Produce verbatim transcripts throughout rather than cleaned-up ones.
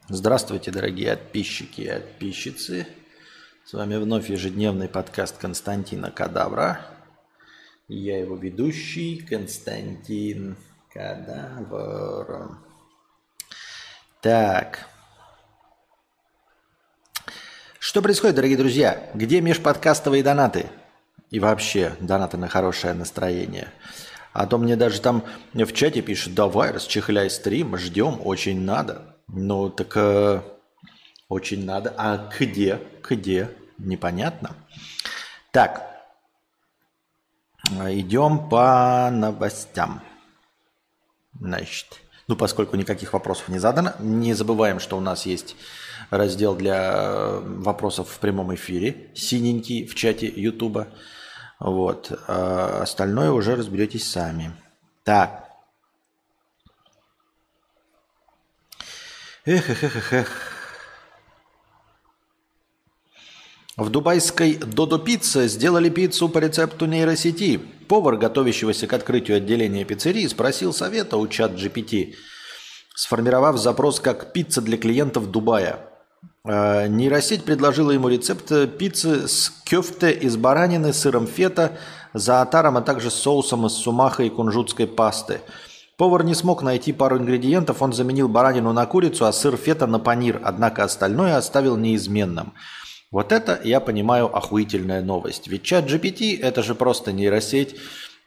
Здравствуйте, дорогие подписчики и подписчицы. С вами вновь ежедневный подкаст Константина Кадавра. Я его ведущий Константин Кадавр. Так. Что происходит, дорогие друзья? Где межподкастовые донаты? И вообще донаты на хорошее настроение. А то мне даже там в чате пишут: давай, расчехляй стрим, ждем, очень надо. Ну, так э, очень надо. А где? Где? Непонятно. Так, идем по новостям. Значит, ну, поскольку никаких вопросов не задано, не забываем, что у нас есть раздел для вопросов в прямом эфире, синенький в чате Ютуба. Вот. А остальное уже разберетесь сами. Так. Эх, эх, эх, эх, эх. В дубайской Додо Пицце сделали пиццу по рецепту нейросети. Повар, готовящегося к открытию отделения пиццерии, спросил совета у чат джи пи ти, сформировав запрос как «пицца для клиентов Дубая». Нейросеть предложила ему рецепт пиццы с кёфте из баранины, сыром фета, заатаром, а также соусом из сумаха и кунжутской пасты. Повар не смог найти пару ингредиентов, он заменил баранину на курицу, а сыр фета на панир, однако остальное оставил неизменным. Вот это, я понимаю, охуительная новость. Ведь чат джи пи ти – это же просто нейросеть,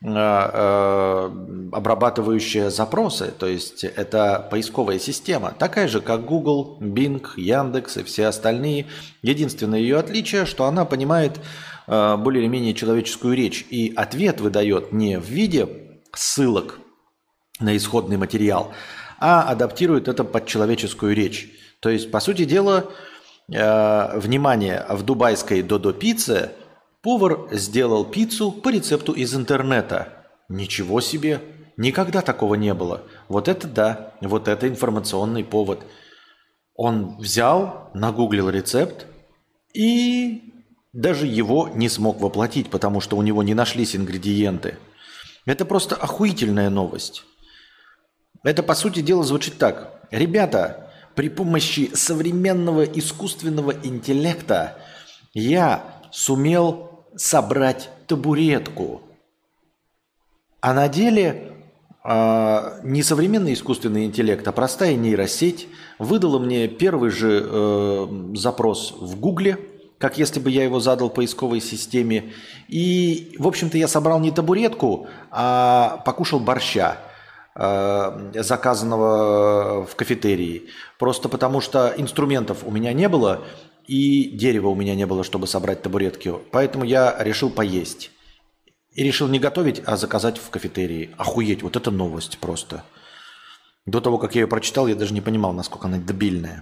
обрабатывающая запросы, то есть это поисковая система, такая же, как Google, Bing, Яндекс и все остальные. Единственное ее отличие, что она понимает более или менее человеческую речь, и ответ выдает не в виде ссылок на исходный материал, а адаптирует это под человеческую речь. То есть, по сути дела, э, внимание, в дубайской Додо Пицце повар сделал пиццу по рецепту из интернета. Ничего себе! Никогда такого не было. Вот это да, вот это информационный повод. Он взял, нагуглил рецепт и даже его не смог воплотить, потому что у него не нашлись ингредиенты. Это просто охуительная новость. Это, по сути дела, звучит так. Ребята, при помощи современного искусственного интеллекта я сумел собрать табуретку. А на деле э, не современный искусственный интеллект, а простая нейросеть выдала мне первый же э, запрос в Гугле, как если бы я его задал поисковой системе. И, в общем-то, я собрал не табуретку, а покушал борща, заказанного в кафетерии. Просто потому что инструментов у меня не было и дерева у меня не было, чтобы собрать табуретки. Поэтому я решил поесть. И решил не готовить, а заказать в кафетерии. Охуеть, вот это новость просто. До того, как я ее прочитал, я даже не понимал, насколько она дебильная.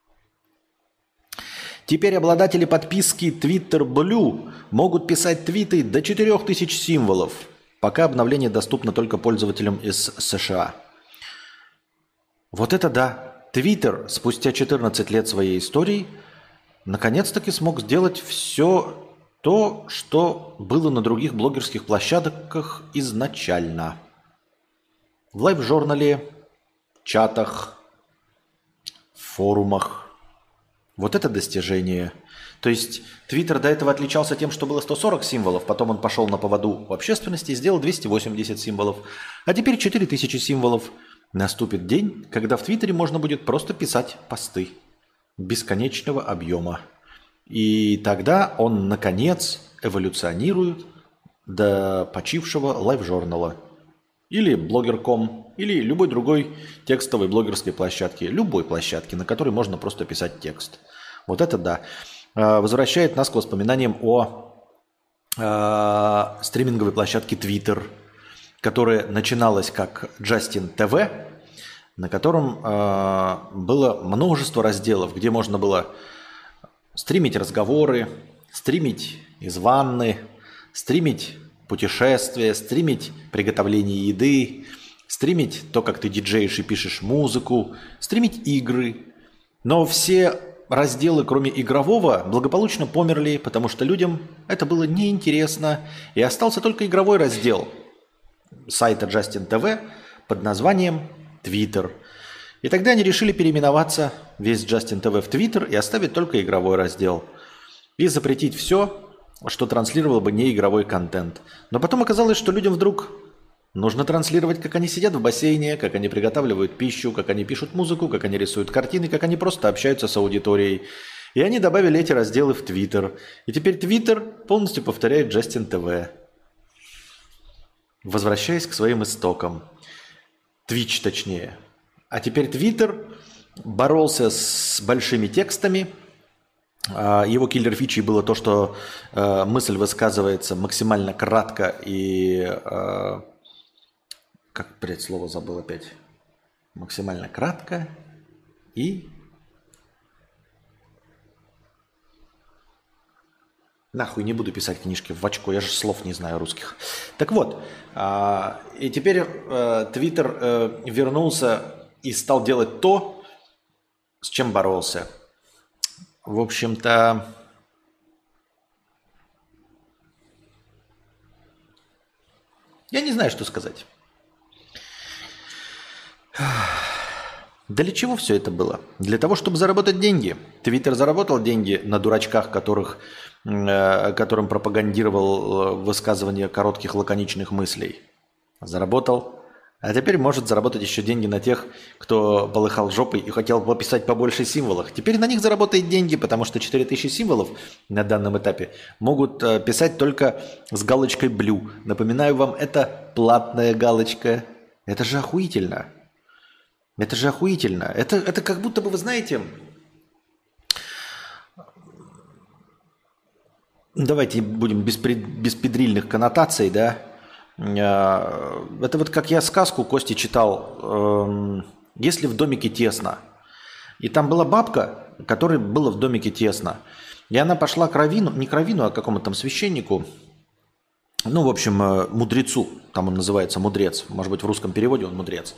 Теперь обладатели подписки Twitter Blue могут писать твиты до четырех тысяч символов. Пока обновление доступно только пользователям из США. Вот это да. Твиттер спустя четырнадцать лет своей истории наконец-таки смог сделать все то, что было на других блогерских площадках изначально. В лайв-журнале, чатах, форумах. Вот это достижение. То есть Твиттер до этого отличался тем, что было сто сорок символов, потом он пошел на поводу в общественности и сделал двести восемьдесят символов, а теперь четыре тысячи символов. Наступит день, когда в Твиттере можно будет просто писать посты бесконечного объема. И тогда он, наконец, эволюционирует до почившего лайв-журнала. Или блогер точка ком, или любой другой текстовой блогерской площадки. Любой площадки, на которой можно просто писать текст. Вот это да. Возвращает нас к воспоминаниям о э, стриминговой площадке Twitter, которая начиналась как Justin ти ви, на котором э, было множество разделов, где можно было стримить разговоры, стримить из ванны, стримить путешествия, стримить приготовление еды, стримить то, как ты диджеешь и пишешь музыку, стримить игры. Но все разделы, кроме игрового, благополучно померли, потому что людям это было неинтересно. И остался только игровой раздел сайта Justin ти ви под названием Twitter. И тогда они решили переименоваться весь Justin ти ви в Twitter и оставить только игровой раздел. И запретить все, что транслировало бы неигровой контент. Но потом оказалось, что людям вдруг нужно транслировать, как они сидят в бассейне, как они приготавливают пищу, как они пишут музыку, как они рисуют картины, как они просто общаются с аудиторией. И они добавили эти разделы в Twitter. И теперь Twitter полностью повторяет Justin ти ви. Возвращаясь к своим истокам. Twitch точнее. А теперь Twitter боролся с большими текстами. Его киллер-фичей было то, что мысль высказывается максимально кратко и... Как, блядь, слово забыл опять. Максимально кратко и... Нахуй не буду писать книжки в очко, я же слов не знаю русских. Так вот, и теперь Твиттер вернулся и стал делать то, с чем боролся. В общем-то, я не знаю, что сказать. Для чего все это было? Для того, чтобы заработать деньги. Твиттер заработал деньги на дурачках, которых, э, которым пропагандировал высказывание коротких лаконичных мыслей. Заработал. А теперь может заработать еще деньги на тех, кто полыхал жопой и хотел пописать побольше символов. Теперь на них заработает деньги, потому что четыре тысячи символов на данном этапе могут э, писать только с галочкой «блю». Напоминаю вам, это платная галочка. Это же охуительно. Это же охуительно. Это, это как будто бы, вы знаете... Давайте будем без, без педрильных коннотаций, да? Это вот как я сказку Кости читал. «Если в домике тесно». И там была бабка, которой было в домике тесно. И она пошла к раввину, не к раввину, а к какому-то там священнику. Ну, в общем, мудрецу. Там он называется мудрец. Может быть, в русском переводе он мудрец.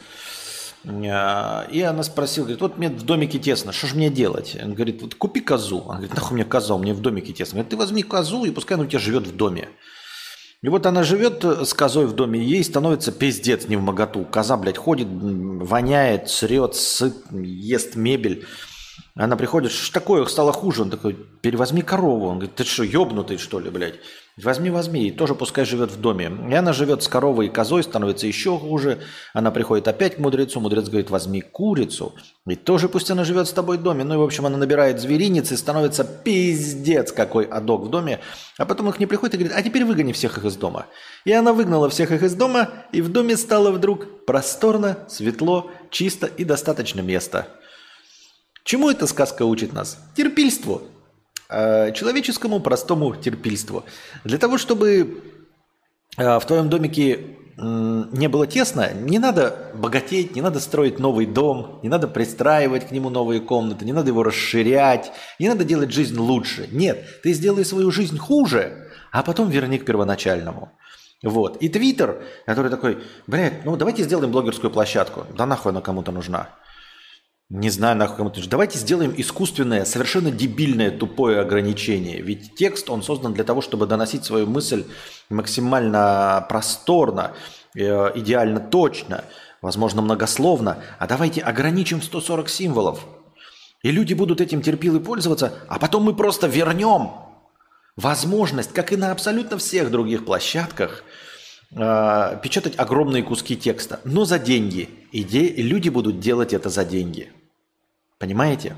И она спросила, говорит, вот мне в домике тесно, что же мне делать? Он говорит, вот купи козу. Она говорит, нахуй мне коза, мне в домике тесно. Говорит, ты возьми козу, и пускай она у тебя живет в доме. И вот она живет с козой в доме, и ей становится пиздец не в моготу. Коза, блядь, ходит, воняет, срет, сыт, ест мебель. Она приходит, что ж такое, стало хуже. Он такой, перевозьми корову. Он говорит, ты что, ебнутый, что ли, блядь? Возьми, возьми, и тоже пускай живет в доме. И она живет с коровой и козой, становится еще хуже. Она приходит опять к мудрецу, мудрец говорит, возьми курицу. И тоже пусть она живет с тобой в доме. Ну и, в общем, она набирает зверинец и становится пиздец какой адок в доме. А потом их не приходит и говорит, а теперь выгони всех их из дома. И она выгнала всех их из дома, и в доме стало вдруг просторно, светло, чисто и достаточно места. Чему эта сказка учит нас? Терпильству. Человеческому простому терпильству. Для того, чтобы в твоем домике не было тесно, не надо богатеть, не надо строить новый дом, не надо пристраивать к нему новые комнаты, не надо его расширять, не надо делать жизнь лучше. Нет, ты сделай свою жизнь хуже, а потом верни к первоначальному. Вот. И Твиттер, который такой, блядь, ну давайте сделаем блогерскую площадку. Да нахуй она кому-то нужна. Не знаю, нахуй кому-то нужно. Давайте сделаем искусственное, совершенно дебильное, тупое ограничение. Ведь текст, он создан для того, чтобы доносить свою мысль максимально просторно, идеально точно, возможно, многословно. А давайте ограничим в сто сорок символов. И люди будут этим терпилой пользоваться, а потом мы просто вернем возможность, как и на абсолютно всех других площадках, печатать огромные куски текста, но за деньги. И, де- и люди будут делать это за деньги. Понимаете?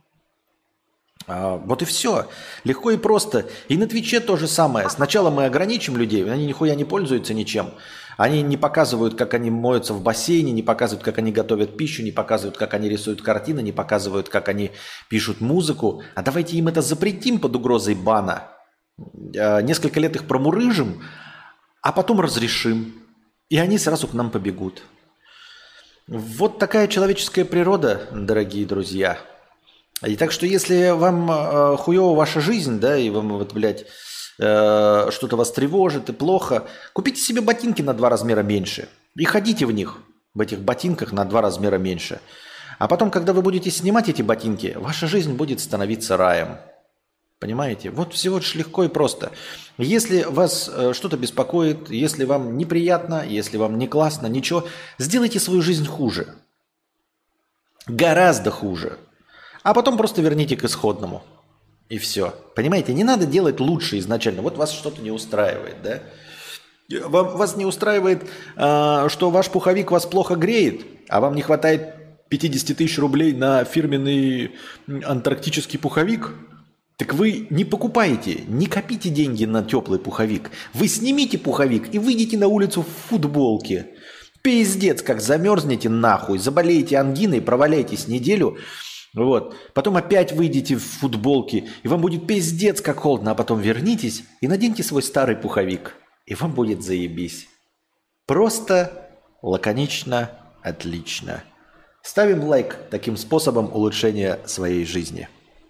А, вот и все. Легко и просто. И на Твиче то же самое. Сначала мы ограничим людей, они нихуя не пользуются ничем. Они не показывают, как они моются в бассейне, не показывают, как они готовят пищу, не показывают, как они рисуют картины, не показывают, как они пишут музыку. А давайте им это запретим под угрозой бана. А, несколько лет их промурыжим, а потом разрешим. И они сразу к нам побегут. Вот такая человеческая природа, дорогие друзья. И так что если вам э, хуёва ваша жизнь, да, и вам вот, блядь, э, что-то вас тревожит и плохо, купите себе ботинки на два размера меньше. И ходите в них, в этих ботинках на два размера меньше. А потом, когда вы будете снимать эти ботинки, ваша жизнь будет становиться раем. Понимаете? Вот всего лишь легко и просто. Если вас э, что-то беспокоит, если вам неприятно, если вам не классно, ничего, сделайте свою жизнь хуже. Гораздо хуже. А потом просто верните к исходному. И все. Понимаете, не надо делать лучше изначально. Вот вас что-то не устраивает, да? Вам, вас не устраивает, а, что ваш пуховик вас плохо греет, а вам не хватает пятьдесят тысяч рублей на фирменный антарктический пуховик? Так вы не покупаете, не копите деньги на теплый пуховик. Вы снимите пуховик и выйдите на улицу в футболке. Пиздец, как замерзнете нахуй, заболеете ангиной, проваляетесь неделю. Вот. Потом опять выйдете в футболке, и вам будет пиздец, как холодно. А потом вернитесь и наденьте свой старый пуховик. И вам будет заебись. Просто, лаконично, отлично. Ставим лайк таким способом улучшения своей жизни.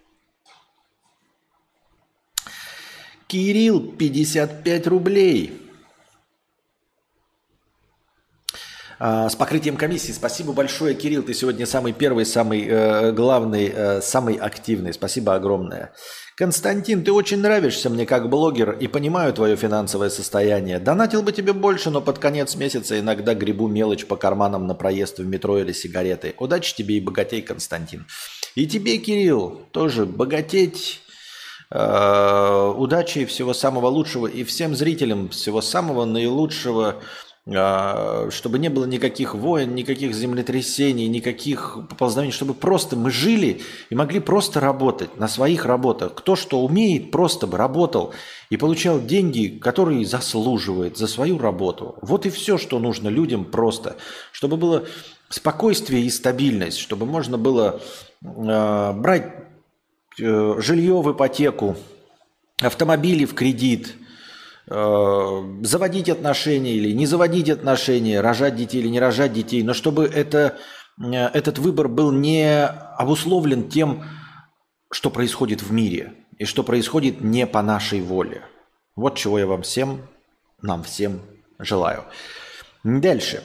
Кирилл, пятьдесят пять рублей. А, с покрытием комиссии. Спасибо большое, Кирилл. Ты сегодня самый первый, самый э, главный, э, самый активный. Спасибо огромное. Константин, ты очень нравишься мне как блогер и понимаю твое финансовое состояние. Донатил бы тебе больше, но под конец месяца иногда гребу мелочь по карманам на проезд в метро или сигареты. Удачи тебе и богатей, Константин. И тебе, Кирилл, тоже богатеть, э, удачи и всего самого лучшего. И всем зрителям всего самого наилучшего, э, чтобы не было никаких войн, никаких землетрясений, никаких поползновений, чтобы просто мы жили и могли просто работать на своих работах. Кто что умеет, просто бы работал и получал деньги, которые заслуживает за свою работу. Вот и все, что нужно людям просто. Чтобы было спокойствие и стабильность, чтобы можно было э, брать э, жилье в ипотеку, автомобили в кредит, заводить отношения или не заводить отношения, рожать детей или не рожать детей, но чтобы это, этот выбор был не обусловлен тем, что происходит в мире и что происходит не по нашей воле. Вот чего я вам всем, нам всем желаю. Дальше.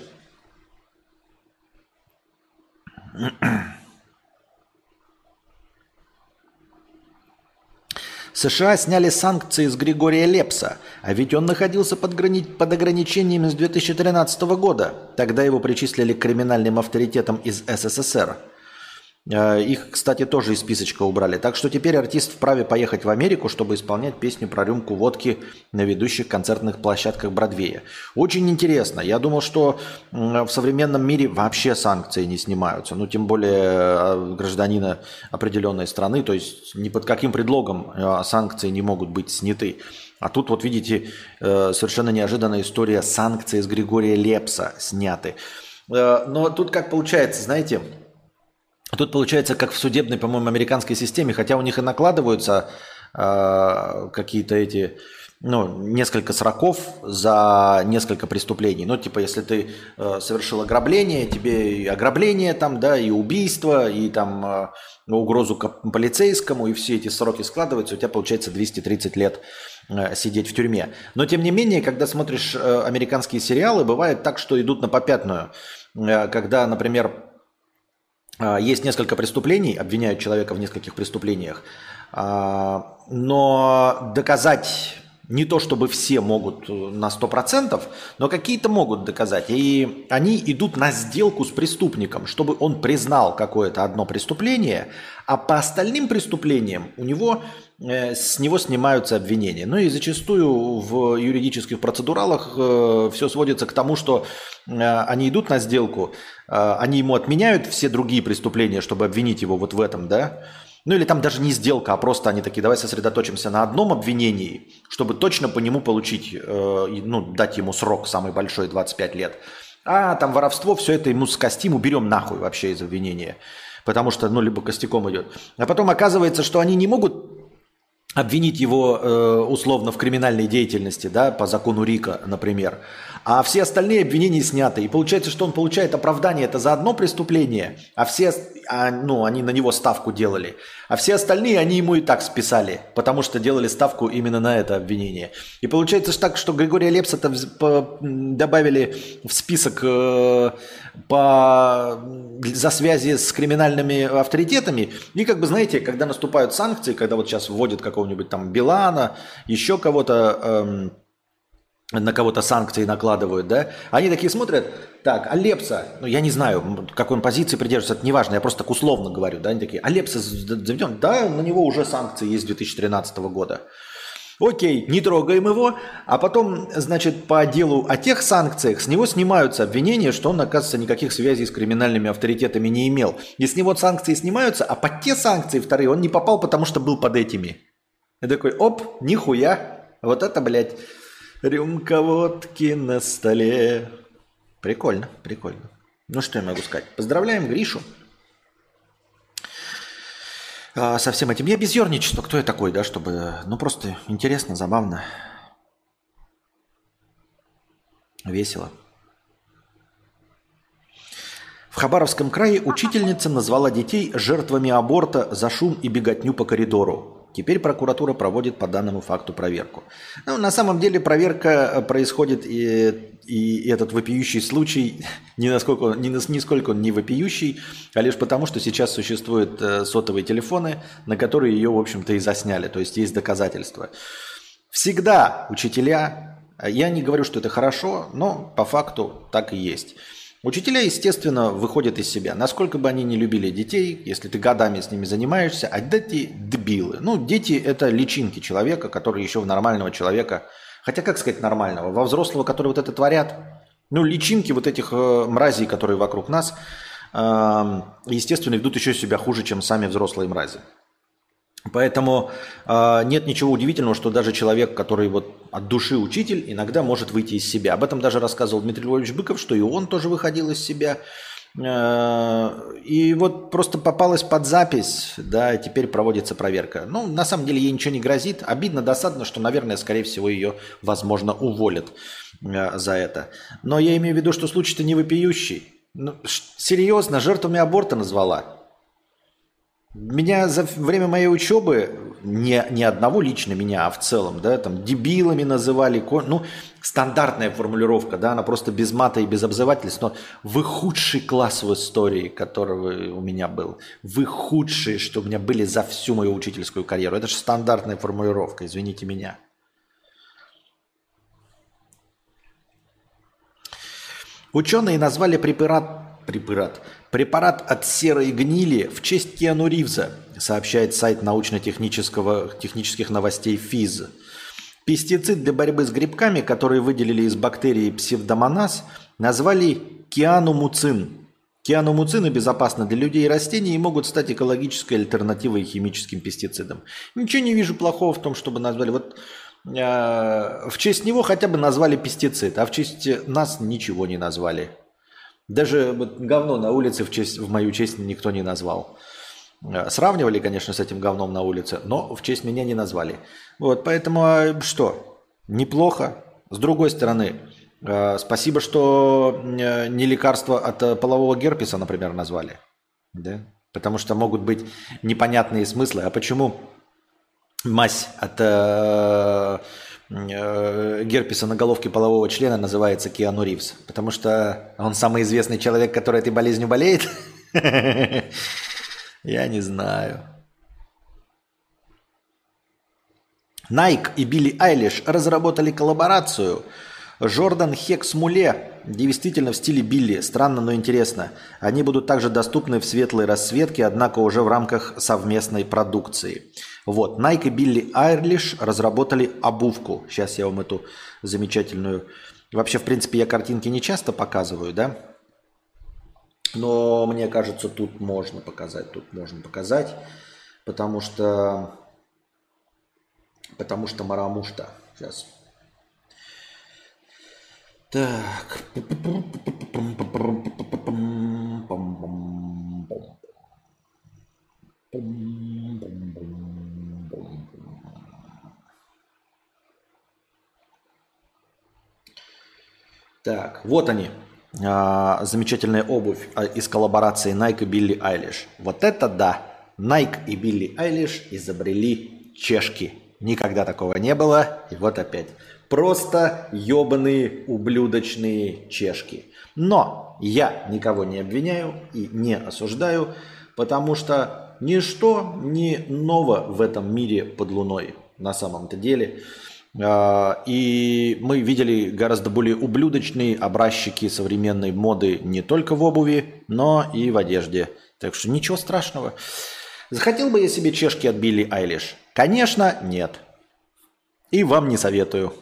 США сняли санкции с Григория Лепса, а ведь он находился под, грани... под ограничениями с две тысячи тринадцатого года. Тогда его причислили к криминальным авторитетам из СССР. Их, кстати, тоже из списочка убрали. Так что теперь артист вправе поехать в Америку, чтобы исполнять песню про рюмку водки на ведущих концертных площадках Бродвея. Очень интересно. Я думал, что в современном мире вообще санкции не снимаются. Ну, тем более гражданина определенной страны. То есть ни под каким предлогом санкции не могут быть сняты. А тут вот видите, совершенно неожиданная история. Санкции с Григория Лепса сняты. Но тут как получается, знаете... Тут получается, как в судебной, по-моему, американской системе, хотя у них и накладываются э, какие-то эти, ну, несколько сроков за несколько преступлений. Ну, типа, если ты э, совершил ограбление, тебе и ограбление там, да, и убийство, и там э, угрозу полицейскому, и все эти сроки складываются, у тебя получается двести тридцать лет э, сидеть в тюрьме. Но, тем не менее, когда смотришь э, американские сериалы, бывает так, что идут на попятную. Э, когда, например... Есть несколько преступлений, обвиняют человека в нескольких преступлениях, но доказать не то, чтобы все могут на сто процентов, но какие-то могут доказать. И они идут на сделку с преступником, чтобы он признал какое-то одно преступление, а по остальным преступлениям у него, с него снимаются обвинения. Ну и зачастую в юридических процедуралах все сводится к тому, что они идут на сделку, они ему отменяют все другие преступления, чтобы обвинить его вот в этом, да? Ну или там даже не сделка, а просто они такие, давай сосредоточимся на одном обвинении, чтобы точно по нему получить, ну, дать ему срок самый большой, двадцать пять лет. А там воровство, все это ему скостим, уберем нахуй вообще из обвинения. Потому что, ну, либо костяком идет. А потом оказывается, что они не могут обвинить его э, условно в криминальной деятельности, да, по закону Рика, например. А все остальные обвинения сняты. И получается, что он получает оправдание это за одно преступление, а все, а, ну, они на него ставку делали. А все остальные, они ему и так списали, потому что делали ставку именно на это обвинение. И получается так, что Григория Лепса-то добавили в список э, по, за связи с криминальными авторитетами. И как бы, знаете, когда наступают санкции, когда вот сейчас вводят какого-нибудь там Билана, еще кого-то... Э, на кого-то санкции накладывают, да, они такие смотрят, так, а Лепса, ну я не знаю, какой он позиции придерживается, это не важно, я просто так условно говорю, да, они такие, а Лепса заведен, да, на него уже санкции есть с две тысячи тринадцатого года. Окей, не трогаем его, а потом, значит, по делу о тех санкциях с него снимаются обвинения, что он, оказывается, никаких связей с криминальными авторитетами не имел. И с него санкции снимаются, а под те санкции вторые он не попал, потому что был под этими. И такой, оп, нихуя, вот это, блядь, рюмка водки на столе. Прикольно, прикольно. Ну, что я могу сказать? Поздравляем Гришу. Со всем этим. Я без ерничества. Кто я такой, да, чтобы... Ну, просто интересно, забавно. Весело. В Хабаровском крае учительница назвала детей жертвами аборта за шум и беготню по коридору. Теперь прокуратура проводит по данному факту проверку. Ну, на самом деле проверка происходит, и, и этот вопиющий случай, не насколько, не, нисколько он не вопиющий, а лишь потому, что сейчас существуют сотовые телефоны, на которые ее, в общем-то, и засняли. То есть есть доказательства. Всегда учителя, я не говорю, что это хорошо, но по факту так и есть. Учителя, естественно, выходят из себя. Насколько бы они не любили детей, если ты годами с ними занимаешься, а дети – дебилы. Ну, дети – это личинки человека, которые еще в нормального человека, хотя, как сказать нормального, во взрослого, который вот это творят, ну, личинки вот этих э, мразей, которые вокруг нас, э, естественно, ведут еще себя хуже, чем сами взрослые мрази. Поэтому э, нет ничего удивительного, что даже человек, который вот от души учитель, иногда может выйти из себя. Об этом даже рассказывал Дмитрий Львович Быков, что и он тоже выходил из себя. Э, и вот просто попалась под запись, да, теперь проводится проверка. Ну, на самом деле ей ничего не грозит. Обидно, досадно, что, наверное, скорее всего, ее, возможно, уволят э, за это. Но я имею в виду, что случай-то не вопиющий. Ну, серьезно, жертвами аборта назвала. Меня за время моей учебы, не, не одного лично меня, а в целом, да, там дебилами называли, ну, стандартная формулировка, да, она просто без мата и без обзывательств, но вы худший класс в истории, который у меня был, вы худшие, что у меня были за всю мою учительскую карьеру. Это же стандартная формулировка, извините меня. Ученые назвали препарат Препарат. Препарат от серой гнили в честь Киану Ривза, сообщает сайт научно-технического технических новостей ФИЗ. Пестицид для борьбы с грибками, который выделили из бактерии псевдомонас, назвали кианумуцин. Кианумуцины безопасны для людей и растений и могут стать экологической альтернативой химическим пестицидам. Ничего не вижу плохого в том, чтобы назвали. Вот э, в честь него хотя бы назвали пестицид, а в честь нас ничего не назвали. Даже вот говно на улице в, честь, в мою честь никто не назвал. Сравнивали, конечно, с этим говном на улице, но в честь меня не назвали. Вот, поэтому что? Неплохо. С другой стороны, спасибо, что не лекарство от полового герпеса, например, назвали. Да? Потому что могут быть непонятные смыслы. А почему мазь от герпеса на головке полового члена называется Киану Ривз? Потому что он самый известный человек, который этой болезнью болеет? Я не знаю. Nike и Билли Айлиш разработали коллаборацию. Жордан Хекс Муле действительно в стиле Билли. Странно, но интересно. Они будут также доступны в светлой расцветке, однако уже в рамках совместной продукции. Вот, Nike и Билли Айлиш разработали обувку. Сейчас я вам эту замечательную... Вообще, в принципе, я картинки не часто показываю, да? Но мне кажется, тут можно показать, тут можно показать, потому что... Потому что марамушта. Сейчас. Так. Так, вот они. А, замечательная обувь из коллаборации Nike и Билли Айлиш. Вот это да! Nike и Билли Айлиш изобрели чешки. Никогда такого не было. И вот опять. Просто ебаные ублюдочные чешки. Но я никого не обвиняю и не осуждаю, потому что ничто не ново в этом мире под луной на самом-то деле. А, И мы видели гораздо более ублюдочные образчики современной моды не только в обуви, но и в одежде. Так что ничего страшного. Захотел бы я себе чешки от Билли Айлиш? Конечно, нет. И вам не советую.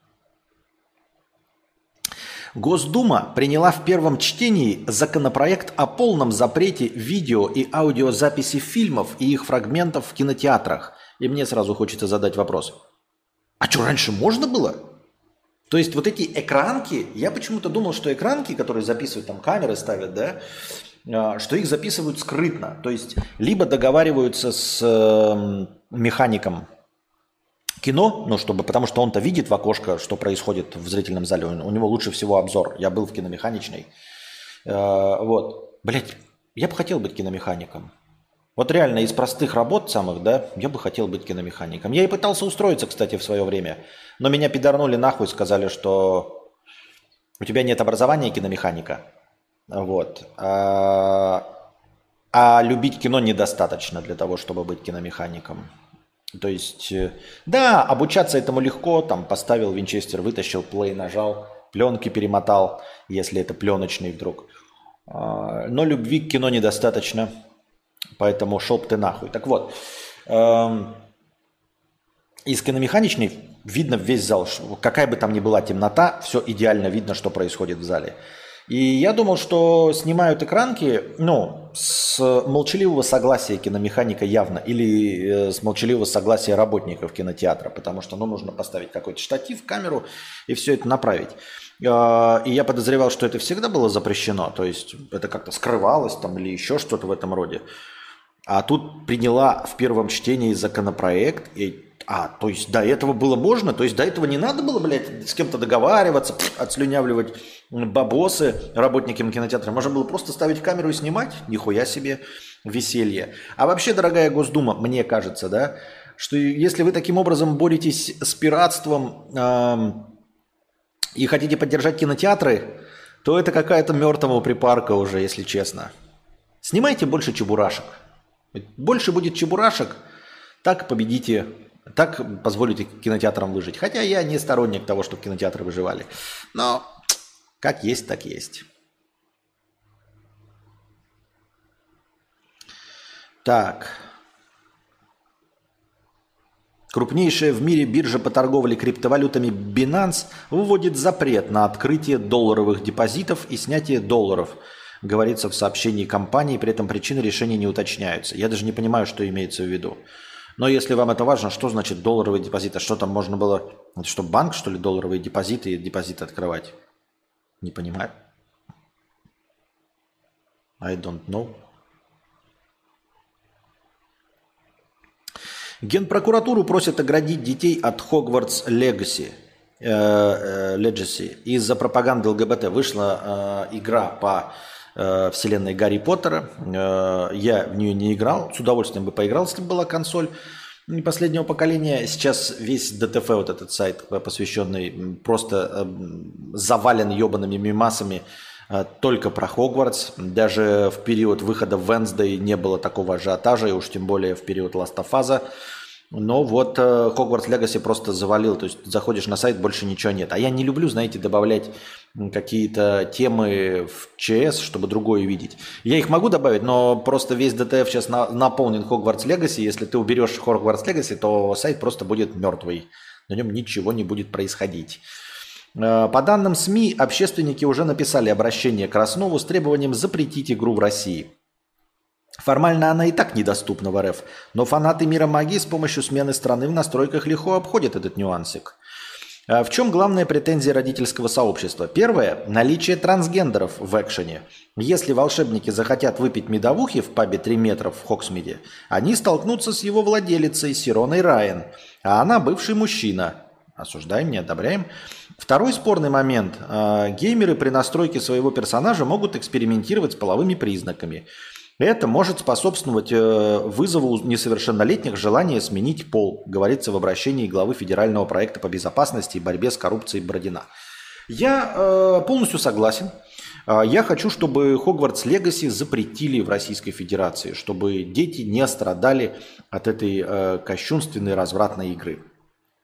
Госдума приняла в первом чтении законопроект о полном запрете видео и аудиозаписи фильмов и их фрагментов в кинотеатрах. И мне сразу хочется задать вопрос. А что, раньше можно было? То есть вот эти экранки, я почему-то думал, что экранки, которые записывают, там камеры ставят, да, что их записывают скрытно. То есть либо договариваются с э, механиком кино, ну, чтобы, потому что он-то видит в окошко, что происходит в зрительном зале. У него лучше всего обзор. Я был в киномеханичной. Э, вот. Блять, я бы хотел быть киномехаником. Вот реально из простых работ самых, да, я бы хотел быть киномехаником. Я и пытался устроиться, кстати, в свое время. Но меня пидорнули нахуй, сказали, что у тебя нет образования киномеханика. Вот. А, а любить кино недостаточно для того, чтобы быть киномехаником. То есть, да, обучаться этому легко, там поставил винчестер, вытащил плей, нажал, пленки перемотал, если это пленочный вдруг. Но любви к кино недостаточно, поэтому шел бы ты нахуй. Так вот, эм, из киномеханичной видно весь зал, какая бы там ни была темнота, все идеально видно, что происходит в зале. И я думал, что снимают экранки, ну, с молчаливого согласия киномеханика явно, или э, с молчаливого согласия работников кинотеатра, потому что, ну, нужно поставить какой-то штатив, камеру и все это направить. Э, и я подозревал, что это всегда было запрещено, то есть это как-то скрывалось там или еще что-то в этом роде. А тут приняла в первом чтении законопроект, и А, то есть до этого было можно? То есть до этого не надо было, блядь, с кем-то договариваться, отслюнявливать бабосы работникам кинотеатра? Можно было просто ставить камеру и снимать? Нихуя себе веселье. А вообще, дорогая Госдума, мне кажется, да, что если вы таким образом боретесь с пиратством эм, и хотите поддержать кинотеатры, то это какая-то мертвого припарка уже, если честно. Снимайте больше чебурашек. Больше будет чебурашек, так победите. Так позволите кинотеатрам выжить. Хотя я не сторонник того, чтобы кинотеатры выживали. Но как есть, так есть. Так. Крупнейшая в мире биржа по торговле криптовалютами Binance вводит запрет на открытие долларовых депозитов и снятие долларов. Говорится в сообщении компании, при этом причины решения не уточняются. Я даже не понимаю, что имеется в виду. Но если вам это важно, что значит долларовые депозиты? Что там можно было... Это что, банк, что ли, долларовые депозиты и депозиты открывать? Не понимаю. I don't know. Генпрокуратуру просят оградить детей от Хогвартс Легаси. Э, э, Legacy. Из-за пропаганды ЛГБТ вышла э, игра по э, вселенной Гарри Поттера. Э, я в нее не играл. С удовольствием бы поиграл, если бы была консоль последнего поколения. Сейчас весь ДТФ, вот этот сайт, посвященный, просто э, завален ебаными мемасами э, только про Хогвартс. Даже в период выхода Wednesday не было такого ажиотажа, и уж тем более в период Last of Us. Но вот э, Hogwarts Legacy просто завалил. То есть заходишь на сайт, больше ничего нет. А я не люблю, знаете, добавлять какие-то темы в ЧС, чтобы другое видеть. Я их могу добавить, но просто весь ДТФ сейчас на, наполнен Hogwarts Legacy. Если ты уберешь Hogwarts Legacy, то сайт просто будет мертвый. На нем ничего не будет происходить. Э, по данным СМИ, общественники уже написали обращение к Краснову с требованием запретить игру в России. Формально она и так недоступна в РФ, но фанаты мира магии с помощью смены страны в настройках легко обходят этот нюансик. В чем главная претензия родительского сообщества? Первое – наличие трансгендеров в экшене. Если волшебники захотят выпить медовухи в пабе три метра в Хоксмиде, они столкнутся с его владелицей Сироной Райан, а она бывший мужчина. Осуждаем, не одобряем. Второй спорный момент. Геймеры при настройке своего персонажа могут экспериментировать с половыми признаками. Это может способствовать вызову несовершеннолетних желания сменить пол, говорится в обращении главы федерального проекта по безопасности и борьбе с коррупцией Бородина. Я э, полностью согласен. Я хочу, чтобы Hogwarts Legacy запретили в Российской Федерации, чтобы дети не страдали от этой э, кощунственной развратной игры.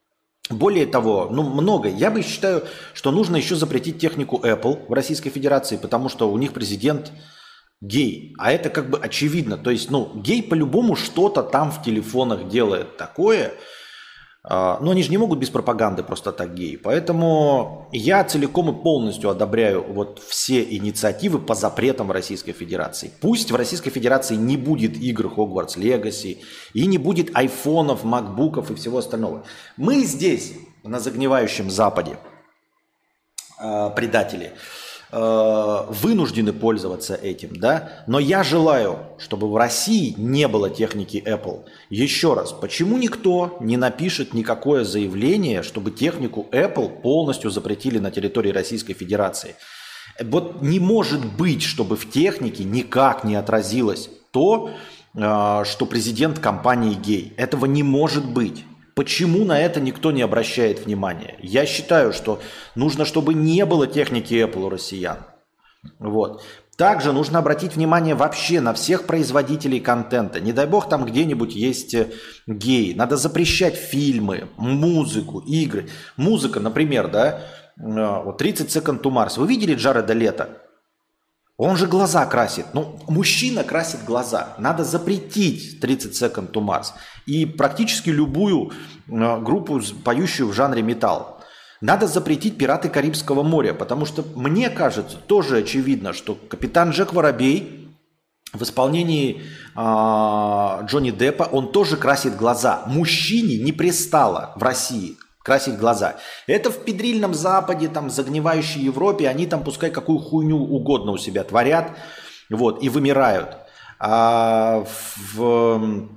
Более того, ну много. Я бы считаю, что нужно еще запретить технику Apple в Российской Федерации, потому что у них президент гей. А это как бы очевидно. То есть, ну, гей по-любому что-то там в телефонах делает такое. А, но они же не могут без пропаганды просто так геи. Поэтому я целиком и полностью одобряю вот все инициативы по запретам в Российской Федерации. Пусть в Российской Федерации не будет игр Hogwarts Legacy и не будет айфонов, макбуков и всего остального. Мы здесь, на загнивающем Западе, э, предатели, э, вынуждены пользоваться этим, да? Но я желаю, чтобы в России не было техники Apple. Еще раз, почему никто не напишет никакое заявление, чтобы технику Apple полностью запретили на территории Российской Федерации? Вот не может быть, чтобы в технике никак не отразилось то, э, что президент компании гей. Этого не может быть. Почему на это никто не обращает внимания? Я считаю, что нужно, чтобы не было техники Apple у россиян. Вот. Также нужно обратить внимание вообще на всех производителей контента. Не дай бог там где-нибудь есть геи. Надо запрещать фильмы, музыку, игры. Музыка, например, да, вот тридцать Seconds to Mars. Вы видели Джареда Лето? Он же глаза красит. Ну, мужчина красит глаза. Надо запретить тридцать Seconds to Mars. И практически любую э, группу, поющую в жанре металл. Надо запретить «Пираты Карибского моря». Потому что, мне кажется, тоже очевидно, что капитан Джек Воробей в исполнении э, Джонни Деппа, он тоже красит глаза. Мужчине не пристало в России красить глаза. Это в педрильном Западе, там, загнивающей Европе, они там пускай какую хуйню угодно у себя творят, вот, и вымирают. А в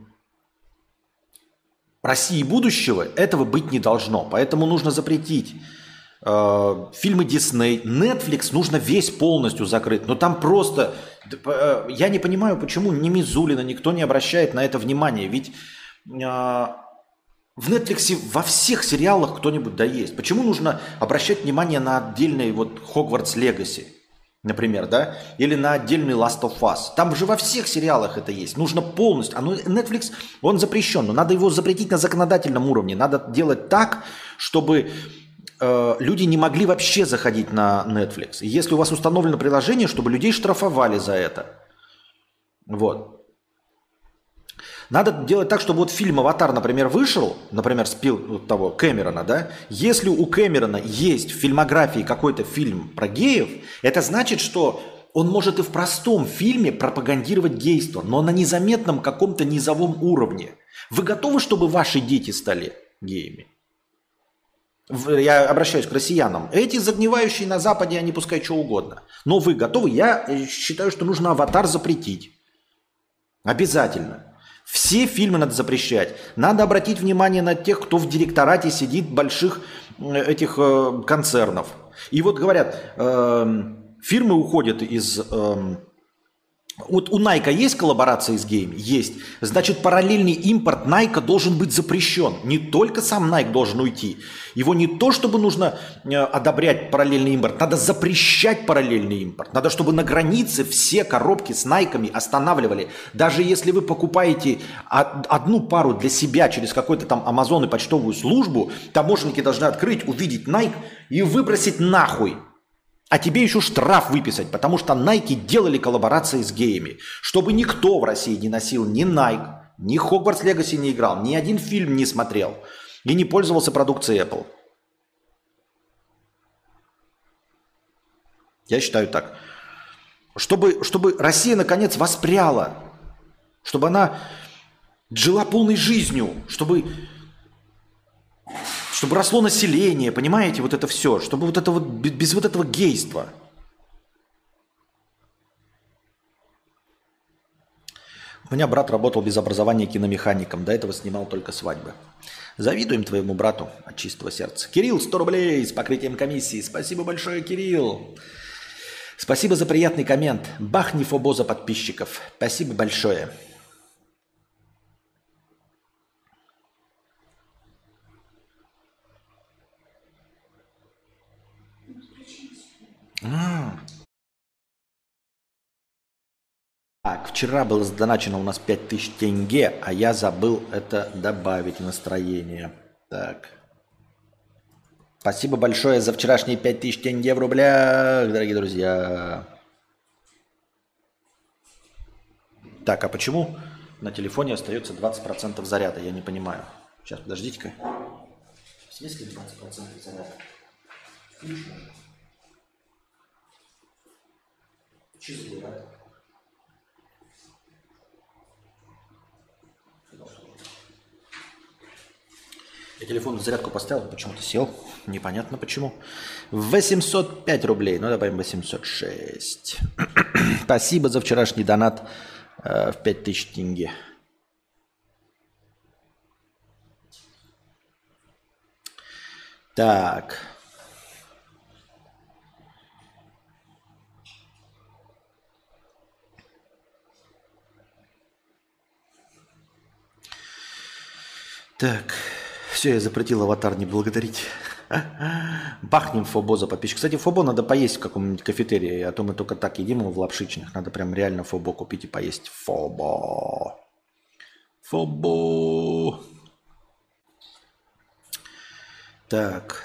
России будущего этого быть не должно, поэтому нужно запретить э, фильмы Disney, Netflix нужно весь полностью закрыть, но там просто, э, я не понимаю, почему ни Мизулина, никто не обращает на это внимание, ведь э, в Netflix во всех сериалах кто-нибудь да есть. Почему нужно обращать внимание на отдельный вот Hogwarts Legacy, например, да? Или на отдельный Last of Us? Там же во всех сериалах это есть. Нужно полностью. А ну, Netflix, он запрещен, но надо его запретить на законодательном уровне. Надо делать так, чтобы э, люди не могли вообще заходить на Netflix. И если у вас установлено приложение, чтобы людей штрафовали за это. Вот. Надо делать так, чтобы вот фильм «Аватар», например, вышел, например, с пил, того Кэмерона, да, если у Кэмерона есть в фильмографии какой-то фильм про геев, это значит, что он может и в простом фильме пропагандировать гейство, но на незаметном каком-то низовом уровне. Вы готовы, чтобы ваши дети стали геями? Я обращаюсь к россиянам. Эти загнивающие на Западе, они пускай что угодно. Но вы готовы? Я считаю, что нужно «Аватар» запретить. Обязательно. Все фильмы надо запрещать. Надо обратить внимание на тех, кто в директорате сидит больших этих э, концернов. И вот говорят, э, фирмы уходят из... Э, вот у Nike есть коллаборация с геями? Есть. Значит, параллельный импорт Nike должен быть запрещен. Не только сам Nike должен уйти. Его не то, чтобы нужно э, одобрять параллельный импорт, надо запрещать параллельный импорт. Надо, чтобы на границе все коробки с Найками останавливали. Даже если вы покупаете одну пару для себя через какой-то там Amazon и почтовую службу, таможенники должны открыть, увидеть Nike и выбросить нахуй. А тебе еще штраф выписать, потому что Nike делали коллаборации с геями. Чтобы никто в России не носил ни Nike, ни Hogwarts Legacy не играл, ни один фильм не смотрел и не пользовался продукцией Apple. Я считаю так. Чтобы, чтобы Россия наконец воспряла, чтобы она жила полной жизнью, чтобы... Чтобы росло население, понимаете, вот это все. Чтобы вот это вот, без вот этого гейства. У меня брат работал без образования киномехаником. До этого снимал только свадьбы. Завидуем твоему брату от чистого сердца. Кирилл, сто рублей с покрытием комиссии. Спасибо большое, Кирилл. Спасибо за приятный коммент. Бахни фобоза подписчиков. Спасибо большое. А. Так, вчера было задоначено у нас пять тысяч тенге, а я забыл это добавить в настроение. Так. Спасибо большое за вчерашние пять тысяч тенге в рублях, дорогие друзья. Так, а почему на телефоне остается двадцать процентов заряда? Я не понимаю. Сейчас, подождите-ка. В смысле двадцать процентов заряда? Включно. Че забирает? Я телефон на зарядку поставил, почему-то сел. Непонятно почему. восемьсот пять рублей. Ну, добавим восемьсот шесть. Спасибо за вчерашний донат э, в пять тысяч тенге. Так. Так. Все, я запретил аватар не благодарить. Бахнем Фобо за подписчик. Кстати, Фобо надо поесть в каком-нибудь кафетерии, а то мы только так едим его в лапшичных. Надо прям реально Фобо купить и поесть. Фобо. Фобо. Так.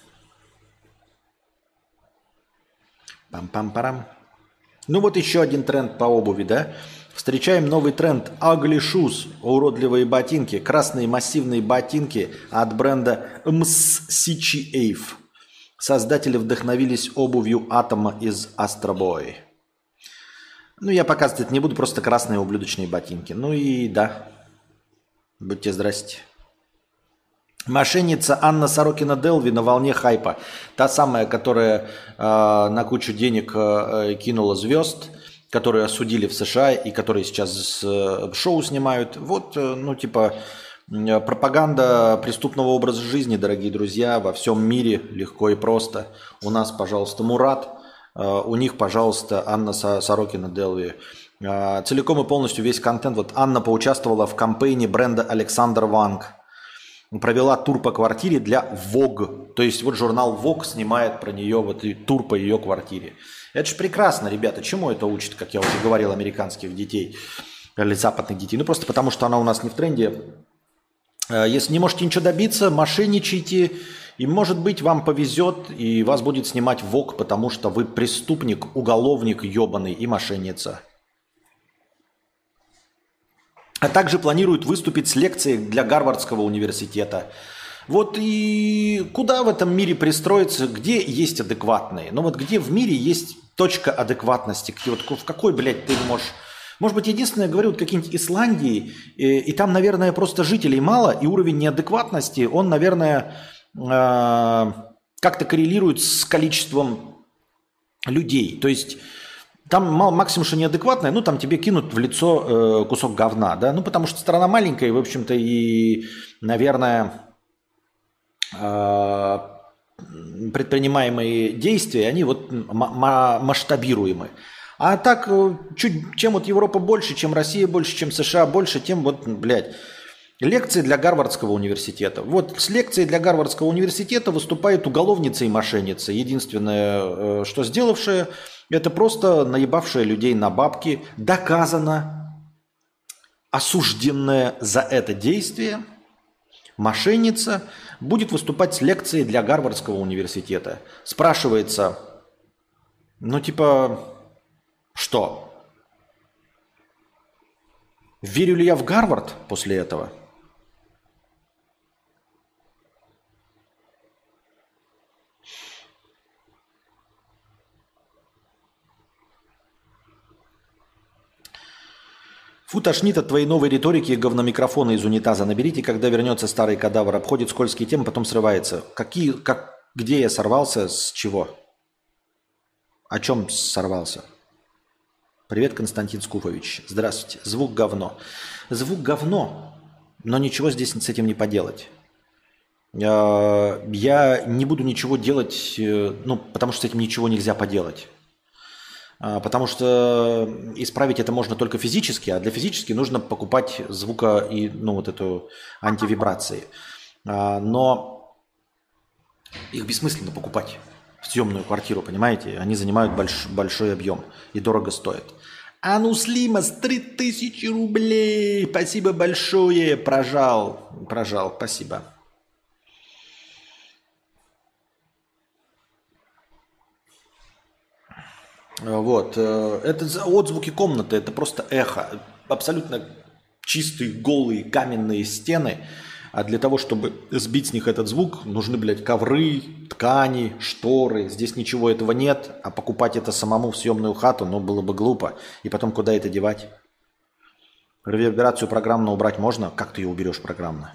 Пам-пам-парам. Ну вот еще один тренд по обуви, да? Встречаем новый тренд Ugly Shoes, уродливые ботинки, красные массивные ботинки от бренда эм эс си джи Ave. Создатели вдохновились обувью Атома из Astro Boy. Ну, я показывать не буду, просто красные ублюдочные ботинки. Ну и да, будьте здрасте. Мошенница Анна Сорокина-Делви на волне хайпа. Та самая, которая э, на кучу денег э, кинула звезд, которые осудили в США и которые сейчас э, шоу снимают. Вот, э, ну, типа, э, пропаганда преступного образа жизни, дорогие друзья, во всем мире легко и просто. У нас, пожалуйста, Мурат, э, у них, пожалуйста, Анна Сорокина-Делви. Э, целиком и полностью весь контент. Вот Анна поучаствовала в кампейне бренда Александр Ванг. Провела тур по квартире для Vogue. То есть вот журнал Vogue снимает про нее вот и тур по ее квартире. Это же прекрасно, ребята. Чему это учит, как я уже говорил, американских детей или западных детей? Ну просто потому, что она у нас не в тренде. Если не можете ничего добиться, мошенничайте. И может быть вам повезет, и вас будет снимать Vogue, потому что вы преступник, уголовник ебаный и мошенница. А также планируют выступить с лекцией для Гарвардского университета. Вот и куда в этом мире пристроиться, где есть адекватные? Ну вот где в мире есть точка адекватности? Где, вот в какой, блядь, ты можешь... Может быть, единственное, говорю, вот какие-нибудь Исландии, и, и там, наверное, просто жителей мало, и уровень неадекватности, он, наверное, э, как-то коррелирует с количеством людей. То есть... Там максимум, что неадекватное, ну, там тебе кинут в лицо э, кусок говна, да, ну, потому что страна маленькая, и, в общем-то, и, наверное, э, предпринимаемые действия, они вот масштабируемы. А так, чуть, чем вот Европа больше, чем Россия больше, чем США больше, тем вот, блядь, лекции для Гарвардского университета. Вот с лекцией для Гарвардского университета выступает уголовница и мошенница. Единственное, что сделавшая, это просто наебавшая людей на бабки, доказано, осужденная за это действие, мошенница будет выступать с лекцией для Гарвардского университета. Спрашивается, ну типа, что? Верю ли я в Гарвард после этого? Фу, тошнит от твоей новой риторики и говномикрофона из унитаза. Наберите, когда вернется старый кадавр, обходит скользкие темы, потом срывается. Какие, как, где я сорвался, с чего? О чем сорвался? Привет, Константин Скуфович. Здравствуйте. Звук говно. Звук говно, но ничего здесь с этим не поделать. Я не буду ничего делать, ну, потому что с этим ничего нельзя поделать. Потому что исправить это можно только физически, а для физически нужно покупать звука и, ну, вот эту антивибрации. Но их бессмысленно покупать в съемную квартиру, понимаете? Они занимают больш, большой объем и дорого стоят. Ануслимас, три тысячи рублей. Спасибо большое. Прожал. Прожал. Спасибо. Вот. э, Это за- отзвуки комнаты, это просто эхо. Абсолютно чистые, голые, каменные стены. А для того, чтобы сбить с них этот звук, нужны, блядь, ковры, ткани, шторы. Здесь ничего этого нет. А покупать это самому в съемную хату, ну, было бы глупо. И потом куда это девать? Реверберацию программно убрать можно? Как ты ее уберешь программно?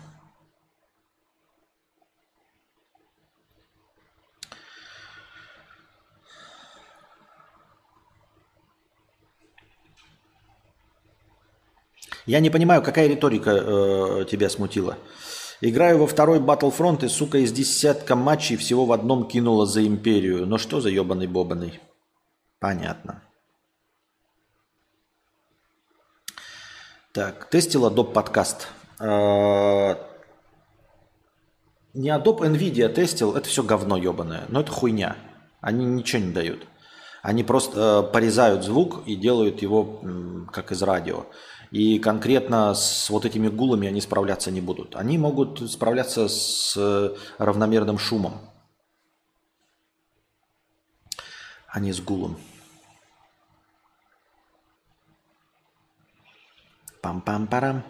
Я не понимаю, какая риторика э, тебя смутила. Играю во второй Battlefront и, сука, из десятка матчей всего в одном кинула за Империю. Ну что за ебаный-бобаный? Понятно. Так, тестила Adobe подкаст. Э, Не Adobe, Nvidia тестил, это все говно ебаное. Но это хуйня. Они ничего не дают. Они просто э, порезают звук и делают его м, как из радио. И конкретно с вот этими гулами они справляться не будут. Они могут справляться с э, равномерным шумом, а не с гулом. Пам-пам-парам.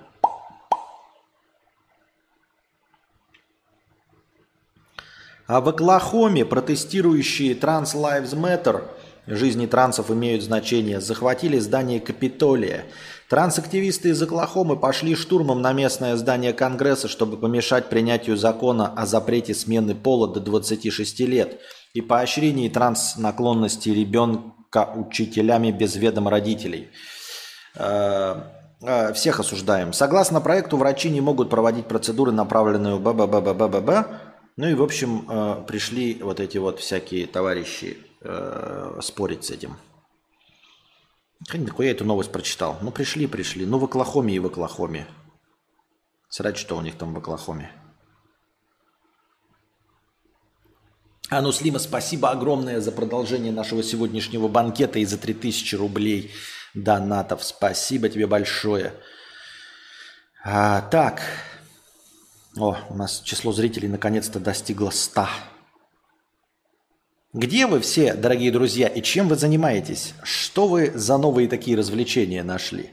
А в Оклахоме протестирующие Trans Lives Matter, жизни трансов имеют значение, захватили здание Капитолия. Трансактивисты из Оклахомы пошли штурмом на местное здание Конгресса, чтобы помешать принятию закона о запрете смены пола до двадцати шести лет и поощрении транс-наклонности ребенка учителями без ведома родителей. Э, э, Всех осуждаем. Согласно проекту, врачи не могут проводить процедуры, направленные б-б-б-б-б-б. Ну и, в общем, э, пришли вот эти вот всякие товарищи э, спорить с этим. Нахуя я эту новость прочитал? Ну, пришли, пришли. Ну, в Оклахоме и в Оклахоме. Срать, что у них там в Оклахоме. А ну, Слима, спасибо огромное за продолжение нашего сегодняшнего банкета и за три тысячи рублей донатов. Спасибо тебе большое. А, так. О, у нас число зрителей наконец-то достигло ста. Где вы все, дорогие друзья, и чем вы занимаетесь? Что вы за новые такие развлечения нашли?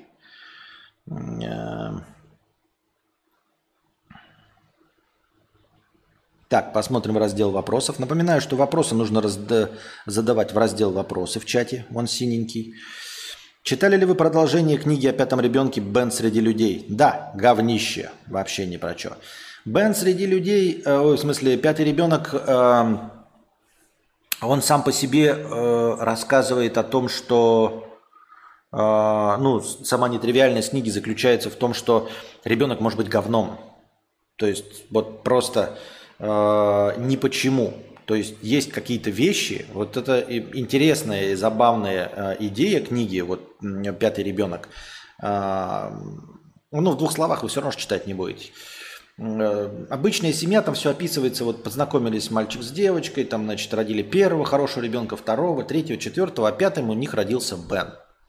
Так, посмотрим раздел вопросов. Напоминаю, что вопросы нужно разда- задавать в раздел «Вопросы» в чате. Вон синенький. Читали ли вы продолжение книги о пятом ребенке «Бен среди людей»? Да, говнище. Вообще ни про что. «Бен среди людей», э, ой, в смысле, пятый ребенок, э, он сам по себе э, рассказывает о том, что э, ну, сама нетривиальность книги заключается в том, что ребенок может быть говном. То есть вот просто э, ни почему. То есть есть какие-то вещи, вот это интересная и забавная э, идея книги, вот «Пятый ребенок». Э, ну, в двух словах вы все равно читать не будете. Э, обычная семья, там все описывается, вот познакомились мальчик с девочкой, там, значит, родили первого хорошего ребенка, второго, третьего, четвертого, а пятым у них родился Бен.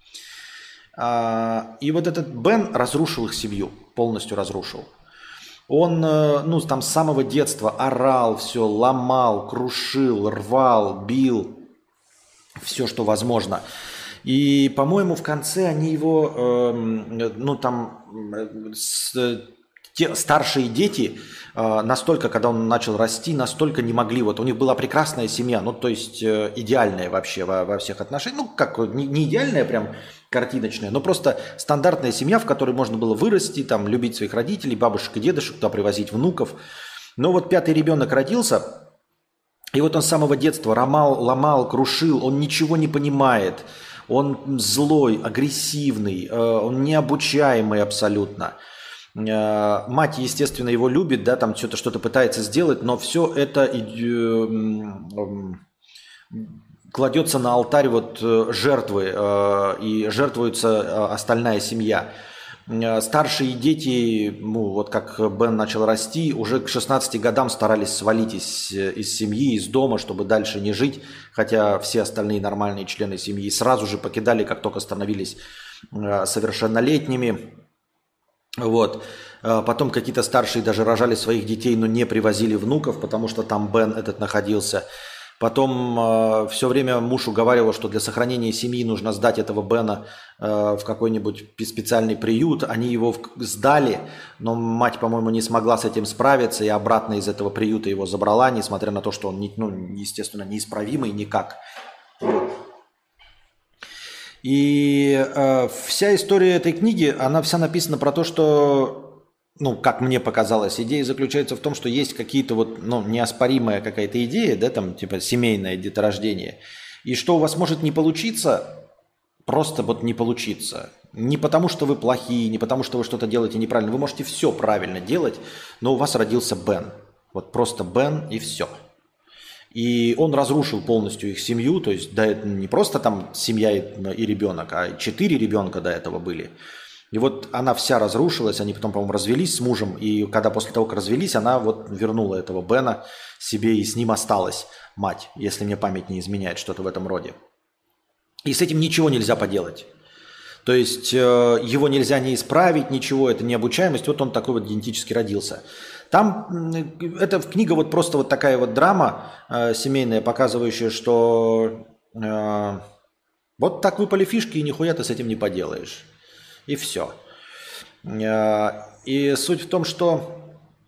Э, и вот этот Бен разрушил их семью, полностью разрушил. Он, ну, там с самого детства орал, все ломал, крушил, рвал, бил, все, что возможно. И, по-моему, в конце они его, э, ну, там, с, те, старшие дети э, настолько, когда он начал расти, настолько не могли, вот у них была прекрасная семья, ну, то есть э, идеальная вообще во, во всех отношениях, ну, как, не, не идеальная прям, картиночная, но просто стандартная семья, в которой можно было вырасти, там, любить своих родителей, бабушек и дедушек, туда привозить внуков. Но вот пятый ребенок родился, и вот он с самого детства ломал, ломал, крушил, он ничего не понимает, он злой, агрессивный, он необучаемый абсолютно. Мать, естественно, его любит, да, там что-то что-то пытается сделать, но все это кладется на алтарь вот жертвы, и жертвуется остальная семья. Старшие дети, ну, вот как Бен начал расти, уже к шестнадцати годам старались свалить из, из семьи, из дома, чтобы дальше не жить, хотя все остальные нормальные члены семьи сразу же покидали, как только становились совершеннолетними. Вот. Потом какие-то старшие даже рожали своих детей, но не привозили внуков, потому что там Бен этот находился. Потом э, все время муж уговаривал, что для сохранения семьи нужно сдать этого Бена э, в какой-нибудь специальный приют. Они его в- сдали, но мать, по-моему, не смогла с этим справиться и обратно из этого приюта его забрала, несмотря на то, что он, не- ну, естественно, неисправимый никак. И э, вся история этой книги, она вся написана про то, что, ну, как мне показалось, идея заключается в том, что есть какие-то вот, ну, неоспоримая какая-то идея, да, там, типа семейное деторождение, и что у вас может не получиться, просто вот не получиться. Не потому, что вы плохие, не потому, что вы что-то делаете неправильно. Вы можете все правильно делать, но у вас родился Бен. Вот просто Бен и все. И он разрушил полностью их семью, то есть да, это не просто там семья и, и ребенок, а четыре ребенка до этого были. И вот она вся разрушилась, они потом, по-моему, развелись с мужем, и когда после того, как развелись, она вот вернула этого Бена себе, и с ним осталась мать, если мне память не изменяет, что-то в этом роде. И с этим ничего нельзя поделать. То есть э, его нельзя не исправить, ничего, это необучаемость, вот он такой вот генетически родился. Там м, эта книга вот просто вот такая вот драма э, семейная, показывающая, что э, вот так выпали фишки, и нихуя ты с этим не поделаешь. И все. И суть в том, что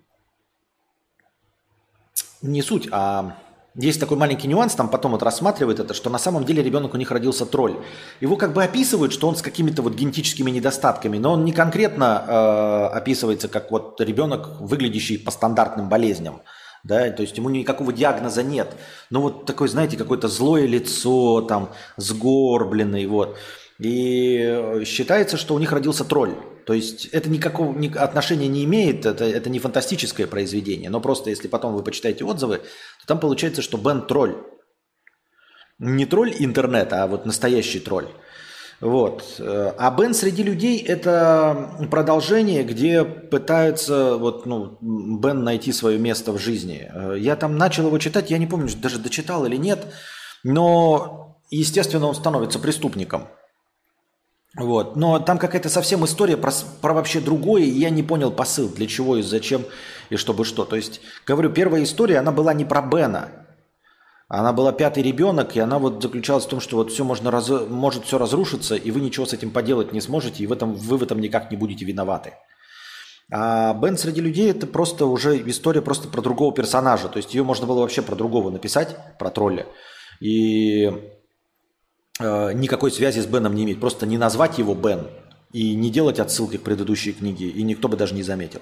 не суть, а есть такой маленький нюанс, там потом вот рассматривает это, что на самом деле ребенок у них родился тролль. Его как бы описывают, что он с какими-то вот генетическими недостатками, но он не конкретно э, описывается как вот ребенок, выглядящий по стандартным болезням. Да, то есть ему никакого диагноза нет. Но вот такое, знаете, какое-то злое лицо, там, сгорбленный, вот. И считается, что у них родился тролль. То есть это никакого ни- отношения не имеет, это, это не фантастическое произведение. Но просто если потом вы почитаете отзывы, то там получается, что Бен тролль. Не тролль интернета, а вот настоящий тролль. Вот. А Бен среди людей – это продолжение, где пытаются вот, ну, Бен найти свое место в жизни. Я там начал его читать, я не помню, даже дочитал или нет, но, естественно, он становится преступником. Вот. Но там какая-то совсем история про, с- про вообще другое, и я не понял посыл, для чего и зачем, и чтобы что. То есть, говорю, первая история, она была не про Бена, она была пятый ребенок, и она вот заключалась в том, что вот все можно раз, может все разрушиться, и вы ничего с этим поделать не сможете, и в этом, вы в этом никак не будете виноваты. А Бен среди людей это просто уже история просто про другого персонажа. То есть ее можно было вообще про другого написать, про тролля. И э, никакой связи с Беном не иметь. Просто не назвать его Бен и не делать отсылки к предыдущей книге, и никто бы даже не заметил.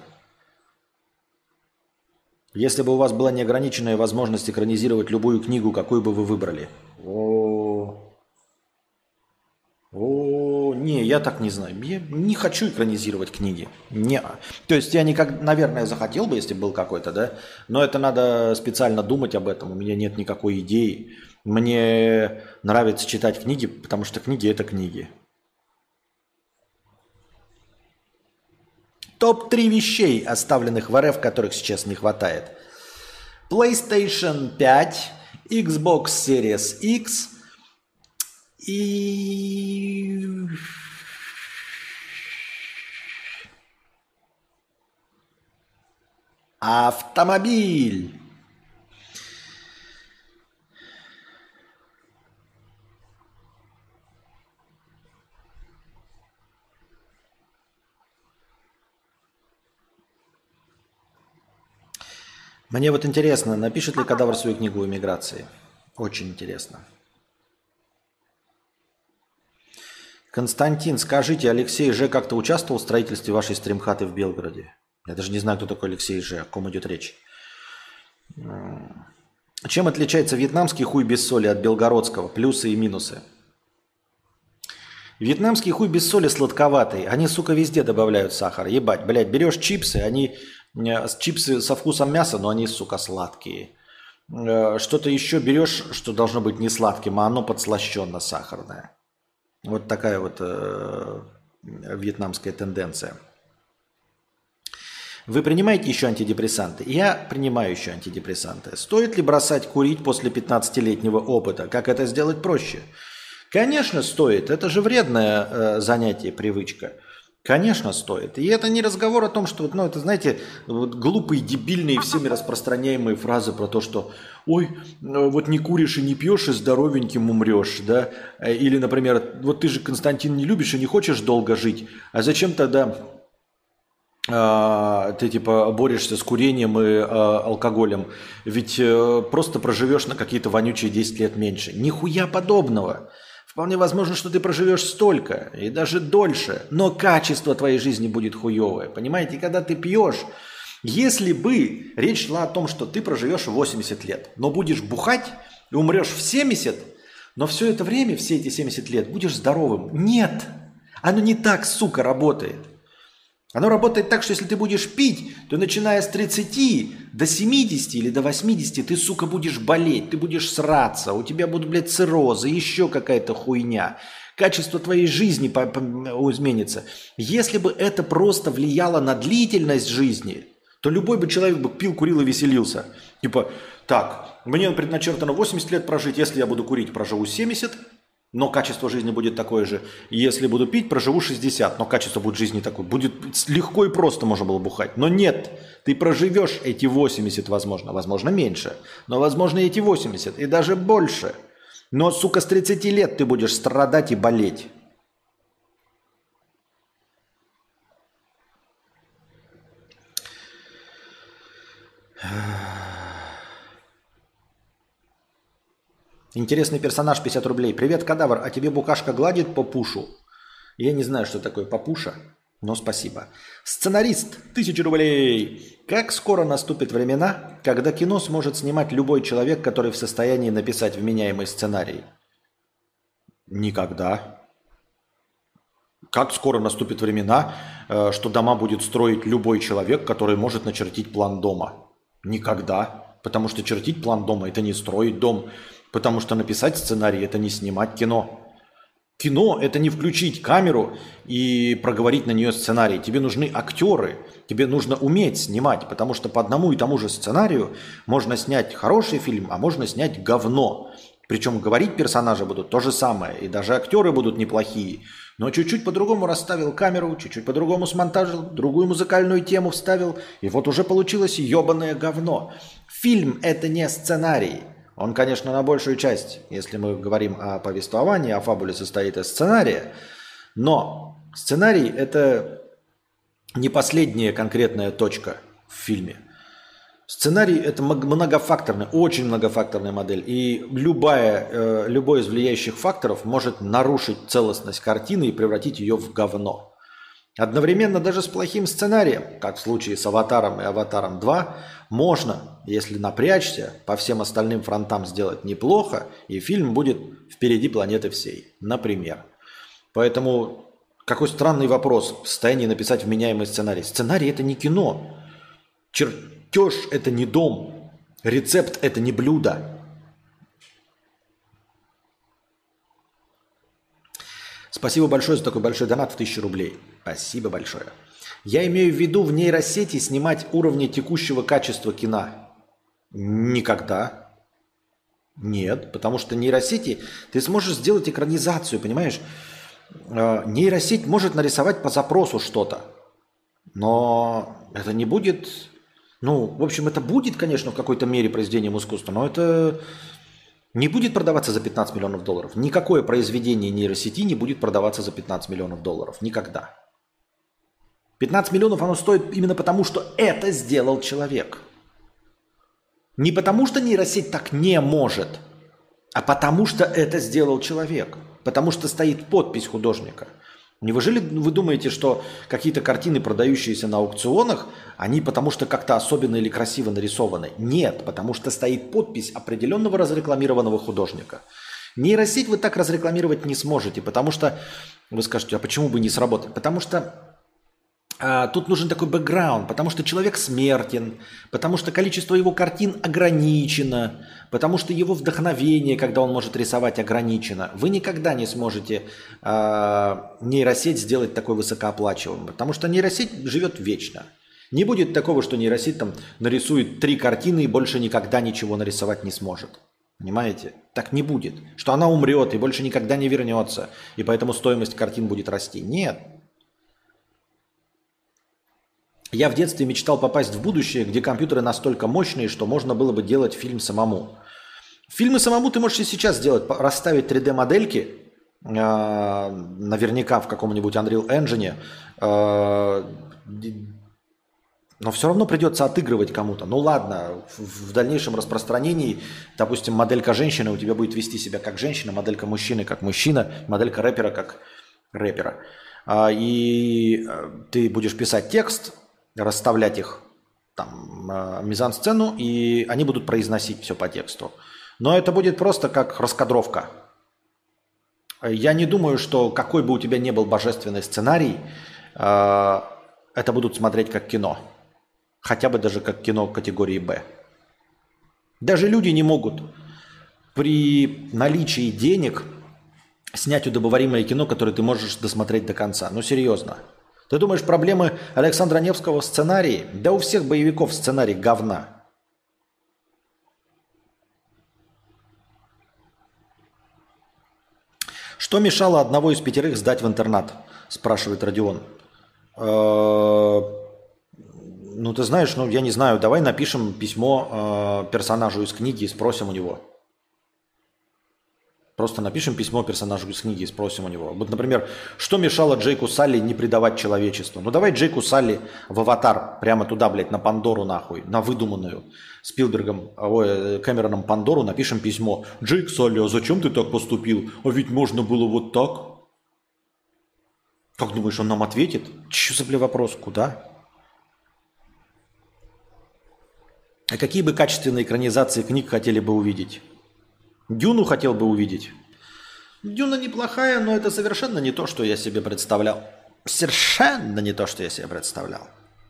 Если бы у вас была неограниченная возможность экранизировать любую книгу, какую бы вы выбрали? О, о, не, я так не знаю. Я не хочу экранизировать книги. Не. То есть я никак, наверное, захотел бы, если был какой-то, да, но это надо специально думать об этом. У меня нет никакой идеи. Мне нравится читать книги, потому что книги – это книги. топ три вещей, оставленных в эр эф, которых сейчас не хватает. PlayStation пять, Xbox Series X и автомобиль. Мне вот интересно, напишет ли Кадавр свою книгу о миграции? Очень интересно. Константин, скажите, Алексей Ж. как-то участвовал в строительстве вашей стримхаты в Белгороде? Я даже не знаю, кто такой Алексей Ж., о ком идет речь. Чем отличается вьетнамский хуй без соли от белгородского? Плюсы и минусы. Вьетнамский хуй без соли сладковатый. Они, сука, везде добавляют сахар. Ебать, блядь, берешь чипсы, они э, чипсы со вкусом мяса, но они, сука, сладкие. Э, Что-то еще берешь, что должно быть не сладким, а оно подслащенно сахарное. Вот такая вот э, вьетнамская тенденция. Вы принимаете еще антидепрессанты? Я принимаю еще антидепрессанты. Стоит ли бросать курить после пятнадцатилетнего опыта? Как это сделать проще? Конечно, стоит. Это же вредное э, занятие, привычка. Конечно, стоит. И это не разговор о том, что, вот, ну, это, знаете, вот глупые, дебильные, всеми распространяемые фразы про то, что, ой, ну, вот не куришь и не пьешь, и здоровеньким умрешь, да? Э, Или, например, вот ты же, Константин, не любишь и не хочешь долго жить, а зачем тогда а, ты, типа, борешься с курением и а, алкоголем? Ведь э, просто проживешь на какие-то вонючие десять лет меньше. Нихуя подобного. Вполне возможно, что ты проживешь столько и даже дольше, но качество твоей жизни будет хуевое. Понимаете, когда ты пьешь, если бы речь шла о том, что ты проживешь восемьдесят лет, но будешь бухать и умрешь в семьдесят, но все это время, все эти семьдесят лет, будешь здоровым. Нет, оно не так, сука, работает. Оно работает так, что если ты будешь пить, то начиная с тридцати до семидесяти или до восьмидесяти ты, сука, будешь болеть, ты будешь сраться, у тебя будут, блядь, циррозы, еще какая-то хуйня. Качество твоей жизни по- по- изменится. Если бы это просто влияло на длительность жизни, то любой бы человек бы пил, курил и веселился. Типа, так, мне предначертано восемьдесят лет прожить, если я буду курить, проживу семьдесят, но качество жизни будет такое же. Если буду пить, проживу шестьдесят, но качество будет жизни такое. Будет легко и просто можно было бухать. Но нет, ты проживешь эти восемьдесят, возможно. Возможно, меньше. Но, возможно, эти восемьдесят. И даже больше. Но, сука, с тридцати лет ты будешь страдать и болеть. Интересный персонаж, пятьдесят рублей. Привет, кадавр, а тебе букашка гладит по пушу? Я не знаю, что такое попуша, но спасибо. Сценарист, тысяча рублей. Как скоро наступят времена, когда кино сможет снимать любой человек, который в состоянии написать вменяемый сценарий? Никогда. Как скоро наступят времена, э, что дома будет строить любой человек, который может начертить план дома? Никогда. Потому что чертить план дома – это не строить дом. Потому что написать сценарий – это не снимать кино. Кино – это не включить камеру и проговорить на нее сценарий. Тебе нужны актеры, тебе нужно уметь снимать, потому что по одному и тому же сценарию можно снять хороший фильм, а можно снять говно. Причем говорить персонажи будут то же самое, и даже актеры будут неплохие. Но чуть-чуть по-другому расставил камеру, чуть-чуть по-другому смонтажил, другую музыкальную тему вставил, и вот уже получилось ебаное говно. Фильм – это не сценарий. Он, конечно, на большую часть, если мы говорим о повествовании, о фабуле, состоит из сценария, но сценарий – это не последняя конкретная точка в фильме. Сценарий – это многофакторная, очень многофакторная модель, и любая, э, любой из влияющих факторов может нарушить целостность картины и превратить ее в говно. Одновременно даже с плохим сценарием, как в случае с «Аватаром» и «Аватаром два», можно, если напрячься, по всем остальным фронтам сделать неплохо, и фильм будет впереди планеты всей, например. Поэтому какой странный вопрос в состоянии написать вменяемый сценарий. Сценарий – это не кино, чертеж – это не дом, рецепт – это не блюдо. Спасибо большое за такой большой донат в тысячу рублей. Спасибо большое. Я имею в виду в нейросети снимать уровни текущего качества кино. Никогда. Нет, потому что нейросети ты сможешь сделать экранизацию, понимаешь? Э, Нейросеть может нарисовать по запросу что-то, но это не будет... Ну, в общем, это будет, конечно, в какой-то мере произведением искусства, но это не будет продаваться за пятнадцать миллионов долларов. Никакое произведение нейросети не будет продаваться за пятнадцать миллионов долларов. Никогда. пятнадцать миллионов оно стоит именно потому, что это сделал человек. Не потому, что нейросеть так не может, а потому, что это сделал человек. Потому что стоит подпись художника. Неужели вы думаете, что какие-то картины, продающиеся на аукционах, они потому что как-то особенно или красиво нарисованы? Нет, потому что стоит подпись определенного разрекламированного художника. Нейросеть вы так разрекламировать не сможете, потому что, вы скажете, а почему бы не сработать? Потому что а, тут нужен такой бэкграунд, потому что человек смертен, потому что количество его картин ограничено, потому что его вдохновение, когда он может рисовать, ограничено. Вы никогда не сможете а, нейросеть сделать такой высокооплачиваемой, потому что нейросеть живет вечно. Не будет такого, что нейросеть там нарисует три картины и больше никогда ничего нарисовать не сможет. Понимаете? Так не будет. Что она умрет и больше никогда не вернется, и поэтому стоимость картин будет расти. Нет. Я в детстве мечтал попасть в будущее, где компьютеры настолько мощные, что можно было бы делать фильм самому. Фильмы самому ты можешь и сейчас сделать. по- Расставить три дэ-модельки, э, наверняка в каком-нибудь Unreal Engine, э, д- но все равно придется отыгрывать кому-то. Ну ладно, в, в дальнейшем распространении, допустим, моделька женщины у тебя будет вести себя как женщина, моделька мужчины как мужчина, моделька рэпера как рэпера. А, и э, ты будешь писать текст, расставлять их там э, мизансцену, и они будут произносить все по тексту. Но это будет просто как раскадровка. Я не думаю, что какой бы у тебя ни был божественный сценарий, э, это будут смотреть как кино. Хотя бы даже как кино категории «Б». Даже люди не могут при наличии денег снять удобоваримое кино, которое ты можешь досмотреть до конца. Ну, серьезно. Ты думаешь, проблемы Александра Невского в сценарии? Да у всех боевиков сценарий говна. Что мешало одного из пятерых сдать в интернат? Спрашивает Родион. Э, Ну, ты знаешь, ну, я не знаю, давай напишем письмо э, персонажу из книги и спросим у него. Просто напишем письмо персонажу из книги и спросим у него. Вот, например, что мешало Джейку Салли не предавать человечеству? Ну, давай Джейку Салли в «Аватар» прямо туда, блядь, на Пандору нахуй, на выдуманную Спилбергом, ой, Кэмероном Пандору напишем письмо. Джейк Салли, а зачем ты так поступил? А ведь можно было вот так. Как думаешь, он нам ответит? Че за, бля, вопрос? Куда? А какие бы качественные экранизации книг хотели бы увидеть? Дюну хотел бы увидеть. Дюна неплохая, но это совершенно не то, что я себе представлял. Совершенно не то, что я себе представлял.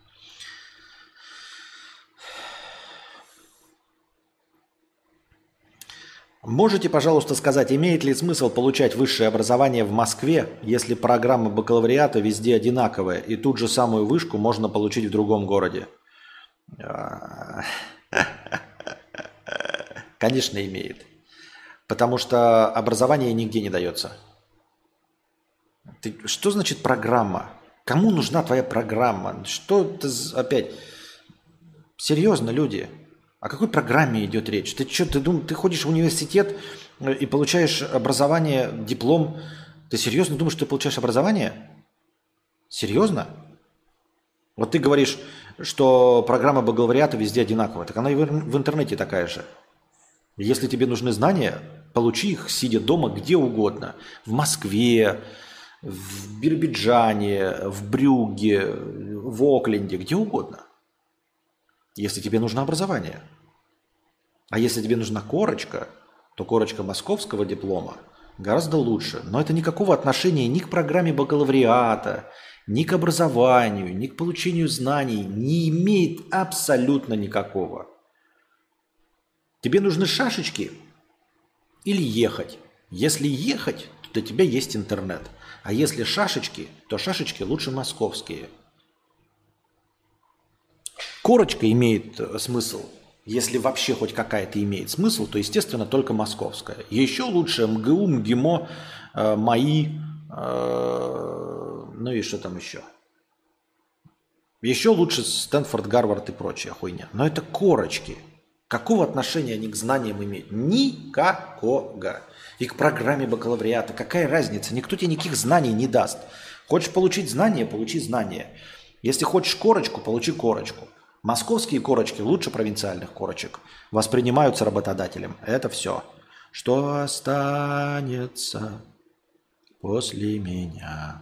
Можете, пожалуйста, сказать, имеет ли смысл получать высшее образование в Москве, если программа бакалавриата везде одинаковая, и ту же самую вышку можно получить в другом городе? Конечно, имеет. Потому что образование нигде не дается. Ты, что значит программа? Кому нужна твоя программа? Что ты опять? Серьезно, люди? О какой программе идет речь? Ты что, ты, дум, ты ходишь в университет и получаешь образование, диплом. Ты серьезно думаешь, что ты получаешь образование? Серьезно? Вот ты говоришь, что программа бакалавриата везде одинаковая. Так она и в интернете такая же. Если тебе нужны знания, получи их, сидя дома, где угодно. В Москве, в Биробиджане, в Брюгге, в Окленде, где угодно. Если тебе нужно образование. А если тебе нужна корочка, то корочка московского диплома гораздо лучше. Но это никакого отношения ни к программе бакалавриата, ни к образованию, ни к получению знаний не имеет абсолютно никакого. Тебе нужны шашечки или ехать? Если ехать, то для тебя есть интернет. А если шашечки, то шашечки лучше московские. Корочка имеет смысл. Если вообще хоть какая-то имеет смысл, то, естественно, только московская. Еще лучше МГУ, МГИМО, э, МАИ, э, ну и что там еще. Еще лучше Стэнфорд, Гарвард и прочая хуйня. Но это корочки. Какого отношения они к знаниям имеют? Никакого. И к программе бакалавриата. Какая разница? Никто тебе никаких знаний не даст. Хочешь получить знания, получи знания. Если хочешь корочку, получи корочку. Московские корочки лучше провинциальных корочек. Воспринимаются работодателем. Это все. Что останется после меня?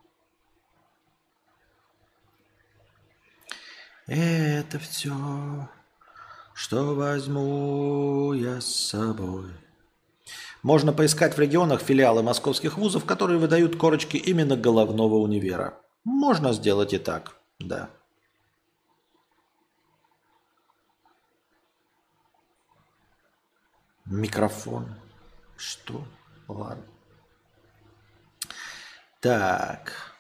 Это все, что возьму я с собой. Можно поискать в регионах филиалы московских вузов, которые выдают корочки именно головного универа. Можно сделать и так, да. Микрофон. Что? Ладно. Так.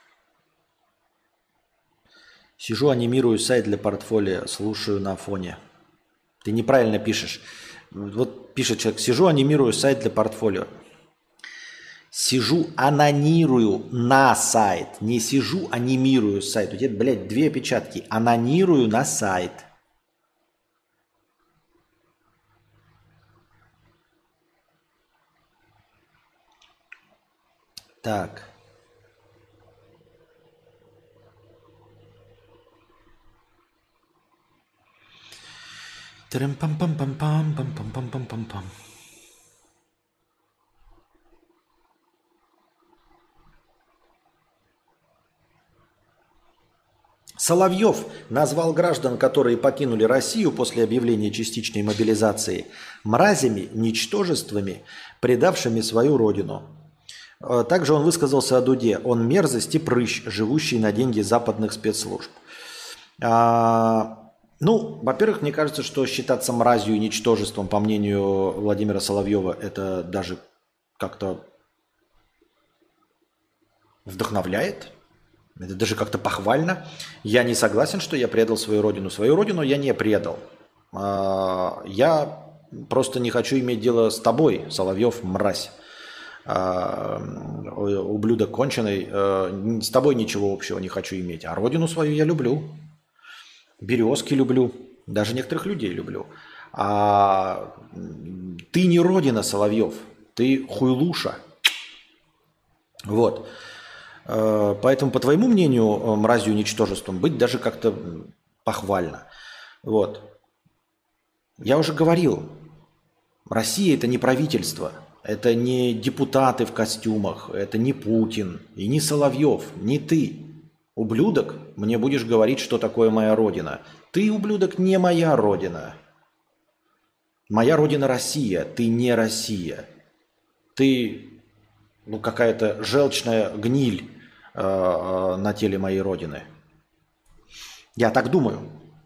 Сижу, анимирую сайт для портфолио, слушаю на фоне. Ты неправильно пишешь. Вот пишет человек, сижу, анимирую сайт для портфолио. Сижу, анонирую на сайт. Не сижу, анимирую сайт. У тебя, блядь, две опечатки. Анонирую на сайт. Так. Трым-пам-пам-пам-пам-пам-пам-пам-пам-пам. Соловьев назвал граждан, которые покинули Россию после объявления частичной мобилизации, мразями, ничтожествами, предавшими свою родину. Также он высказался о Дуде. Он мерзость и прыщ, живущий на деньги западных спецслужб. А, ну, во-первых, мне кажется, что считаться мразью и ничтожеством, по мнению Владимира Соловьева, это даже как-то вдохновляет. Это даже как-то похвально. Я не согласен, что я предал свою родину. Свою родину я не предал. Я просто не хочу иметь дело с тобой, Соловьев, мразь. Ублюдок конченый. С тобой ничего общего не хочу иметь. А родину свою я люблю. Березки люблю. Даже некоторых людей люблю. А ты не родина, Соловьев. Ты хуйлуша. Вот. Поэтому, по твоему мнению, мразью и ничтожеством быть даже как-то похвально. Вот. Я уже говорил, Россия – это не правительство, это не депутаты в костюмах, это не Путин, и не Соловьев, не ты. Ублюдок, мне будешь говорить, что такое моя родина. Ты, ублюдок, не моя родина. Моя родина Россия, ты не Россия. Ты, ну, какая-то желчная гниль на теле моей родины. Я так думаю.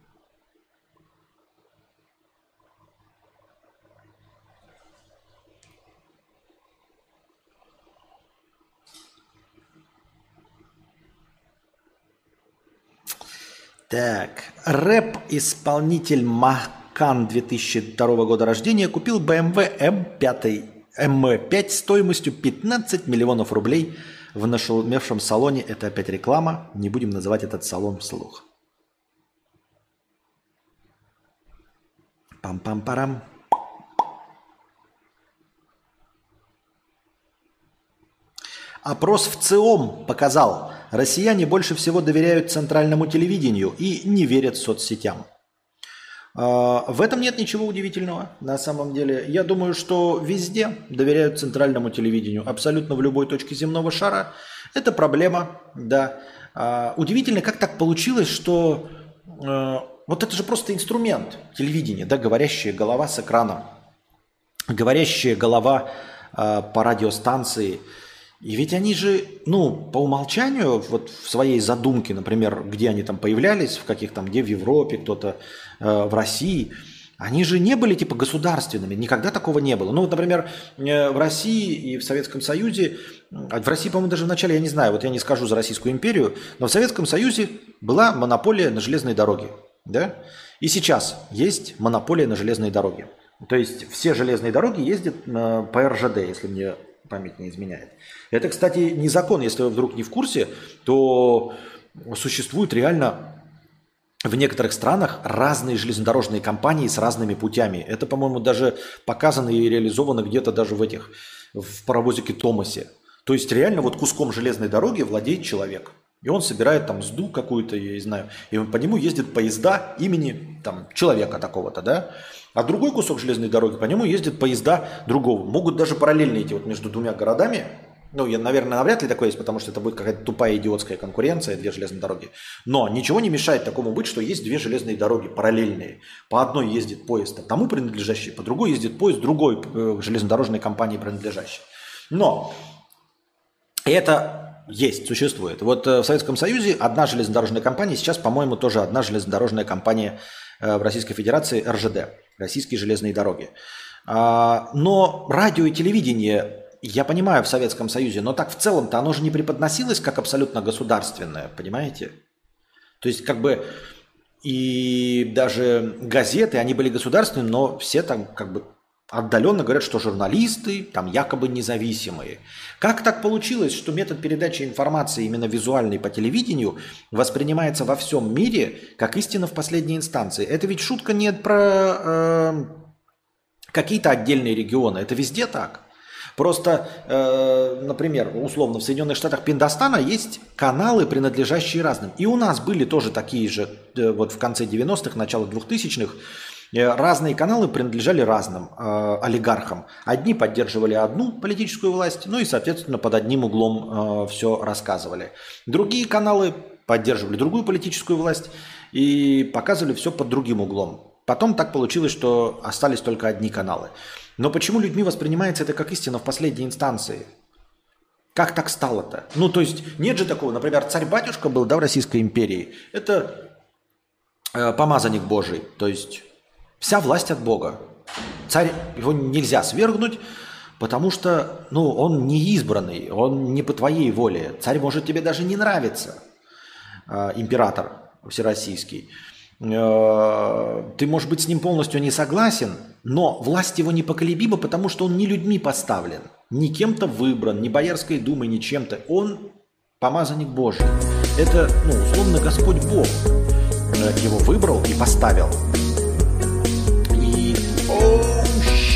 Так. Рэп-исполнитель Махкан две тысячи второго года рождения купил бэ эм вэ эм пять, эм пять стоимостью пятнадцать миллионов рублей в нашумевшем салоне. Это опять реклама. Не будем называть этот салон вслух. Пам-пам-парам. Опрос в ЦИОМ показал, россияне больше всего доверяют центральному телевидению и не верят соцсетям. В этом нет ничего удивительного на самом деле. Я думаю, что везде доверяют центральному телевидению, абсолютно в любой точке земного шара. Это проблема, да. Удивительно, как так получилось, что вот это же просто инструмент телевидения, да, говорящая голова с экраном, говорящая голова по радиостанции. И ведь они же, ну, по умолчанию, вот в своей задумке, например, где они там появлялись, в каких там, где в Европе, кто-то э, в России, они же не были типа государственными, никогда такого не было. Ну вот, например, э, в России и в Советском Союзе, э, в России, по-моему, даже в начале, я не знаю, вот я не скажу за Российскую империю, но в Советском Союзе была монополия на железные дороги, да? И сейчас есть монополия на железные дороги. То есть все железные дороги ездят э, по эр жэ дэ, если мне память не изменяет. Это, кстати, не закон. Если вы вдруг не в курсе, то существуют реально в некоторых странах разные железнодорожные компании с разными путями. Это, по-моему, даже показано и реализовано где-то даже в этих, в паровозике Томасе. То есть реально вот куском железной дороги владеет человек. И он собирает там сду какую-то, я не знаю, и по нему ездят поезда имени там человека такого-то, да? А другой кусок железной дороги, по нему ездят поезда другого. Могут даже параллельно идти вот между двумя городами. Ну, я, наверное, навряд ли такое есть, потому что это будет какая-то тупая идиотская конкуренция, две железные дороги. Но ничего не мешает такому быть, что есть две железные дороги параллельные. По одной ездит поезд тому принадлежащий, по другой ездит поезд другой э, железнодорожной компании принадлежащей. Но это есть, существует. Вот э, в Советском Союзе одна железнодорожная компания, сейчас, по-моему, тоже одна железнодорожная компания э, в Российской Федерации, эр жэ дэ, Российские железные дороги. А, но радио и телевидение... Я понимаю, в Советском Союзе, но так в целом-то оно же не преподносилось как абсолютно государственное, понимаете? То есть как бы и даже газеты, они были государственными, но все там как бы отдаленно говорят, что журналисты там якобы независимые. Как так получилось, что метод передачи информации именно визуальной по телевидению воспринимается во всем мире как истина в последней инстанции? Это ведь шутка не про э, какие-то отдельные регионы, это везде так. Просто, э, например, условно в Соединенных Штатах Пиндостана есть каналы, принадлежащие разным. И у нас были тоже такие же, э, вот в конце девяностых, начало двухтысячных, разные каналы принадлежали разным э, олигархам. Одни поддерживали одну политическую власть, ну и, соответственно, под одним углом э, все рассказывали. Другие каналы поддерживали другую политическую власть и показывали все под другим углом. Потом так получилось, что остались только одни каналы. Но почему людьми воспринимается это как истина в последней инстанции? Как так стало-то? Ну, то есть нет же такого, например, царь-батюшка был, да, в Российской империи. Это э, помазанник Божий, то есть... Вся власть от Бога. Царь, его нельзя свергнуть, потому что ну, он не избранный, он не по твоей воле. Царь может тебе даже не нравиться, э, император всероссийский. Э, ты, может быть, с ним полностью не согласен, но власть его непоколебима, потому что он не людьми поставлен, не кем-то выбран, не Боярской думой, не чем-то. Он помазанник Божий. Это, ну, условно, Господь Бог его выбрал и поставил. Oh,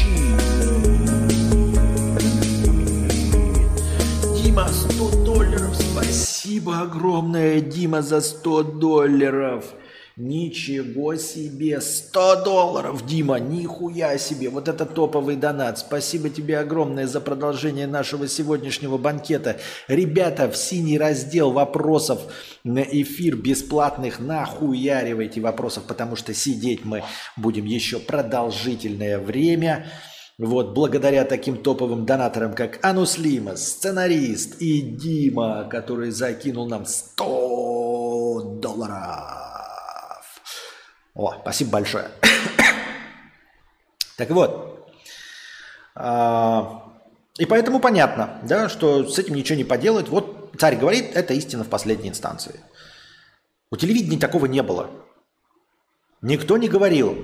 Дима, сто долларов. Спасибо огромное, Дима, за сто долларов. Ничего себе. сто долларов, Дима. Нихуя себе. Вот это топовый донат. Спасибо тебе огромное за продолжение нашего сегодняшнего банкета. Ребята, в синий раздел вопросов на эфир бесплатных нахуяривайте вопросов, потому что сидеть мы будем еще продолжительное время. Вот, благодаря таким топовым донаторам, как Ануслима, сценарист и Дима, который закинул нам сто долларов. О, спасибо большое. Так вот. И поэтому понятно, да, что с этим ничего не поделать. Вот царь говорит, это истина в последней инстанции. У телевидения такого не было. Никто не говорил,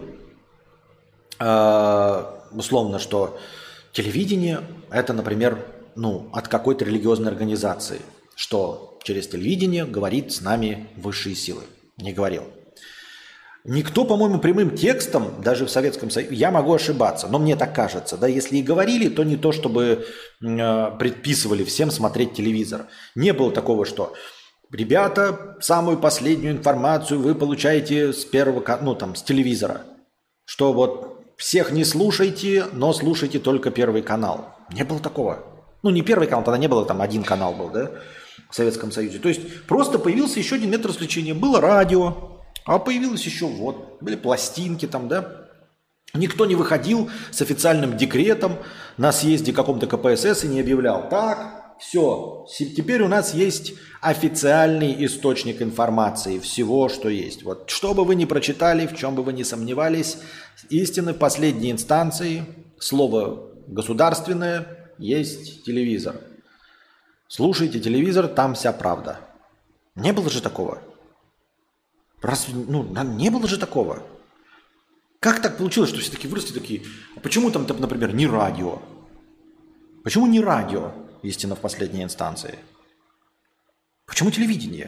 условно, что телевидение это, например, ну, от какой-то религиозной организации, что через телевидение говорит с нами высшие силы. Не говорил. Никто, по-моему, прямым текстом, даже в Советском Союзе, я могу ошибаться, но мне так кажется, да, если и говорили, то не то, чтобы э, предписывали всем смотреть телевизор. Не было такого, что, ребята, самую последнюю информацию вы получаете с первого, ну, там, с телевизора, что вот всех не слушайте, но слушайте только Первый канал. Не было такого. Ну, не Первый канал, тогда не было, там один канал был, да, в Советском Союзе. То есть просто появился еще один метод развлечения. Было радио. А появилось еще вот, были пластинки там, да. Никто не выходил с официальным декретом на съезде каком-то ка пэ эс эс и не объявлял. Так, все, теперь у нас есть официальный источник информации всего, что есть. Вот, что бы вы ни прочитали, в чем бы вы ни сомневались, истины последней инстанции, слово государственное, есть телевизор. Слушайте телевизор, там вся правда. Не было же такого. Разве, ну, не было же такого. Как так получилось, что все такие выросли такие, а почему там, например, не радио? Почему не радио, истина в последней инстанции? Почему телевидение?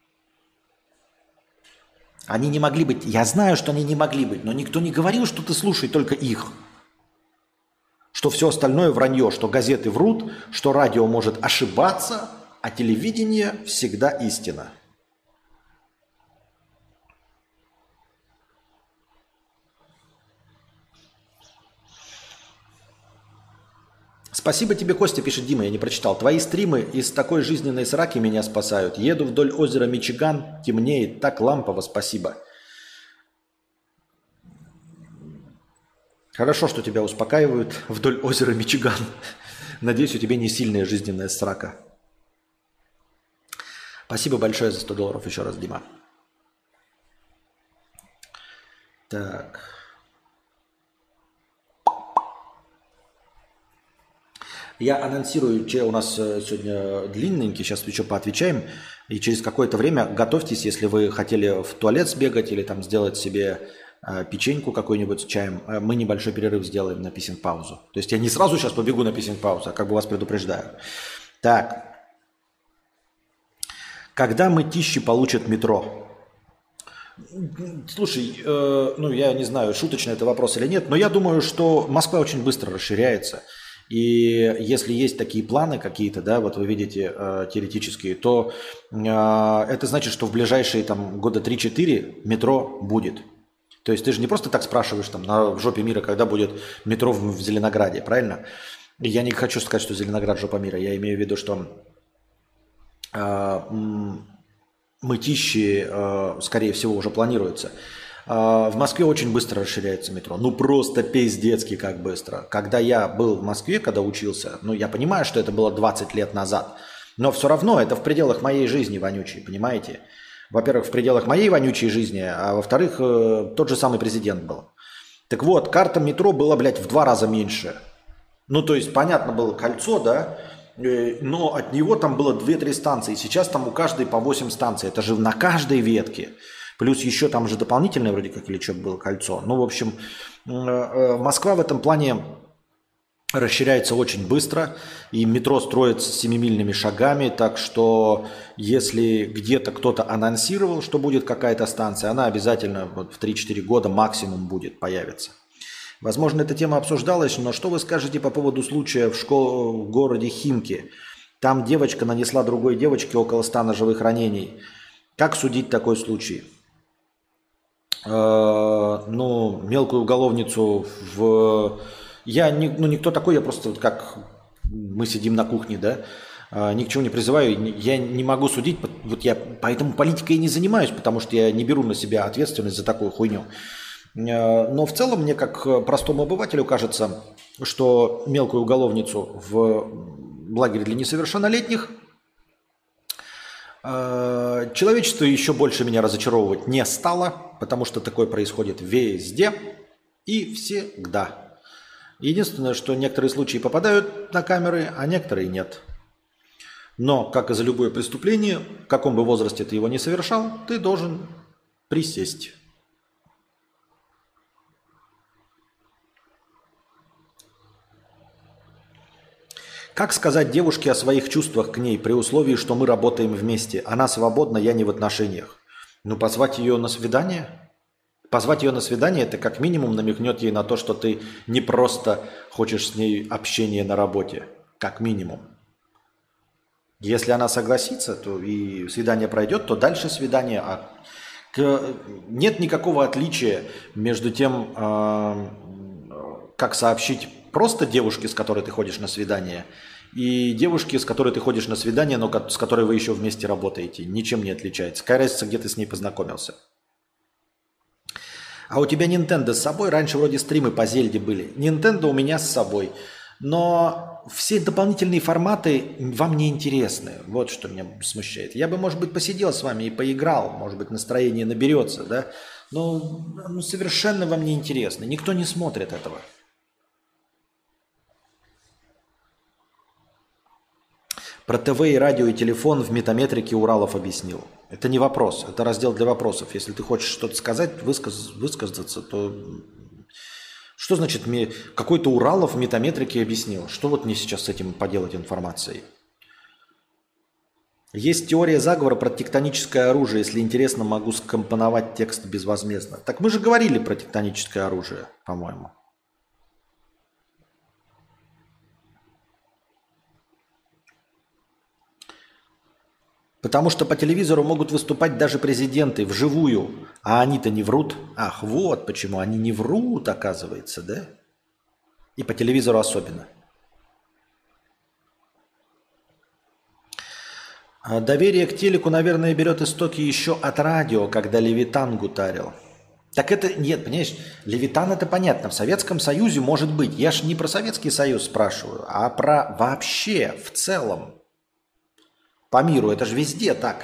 Они не могли быть, я знаю, что они не могли быть, но никто не говорил, что ты слушай только их. Что все остальное вранье, что газеты врут, что радио может ошибаться, а телевидение всегда истина. Спасибо тебе, Костя, пишет Дима, я не прочитал. Твои стримы из такой жизненной сраки меня спасают. Еду вдоль озера Мичиган, темнеет, так лампово, спасибо. Хорошо, что тебя успокаивают вдоль озера Мичиган. Надеюсь, у тебя не сильная жизненная срака. Спасибо большое за сто долларов еще раз, Дима. Так... Я анонсирую, че у нас сегодня длинненький, сейчас еще поотвечаем. И через какое-то время готовьтесь, если вы хотели в туалет сбегать или там сделать себе э, печеньку какую-нибудь с чаем. Э, Мы небольшой перерыв сделаем на писинг-паузу. То есть я не сразу сейчас побегу на писинг-паузу, а как бы вас предупреждаю. Так. Когда мытищи получат метро? Слушай, э, ну я не знаю, шуточный это вопрос или нет, но я думаю, что Москва очень быстро расширяется. И если есть такие планы какие-то, да, вот вы видите э, теоретические, то э, это значит, что в ближайшие там года три-четыре метро будет. То есть ты же не просто так спрашиваешь там на, в жопе мира, когда будет метро в, в Зеленограде, правильно? И я не хочу сказать, что Зеленоград жопа мира, я имею в виду, что э, м, мытищи, э, скорее всего, уже планируется. Э, в Москве очень быстро расширяется метро. Ну, просто пиздецки как быстро. Когда я был в Москве, когда учился, ну, я понимаю, что это было двадцать лет назад, но все равно это в пределах моей жизни вонючей, понимаете? Во-первых, в пределах моей вонючей жизни, а во-вторых, э, тот же самый президент был. Так вот, карта метро была, блядь, в два раза меньше. Ну, то есть, понятно было кольцо, да, но от него там было две-три станции. Сейчас там у каждой по восемь станций. Это же на каждой ветке. Плюс еще там же дополнительное вроде как или что-то было кольцо. Ну, в общем, Москва в этом плане расширяется очень быстро. И метро строится семимильными шагами. Так что если где-то кто-то анонсировал, что будет какая-то станция, она обязательно вот в три-четыре года максимум будет появиться. Возможно, эта тема обсуждалась, но что вы скажете по поводу случая в, школ... в городе Химки? Там девочка нанесла другой девочке около ста ножевых ранений. Как судить такой случай? Э-э- ну, мелкую уголовницу в... Я не, ну, никто такой, я просто вот как мы сидим на кухне, да, э- ни к чему не призываю, я не могу судить, вот я поэтому политикой и не занимаюсь, потому что я не беру на себя ответственность за такую хуйню. Но в целом мне как простому обывателю кажется, что мелкую уголовницу в лагере для несовершеннолетних человечество еще больше меня разочаровывать не стало, потому что такое происходит везде и всегда. Единственное, что некоторые случаи попадают на камеры, а некоторые нет. Но, как и за любое преступление, в каком бы возрасте ты его не совершал, ты должен присесть. Как сказать девушке о своих чувствах к ней при условии, что мы работаем вместе? Она свободна, я не в отношениях. Ну, позвать ее на свидание? Позвать ее на свидание – это как минимум намекнет ей на то, что ты не просто хочешь с ней общения на работе. Как минимум. Если она согласится, то и свидание пройдет, то дальше свидание. А нет никакого отличия между тем, как сообщить просто девушке, с которой ты ходишь на свидание, и девушке, с которой ты ходишь на свидание, но с которой вы еще вместе работаете. Ничем не отличается. Какая разница, где ты с ней познакомился? А у тебя Nintendo с собой? Раньше вроде стримы по Зельде были. Nintendo у меня с собой. Но все дополнительные форматы вам не интересны. Вот что меня смущает. Я бы, может быть, посидел с вами и поиграл. Может быть, настроение наберется, да? Но ну, совершенно вам не интересно. Никто не смотрит этого. Про ТВ и радио и телефон в метаметрике Уралов объяснил. Это не вопрос, это раздел для вопросов. Если ты хочешь что-то сказать, высказ, высказаться, то что значит какой-то Уралов в метаметрике объяснил? Что вот мне сейчас с этим поделать информацией? Есть теория заговора про тектоническое оружие. Если интересно, могу скомпоновать текст безвозмездно. Так мы же говорили про тектоническое оружие, по-моему. Потому что по телевизору могут выступать даже президенты вживую, а они-то не врут. Ах, вот почему они не врут, оказывается, да? И по телевизору особенно. А доверие к телеку, наверное, берет истоки еще от радио, когда Левитан гутарил. Так это, нет, понимаешь, Левитан это понятно. В Советском Союзе может быть. Я ж не про Советский Союз спрашиваю, а про вообще в целом. По миру, это же везде так.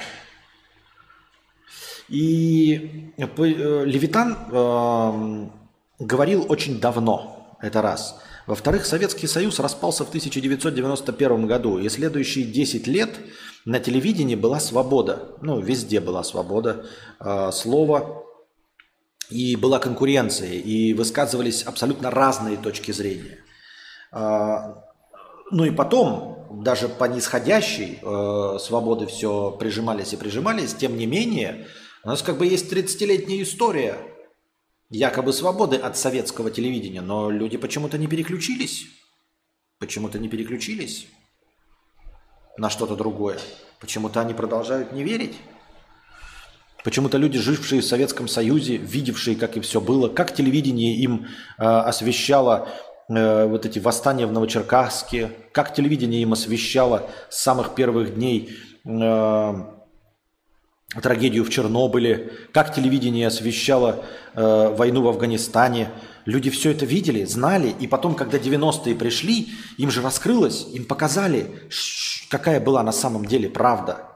И Левитан э, говорил очень давно, это раз. Во-вторых, Советский Союз распался в тысяча девятьсот девяносто первом году, и следующие десять лет на телевидении была свобода. Ну, везде была свобода э, слова, и была конкуренция, и высказывались абсолютно разные точки зрения. А, ну и потом, даже по нисходящей э, свободы все прижимались и прижимались, тем не менее, у нас как бы есть тридцатилетняя история якобы свободы от советского телевидения, но люди почему-то не переключились, почему-то не переключились на что-то другое, почему-то они продолжают не верить. Почему-то люди, жившие в Советском Союзе, видевшие, как и все было, как телевидение им э, освещало э, вот эти восстания в Новочеркасске, как телевидение им освещало с самых первых дней э, трагедию в Чернобыле, как телевидение освещало э, войну в Афганистане. Люди все это видели, знали, и потом, когда девяностые пришли, им же раскрылось, им показали, какая была на самом деле правда.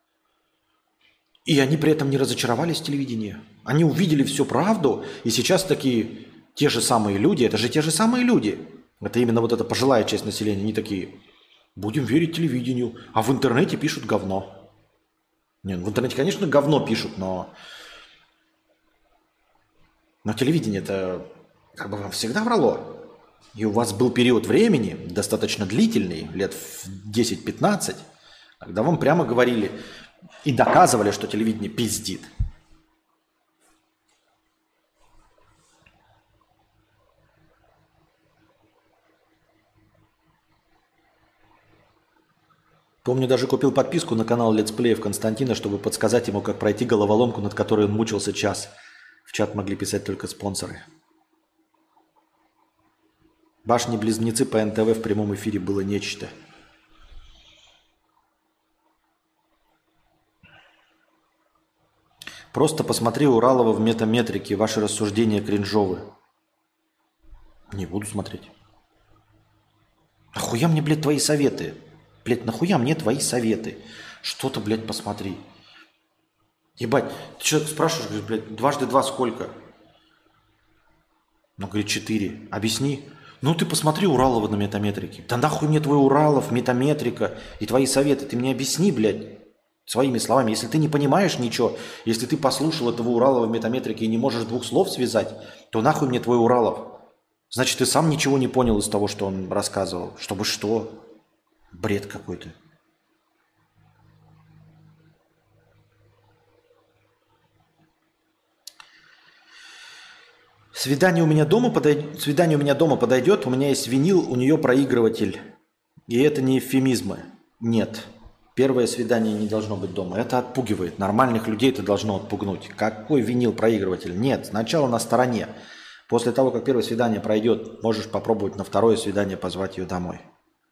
И они при этом не разочаровались в телевидении. Они увидели всю правду, и сейчас такие те же самые люди, это же те же самые люди. Это именно вот эта пожилая часть населения, они такие, будем верить телевидению, а в интернете пишут говно. Не, в интернете, конечно, говно пишут, но, но телевидение-то как бы вам всегда врало. И у вас был период времени, достаточно длительный, лет в десять-пятнадцать, когда вам прямо говорили и доказывали, что телевидение пиздит. Помню, даже купил подписку на канал летсплеев Константина, чтобы подсказать ему, как пройти головоломку, над которой он мучился час. В чат могли писать только спонсоры. Башни-близнецы по эн тэ вэ в прямом эфире было нечто. Просто посмотри Уралова в метаметрике, ваши рассуждения кринжовы. Не буду смотреть. Нахуя мне, блядь, твои советы? Блядь, нахуя мне твои советы? Что-то, блядь, посмотри. Ебать, ты человек спрашиваешь, говорит, блядь, дважды два сколько? Ну, говорит, четыре. Объясни. Ну, ты посмотри Уралова на метаметрике. Да нахуй мне твой Уралов, метаметрика и твои советы. Ты мне объясни, блядь, своими словами. Если ты не понимаешь ничего, если ты послушал этого Уралова в метаметрике и не можешь двух слов связать, то нахуй мне твой Уралов. Значит, ты сам ничего не понял из того, что он рассказывал. Чтобы что? Бред какой-то. Свидание у меня дома подойдет, свидание у меня дома подойдет, у меня есть винил, у нее проигрыватель. И это не эвфемизмы. Нет. Первое свидание не должно быть дома. Это отпугивает. Нормальных людей это должно отпугнуть. Какой винил проигрыватель? Нет. Сначала на стороне. После того, как первое свидание пройдет, можешь попробовать на второе свидание позвать ее домой.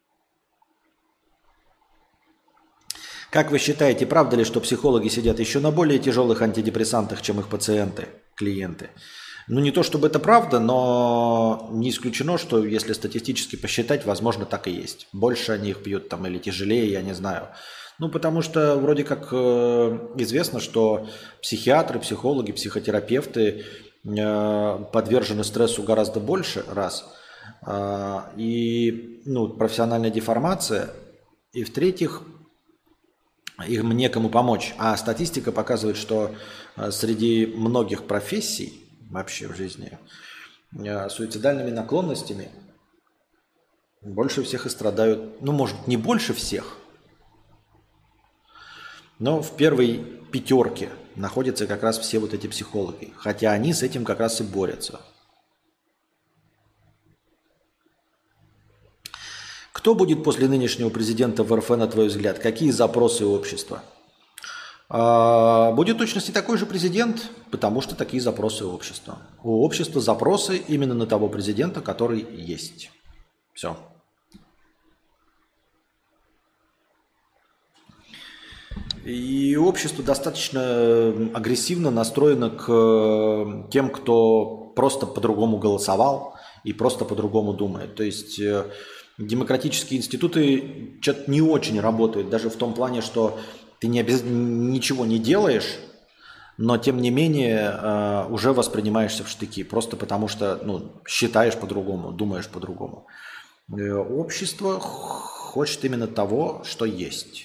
Как вы считаете, правда ли, что психологи сидят еще на более тяжелых антидепрессантах, чем их пациенты, клиенты? Ну, не то чтобы это правда, но не исключено, что если статистически посчитать, возможно, так и есть. Больше они их пьют там или тяжелее, я не знаю. Ну, потому что вроде как э, известно, что психиатры, психологи, психотерапевты э, подвержены стрессу гораздо больше, раз. Э, и, ну, профессиональная деформация. И, в-третьих, им некому помочь. А статистика показывает, что э, среди многих профессий, вообще в жизни, суицидальными наклонностями больше всех и страдают, ну, может, не больше всех, но в первой пятерке находятся как раз все вот эти психологи, хотя они с этим как раз и борются. Кто будет после нынешнего президента в эр эф, на твой взгляд? Какие запросы общества? Будет в точности такой же президент, потому что такие запросы у общества. У общества запросы именно на того президента, который есть. Все. И общество достаточно агрессивно настроено к тем, кто просто по-другому голосовал и просто по-другому думает. То есть демократические институты что-то не очень работают, даже в том плане, что ты не обяз... ничего не делаешь, но тем не менее э, уже воспринимаешься в штыки, просто потому что ну, считаешь по-другому, думаешь по-другому. Э, общество хочет именно того, что есть.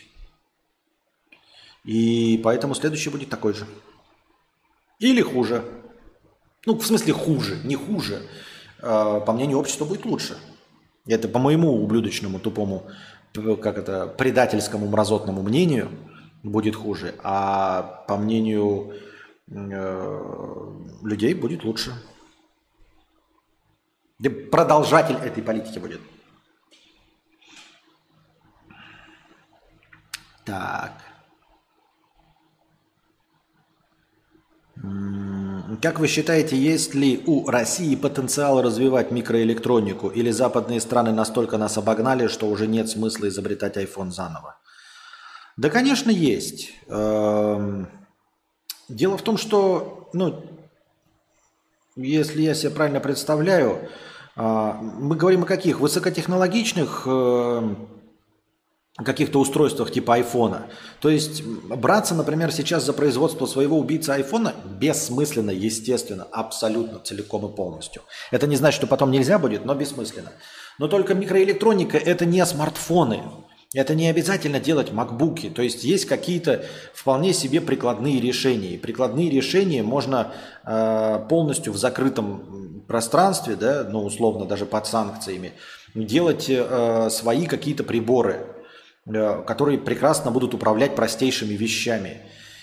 И поэтому следующий будет такой же. Или хуже. Ну, в смысле хуже, не хуже. Э, по мнению общества будет лучше. Это по моему ублюдочному, тупому, как это, предательскому, мразотному мнению будет хуже. А по мнению э, людей будет лучше. Да продолжатель этой политики будет. Так. Как вы считаете, есть ли у России потенциал развивать микроэлектронику, или западные страны настолько нас обогнали, что уже нет смысла изобретать iPhone заново? Да, конечно, есть. Эм, Дело в том, что, ну, если я себе правильно представляю, а, мы говорим о каких? Высокотехнологичных э, каких-то устройствах типа айфона. То есть браться, например, сейчас за производство своего убийцы айфона бессмысленно, естественно, абсолютно целиком и полностью. Это не значит, что потом нельзя будет, но бессмысленно. Но только микроэлектроника – это не смартфоны. Это не обязательно делать макбуки. То есть есть какие-то вполне себе прикладные решения. И прикладные решения можно э, полностью в закрытом пространстве, да, ну условно даже под санкциями, делать э, свои какие-то приборы, э, которые прекрасно будут управлять простейшими вещами.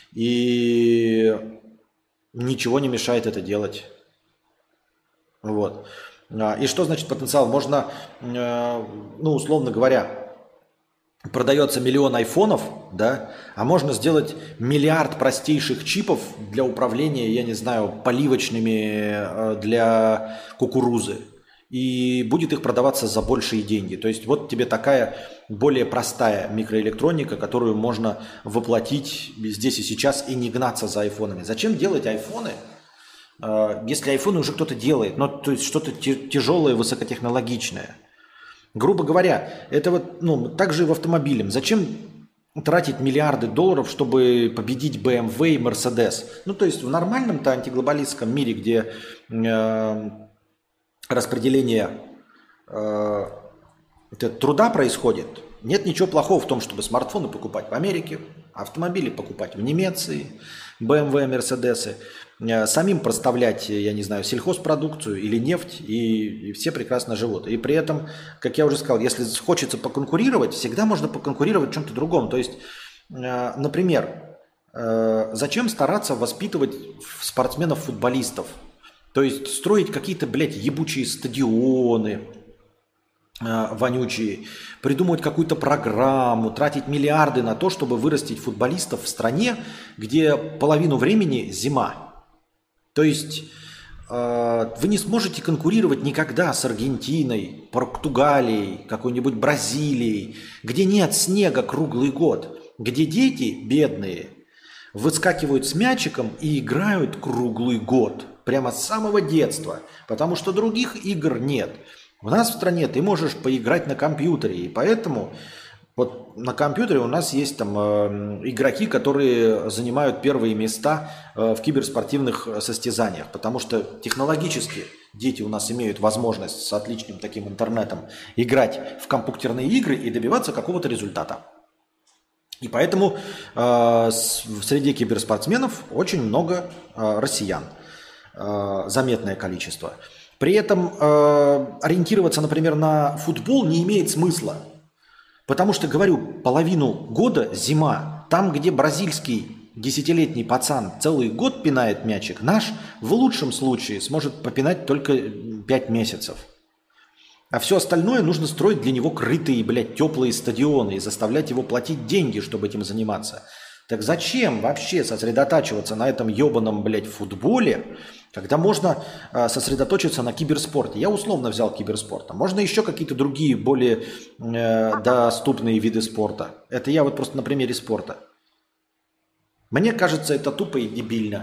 И ничего не мешает это делать. Вот. И что значит потенциал? Можно, э, ну условно говоря, продается миллион айфонов, да, а можно сделать миллиард простейших чипов для управления, я не знаю, поливочными для кукурузы. И будет их продаваться за большие деньги. То есть вот тебе такая более простая микроэлектроника, которую можно воплотить здесь и сейчас и не гнаться за айфонами. Зачем делать айфоны, если айфоны уже кто-то делает? Ну, то есть что-то тяжелое, высокотехнологичное. Грубо говоря, это вот, ну, так же и в автомобиле. Зачем тратить миллиарды долларов, чтобы победить бэ эм вэ и Mercedes? Ну, то есть в нормальном-то антиглобалистском мире, где э, распределение э, труда происходит, нет ничего плохого в том, чтобы смартфоны покупать в Америке, автомобили покупать в Немеции, бэ эм вэ, Mercedes, самим проставлять, я не знаю, сельхозпродукцию или нефть, и, и все прекрасно живут. И при этом, как я уже сказал, если хочется поконкурировать, всегда можно поконкурировать в чем-то другом. То есть, например, зачем стараться воспитывать спортсменов-футболистов? То есть строить какие-то, блядь, ебучие стадионы, вонючие, придумывать какую-то программу, тратить миллиарды на то, чтобы вырастить футболистов в стране, где половину времени зима. То есть э, вы не сможете конкурировать никогда с Аргентиной, Португалией, какой-нибудь Бразилией, где нет снега круглый год, где дети бедные выскакивают с мячиком и играют круглый год, прямо с самого детства, потому что других игр нет. У нас в стране ты можешь поиграть на компьютере, и поэтому вот на компьютере у нас есть там э, игроки, которые занимают первые места э, в киберспортивных состязаниях, потому что технологически дети у нас имеют возможность с отличным таким интернетом играть в компьютерные игры и добиваться какого-то результата. И поэтому э, среди киберспортсменов очень много э, россиян, э, заметное количество. При этом э, ориентироваться, например, на футбол не имеет смысла. Потому что, говорю, половину года зима. Там, где бразильский десятилетний пацан целый год пинает мячик, наш в лучшем случае сможет попинать только пять месяцев. А все остальное нужно строить для него крытые, блядь, теплые стадионы и заставлять его платить деньги, чтобы этим заниматься. Так зачем вообще сосредотачиваться на этом ебаном, блядь, футболе, когда можно э, сосредоточиться на киберспорте? Я условно взял киберспорт. Можно еще какие-то другие, более э, доступные виды спорта. Это я вот просто на примере спорта. Мне кажется, это тупо и дебильно.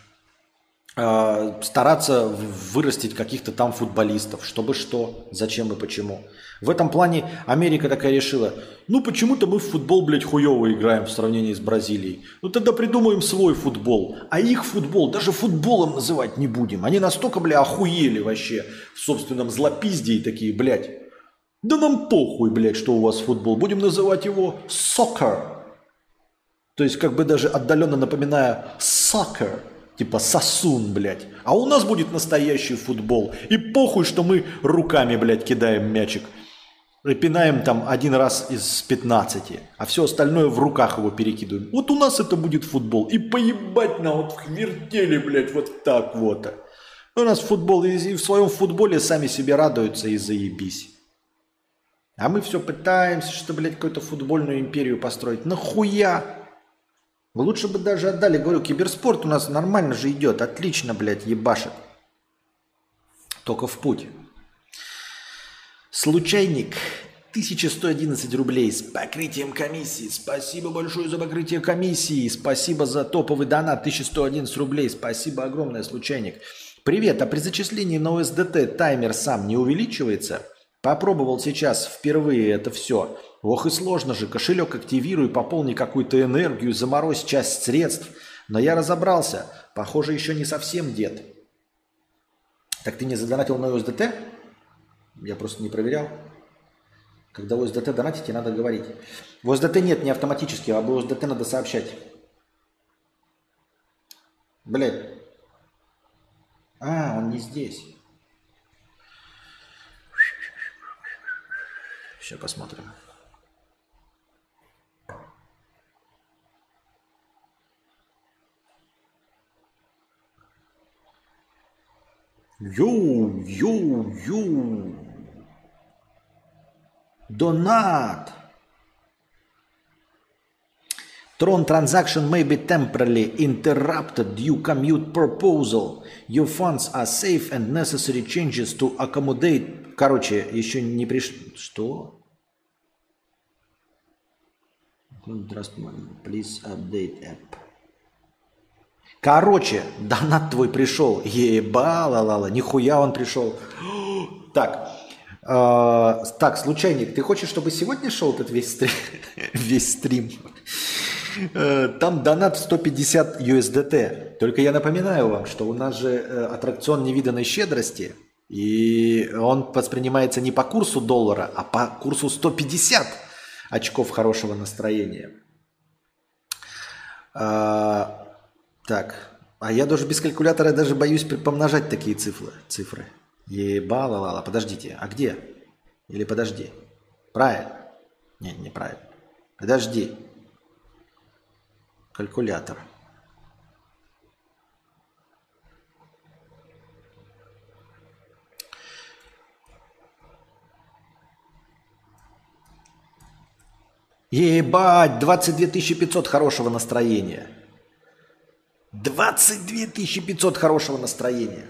Э, стараться вырастить каких-то там футболистов. Чтобы что, зачем и почему. В этом плане Америка такая решила, ну почему-то мы в футбол, блядь, хуево играем в сравнении с Бразилией. Ну тогда придумаем свой футбол. А их футбол даже футболом называть не будем. Они настолько, бля, охуели вообще в собственном злопиздии такие, блядь. Да нам похуй, блядь, что у вас футбол. Будем называть его soccer. То есть как бы даже отдаленно напоминая soccer. Типа сосун, блядь. А у нас будет настоящий футбол. И похуй, что мы руками, блядь, кидаем мячик. И пинаем там один раз из пятнадцати. А все остальное в руках его перекидываем. Вот у нас это будет футбол. И поебать на вот вертели, блядь, вот так вот. У нас футбол. И в своем футболе сами себе радуются и заебись. А мы все пытаемся, что, блядь, какую-то футбольную империю построить. Нахуя? Лучше бы даже отдали. Говорю, киберспорт у нас нормально же идет. Отлично, блядь, ебашит. Только в путь. Случайник. тысяча сто одиннадцать рублей с покрытием комиссии. Спасибо большое за покрытие комиссии. Спасибо за топовый донат. тысяча сто одиннадцать рублей. Спасибо огромное, случайник. Привет. А при зачислении на ОСДТ таймер сам не увеличивается? Попробовал сейчас впервые это все. Ох и сложно же. Кошелек активируй, пополни какую-то энергию, заморозь часть средств. Но я разобрался. Похоже, еще не совсем дед. Так ты не задонатил на ОСДТ? Я просто не проверял. Когда в ОСДТ донатите, надо говорить. В ОСДТ нет, не автоматически, а в ОСДТ надо сообщать. Блядь. А, он не здесь. Сейчас посмотрим. Йоу, йоу, йоу. Донат. Tron transaction may be temporarily interrupted due commute proposal. Your funds are safe and necessary changes to accommodate. Короче, еще не пришло. Что? Здравствуй, please update app. Короче, донат твой пришел. Ебала-лала, нихуя он пришел. Так, э, так, случайник, ты хочешь, чтобы сегодня шел этот весь стрим? весь стрим? Там донат в сто пятьдесят ю эс ди ти. Только я напоминаю вам, что у нас же аттракцион невиданной щедрости, и он воспринимается не по курсу доллара, а по курсу сто пятьдесят очков хорошего настроения. А, так, а я даже без калькулятора даже боюсь помножать такие цифры. цифры. Ебала-лала, подождите, а где? Или подожди. Правильно? Нет, неправильно. Подожди. Калькулятор. Ебать, двадцать две тысячи пятьсот хорошего настроения. двадцать две тысячи пятьсот хорошего настроения.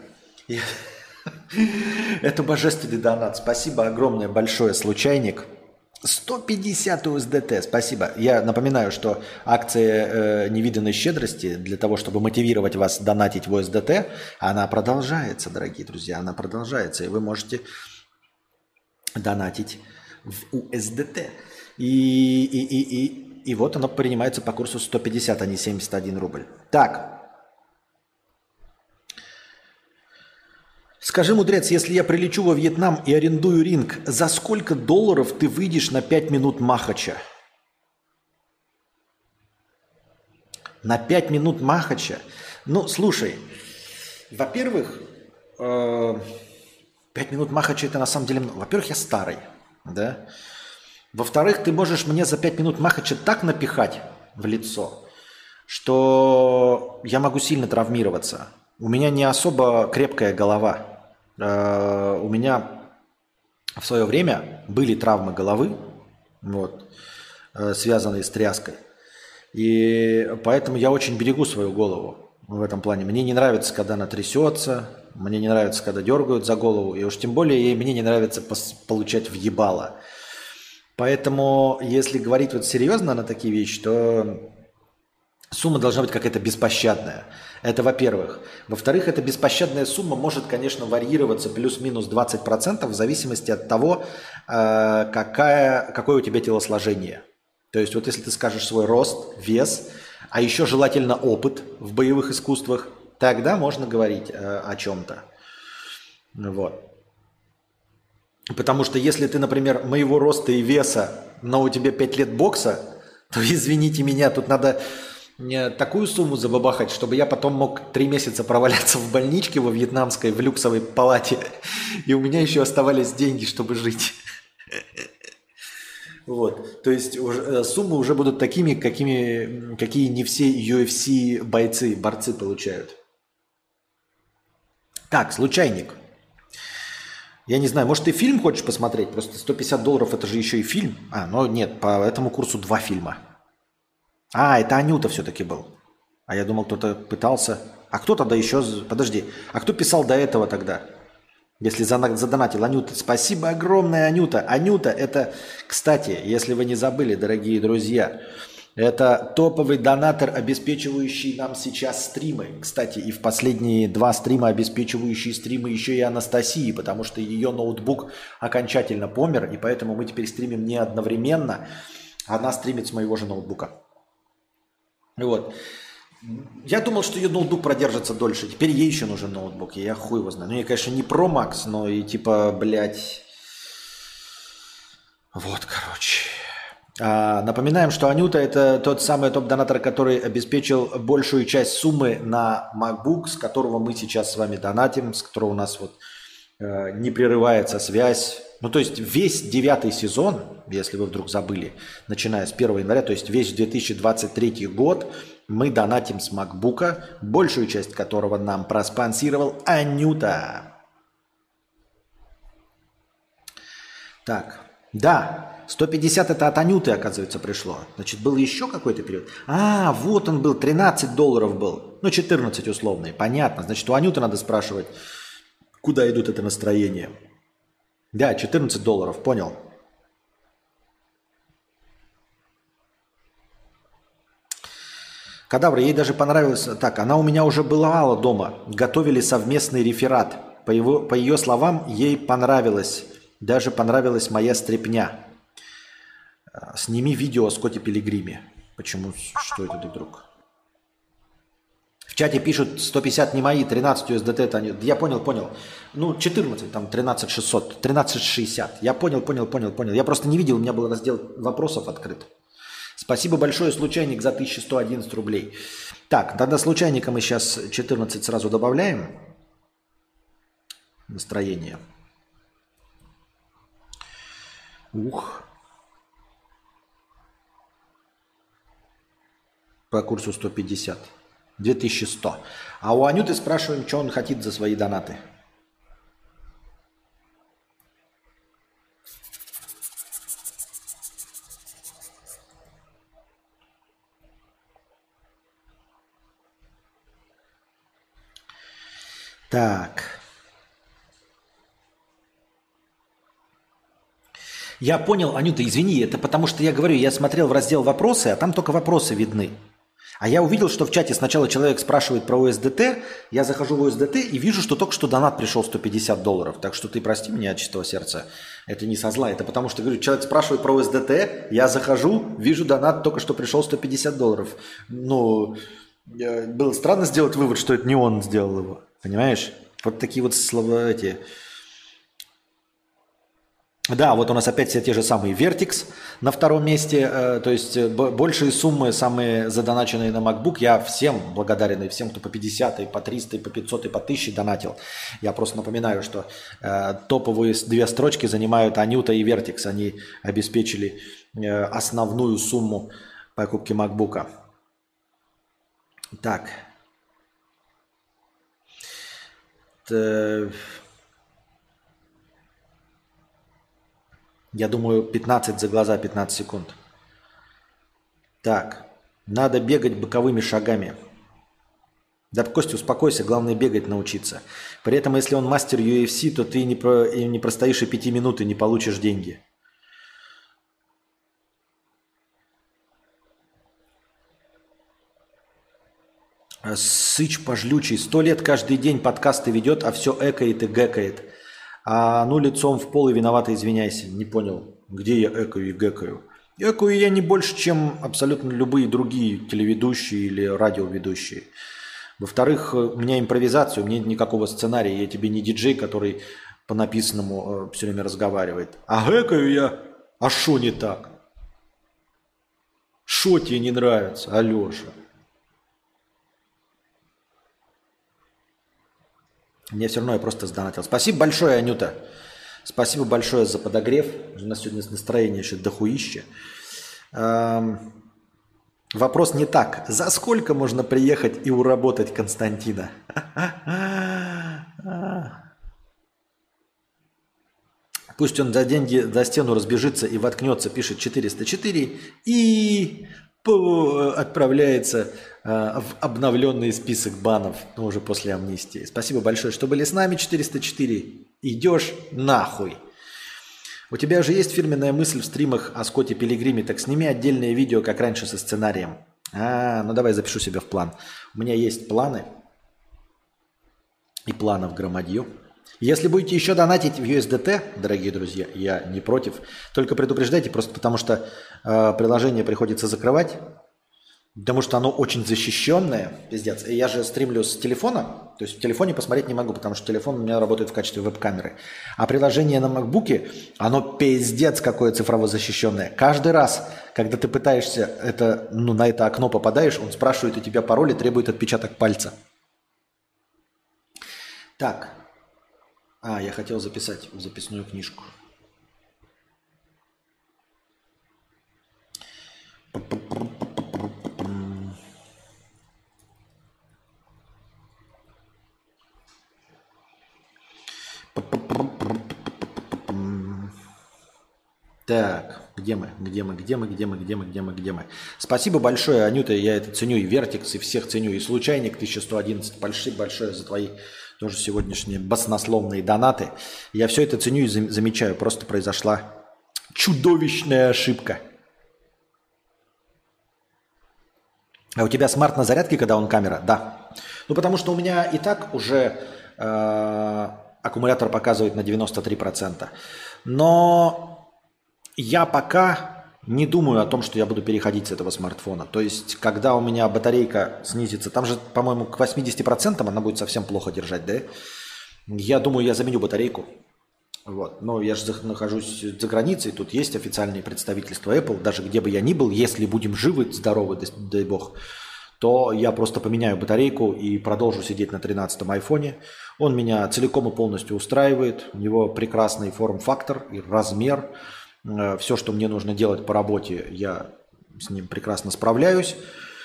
Это божественный донат. Спасибо огромное, большое, случайник. сто пятьдесят ю эс ди ти, спасибо. Я напоминаю, что акция э, невиданной щедрости для того, чтобы мотивировать вас донатить в ю эс ди ти, она продолжается, дорогие друзья, она продолжается. И вы можете донатить в ю эс ди ти. И, и, и, и, и вот оно принимается по курсу сто пятьдесят, а не семьдесят один рубль. Так. Скажи, мудрец, если я прилечу во Вьетнам и арендую ринг, за сколько долларов ты выйдешь на пять минут махача? На пять минут махача? Ну, слушай, во-первых, э, пять минут махача это на самом деле... Во-первых, я старый, да? Во-вторых, ты можешь мне за пять минут махача так напихать в лицо, что я могу сильно травмироваться. У меня не особо крепкая голова. Uh, у меня в свое время были травмы головы, вот, uh, связанные с тряской. И поэтому я очень берегу свою голову в этом плане. Мне не нравится, когда она трясется, мне не нравится, когда дергают за голову, и уж тем более мне не нравится получать въебало. Поэтому, если говорить вот серьезно на такие вещи, то сумма должна быть какая-то беспощадная. Это во-первых. Во-вторых, эта беспощадная сумма может, конечно, варьироваться плюс-минус двадцать процентов в зависимости от того, какая, какое у тебя телосложение. То есть вот если ты скажешь свой рост, вес, а еще желательно опыт в боевых искусствах, тогда можно говорить о чем-то. Вот. Потому что если ты, например, моего роста и веса, но у тебя пять лет бокса, то, извините меня, тут надо... мне такую сумму забабахать, чтобы я потом мог три месяца проваляться в больничке во вьетнамской, в люксовой палате, и у меня еще оставались деньги, чтобы жить. Вот. То есть уже, суммы уже будут такими, какими, какие не все ю эф си бойцы, борцы получают. Так, случайник. Я не знаю, может, ты фильм хочешь посмотреть? Просто сто пятьдесят долларов это же еще и фильм. А, ну нет, по этому курсу два фильма. А, это Анюта все-таки был. А я думал, кто-то пытался. А кто тогда еще... Подожди, а кто писал до этого тогда? Если задонатил Анюта. Спасибо огромное, Анюта. Анюта, это, кстати, если вы не забыли, дорогие друзья, это топовый донатор, обеспечивающий нам сейчас стримы. Кстати, и в последние два стрима обеспечивающие стримы еще и Анастасии, потому что ее ноутбук окончательно помер, и поэтому мы теперь стримим не одновременно. Она стримит с моего же ноутбука. Вот. Я думал, что ее ноутбук продержится дольше. Теперь ей еще нужен ноутбук. Я хуй его знаю. Ну, я, конечно, не Pro Max, но и типа, блядь... Вот, короче. А, напоминаем, что Анюта – это тот самый топ-донатор, который обеспечил большую часть суммы на MacBook, с которого мы сейчас с вами донатим, с которого у нас вот э, не прерывается связь. Ну, то есть весь девятый сезон, если вы вдруг забыли, начиная с первого января, то есть весь две тысячи двадцать третий год, мы донатим с MacBook, большую часть которого нам проспонсировал Анюта. Так, да, сто пятьдесят это от Анюты, оказывается, пришло. Значит, был еще какой-то период. А, вот он был, тринадцать долларов был. Ну, четырнадцать условные, понятно. Значит, у Анюты надо спрашивать, куда идут это настроение. Да, четырнадцать долларов, понял. Кадавра, ей даже понравилось. Так, она у меня уже бывала дома. Готовили совместный реферат. По, его, по ее словам, ей понравилось. Даже понравилась моя стряпня. Сними видео о Скотте Пилигриме. Почему? Что это вдруг? В чате пишут сто пятьдесят не мои, тринадцать ю эс ди ти. Это они. Я понял, понял. Ну, четырнадцать, там тринадцать шестьсот, тринадцать шестьдесят. Я понял, понял, понял, понял. Я просто не видел, у меня был раздел вопросов открыт. Спасибо большое, случайник, за тысячу сто одиннадцать рублей. Так, тогда случайника мы сейчас четырнадцать сразу добавляем. Настроение. Ух. По курсу сто пятьдесят. две тысячи сто. А у Анюты спрашиваем, что он хотит за свои донаты. Так. Я понял, Анюта, извини, это потому что я говорю, я смотрел в раздел «Вопросы», а там только вопросы видны. А я увидел, что в чате сначала человек спрашивает про ю эс ди ти, я захожу в ю эс ди ти и вижу, что только что донат пришел сто пятьдесят долларов. Так что ты прости меня от чистого сердца, это не со зла, это потому что, говорю, человек спрашивает про ю эс ди ти, я захожу, вижу донат, только что пришел сто пятьдесят долларов. Ну, было странно сделать вывод, что это не он сделал его, понимаешь? Вот такие вот слова эти... Да, вот у нас опять все те же самые Vertix на втором месте, э, то есть большие суммы, самые задоначенные на MacBook. Я всем благодарен, и всем, кто по пятьдесят, и по триста, и по пятьсот, и по тысяче донатил. Я просто напоминаю, что э, топовые две строчки занимают Анюта и Vertix. Они обеспечили э, основную сумму покупки MacBook. Так. Т- Я думаю, пятнадцать за глаза, пятнадцать секунд. Так, надо бегать боковыми шагами. Да, Костя, успокойся, главное бегать научиться. При этом, если он мастер ю эф си, то ты не, про, не простоишь и пяти минут и не получишь деньги. Сыч пожлючий. Сто лет каждый день подкасты ведет, а все экает и гэкает. А ну лицом в пол и виновато извиняйся. Не понял, где я экаю и гэкаю. Экаю я не больше, чем абсолютно любые другие телеведущие или радиоведущие. Во-вторых, у меня импровизация, у меня нет никакого сценария. Я тебе не диджей, который по написанному все время разговаривает. А гэкаю я... А шо не так? Шо тебе не нравится, Алеша? Мне все равно я просто сдонатил. Спасибо большое, Анюта. Спасибо большое за подогрев. У нас сегодня настроение еще дохуище. Эм, вопрос не так. За сколько можно приехать и уработать Константина? Пусть он за деньги за стену разбежится и воткнется, пишет четыреста четыре и отправляется э, в обновленный список банов, ну, уже после амнистии. Спасибо большое, что были с нами, четыреста четыре. Идешь нахуй. У тебя же есть фирменная мысль в стримах о Скотте Пилигриме, так сними отдельное видео, как раньше, со сценарием. А, ну давай запишу себе в план. У меня есть планы и планов громадью. Если будете еще донатить в ю эс ди ти, дорогие друзья, я не против. Только предупреждайте, просто потому что э, приложение приходится закрывать, потому что оно очень защищенное, пиздец. И я же стримлю с телефона, то есть в телефоне посмотреть не могу, потому что телефон у меня работает в качестве веб-камеры. А приложение на макбуке, оно пиздец какое цифрово защищенное. Каждый раз, когда ты пытаешься это, ну, на это окно попадаешь, он спрашивает у тебя пароль и требует отпечаток пальца. Так. А, я хотел записать в записную книжку. Так, где мы, где мы, где мы, где мы, где мы, где мы, где мы. Спасибо большое, Анюта, я это ценю, и Вертикс, и всех ценю, и Случайник тысяча сто одиннадцать. Большое, большое за твои тоже сегодняшние баснословные донаты. Я все это ценю и замечаю, просто произошла чудовищная ошибка. А у тебя смарт на зарядке, когда он камера? Да. Ну, потому что у меня и так уже э, аккумулятор показывает на девяносто три процента. Но я пока не думаю о том, что я буду переходить с этого смартфона. То есть, когда у меня батарейка снизится, там же, по-моему, к восьмидесяти процентам она будет совсем плохо держать, да? Я думаю, я заменю батарейку. Вот. Но я же нахожусь за границей, тут есть официальные представительства Apple, даже где бы я ни был, если будем живы, здоровы, дай бог, то я просто поменяю батарейку и продолжу сидеть на тринадцатом айфоне. Он меня целиком и полностью устраивает, у него прекрасный форм-фактор и размер. Все, что мне нужно делать по работе, я с ним прекрасно справляюсь.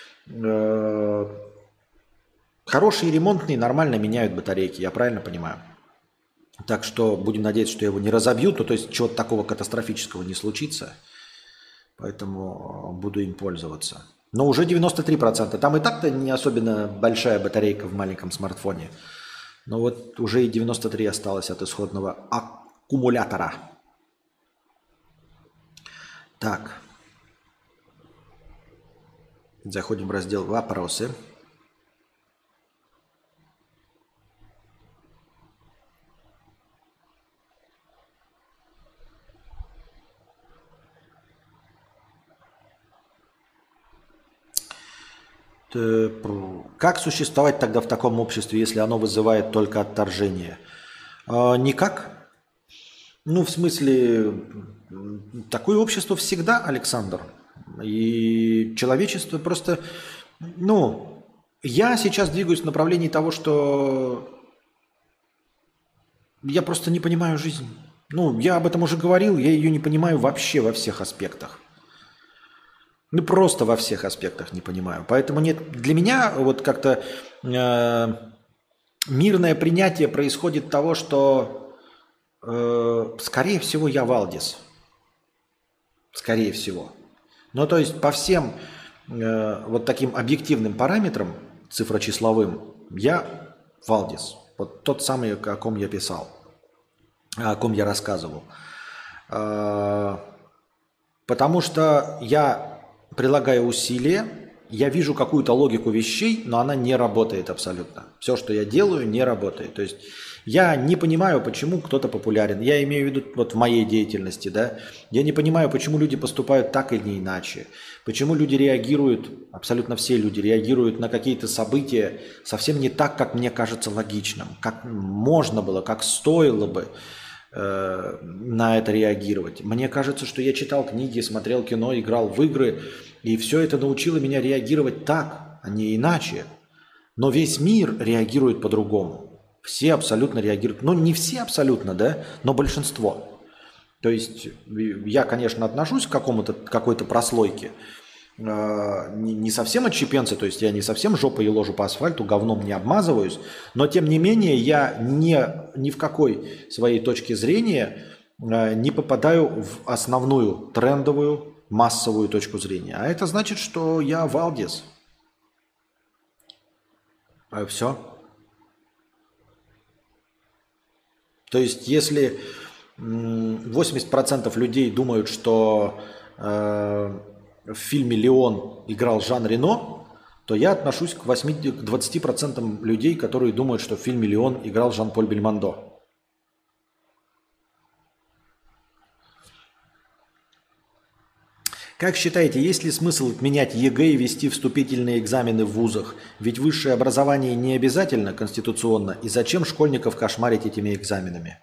Хорошие ремонтные нормально меняют батарейки, я правильно понимаю? Так что будем надеяться, что его не разобьют, ну, то есть чего-то такого катастрофического не случится. Поэтому буду им пользоваться. Но уже девяносто три процента. Там и так-то не особенно большая батарейка в маленьком смартфоне. Но вот уже и девяносто три осталось от исходного аккумулятора. Так. Заходим в раздел «Вопросы». Как существовать тогда в таком обществе, если оно вызывает только отторжение? А, никак. Ну, в смысле, такое общество всегда, Александр. И человечество просто... Ну, я сейчас двигаюсь в направлении того, что я просто не понимаю жизнь. Ну, я об этом уже говорил, я ее не понимаю вообще во всех аспектах. Ну, просто во всех аспектах не понимаю. Поэтому нет, для меня вот как-то э, мирное принятие происходит того, что, э, скорее всего, я Валдис. Скорее всего. Ну, то есть по всем э, вот таким объективным параметрам, цифрочисловым, я Валдис. Вот тот самый, о ком я писал, о ком я рассказывал. Э, потому что я... прилагая усилия, я вижу какую-то логику вещей, но она не работает абсолютно. Все, что я делаю, не работает. То есть я не понимаю, почему кто-то популярен. Я имею в виду вот в моей деятельности, да. Я не понимаю, почему люди поступают так или иначе. Почему люди реагируют, абсолютно все люди реагируют на какие-то события совсем не так, как мне кажется логичным. Как можно было, как стоило бы на это реагировать. Мне кажется, что я читал книги, смотрел кино, играл в игры, и все это научило меня реагировать так, а не иначе. Но весь мир реагирует по-другому. Все абсолютно реагируют. Ну, не все абсолютно, да, но большинство. То есть я, конечно, отношусь к какому-то, какой-то прослойке, э, не, не совсем отщепенцы, то есть я не совсем жопой и ложу по асфальту, говном не обмазываюсь, но тем не менее я не, ни в какой своей точке зрения э, не попадаю в основную трендовую массовую точку зрения. А это значит, что я Валдис. А все. То есть если восемьдесят процентов людей думают, что э, в фильме «Леон» играл Жан Рено, то я отношусь к, восьми, к двадцати процентам людей, которые думают, что в фильме «Леон» играл Жан-Поль Бельмондо. Как считаете, есть ли смысл отменять ЕГЭ и вести вступительные экзамены в вузах? Ведь высшее образование не обязательно конституционно, и зачем школьников кошмарить этими экзаменами?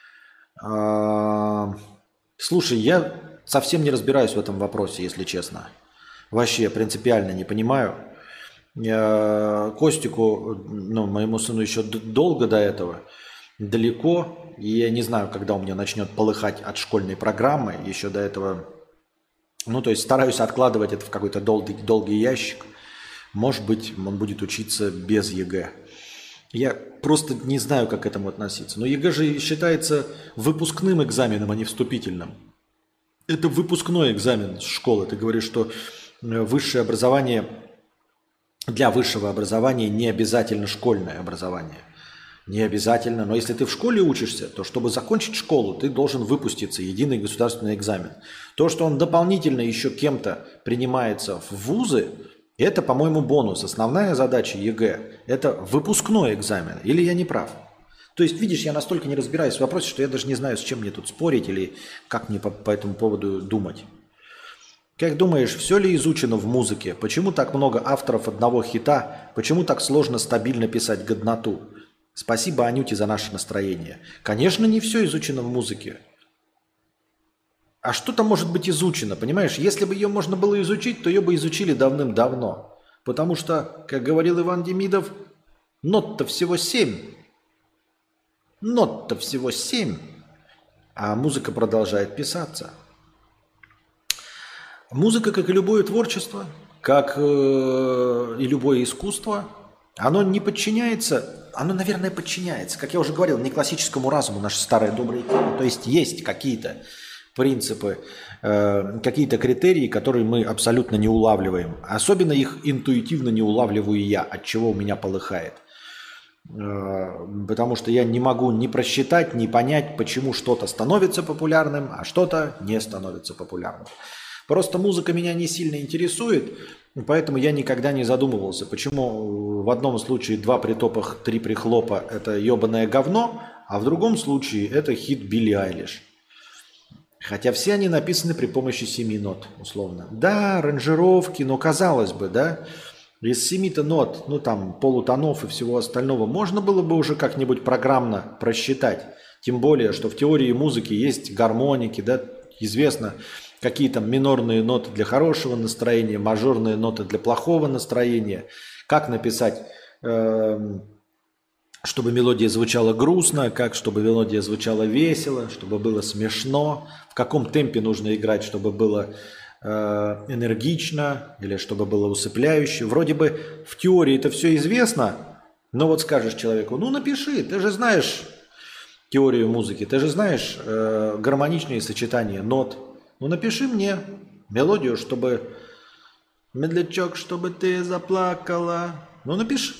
А, Слушай, я совсем не разбираюсь в этом вопросе, если честно. Вообще принципиально не понимаю. Я Костику, ну, моему сыну еще д- долго до этого, далеко. И я не знаю, когда у меня начнет полыхать от школьной программы. Еще до этого. Ну, то есть стараюсь откладывать это в какой-то долгий, долгий ящик. Может быть, он будет учиться без ЕГЭ. Я просто не знаю, как к этому относиться. Но ЕГЭ же считается выпускным экзаменом, а не вступительным. Это выпускной экзамен с школы. Ты говоришь, что э, высшее образование, для высшего образования не обязательно школьное образование. Не обязательно. Но если ты в школе учишься, то чтобы закончить школу, ты должен выпуститься, единый государственный экзамен. То, что он дополнительно еще кем-то принимается в вузы, это, по-моему, бонус. Основная задача ЕГЭ – это выпускной экзамен. Или я не прав? То есть, видишь, я настолько не разбираюсь в вопросе, что я даже не знаю, с чем мне тут спорить или как мне по, по этому поводу думать. Как думаешь, все ли изучено в музыке? Почему так много авторов одного хита? Почему так сложно стабильно писать годноту? Спасибо, Анюте, за наше настроение. Конечно, не все изучено в музыке. А что там может быть изучено, понимаешь? Если бы ее можно было изучить, то ее бы изучили давным-давно. Потому что, как говорил Иван Демидов, нот-то всего семь. Нот-то всего семь. А музыка продолжает писаться. Музыка, как и любое творчество, как э, и любое искусство, оно не подчиняется, оно, наверное, подчиняется, как я уже говорил, не классическому разуму, наша старая добрая тема. То есть есть какие-то принципы, э, какие-то критерии, которые мы абсолютно не улавливаем. Особенно их интуитивно не улавливаю я, от чего у меня полыхает. Э, потому что я не могу ни просчитать, ни понять, почему что-то становится популярным, а что-то не становится популярным. Просто музыка меня не сильно интересует, поэтому я никогда не задумывался, почему в одном случае два притопа, три прихлопа – это ебаное говно, а в другом случае это хит Билли Айлиш. Хотя все они написаны при помощи семи нот, условно. Да, аранжировки, но казалось бы, да, из семи-то нот, ну там полутонов и всего остального, можно было бы уже как-нибудь программно просчитать. Тем более, что в теории музыки есть гармоники, да, известно, какие там минорные ноты для хорошего настроения, мажорные ноты для плохого настроения. Как написать, э, чтобы мелодия звучала грустно, как чтобы мелодия звучала весело, чтобы было смешно, в каком темпе нужно играть, чтобы было э, энергично или чтобы было усыпляюще. Вроде бы в теории это все известно, но вот скажешь человеку, ну напиши, ты же знаешь теорию музыки, ты же знаешь э, гармоничные сочетания нот. Ну напиши мне мелодию, чтобы медлячок, чтобы ты заплакала. Ну напиши.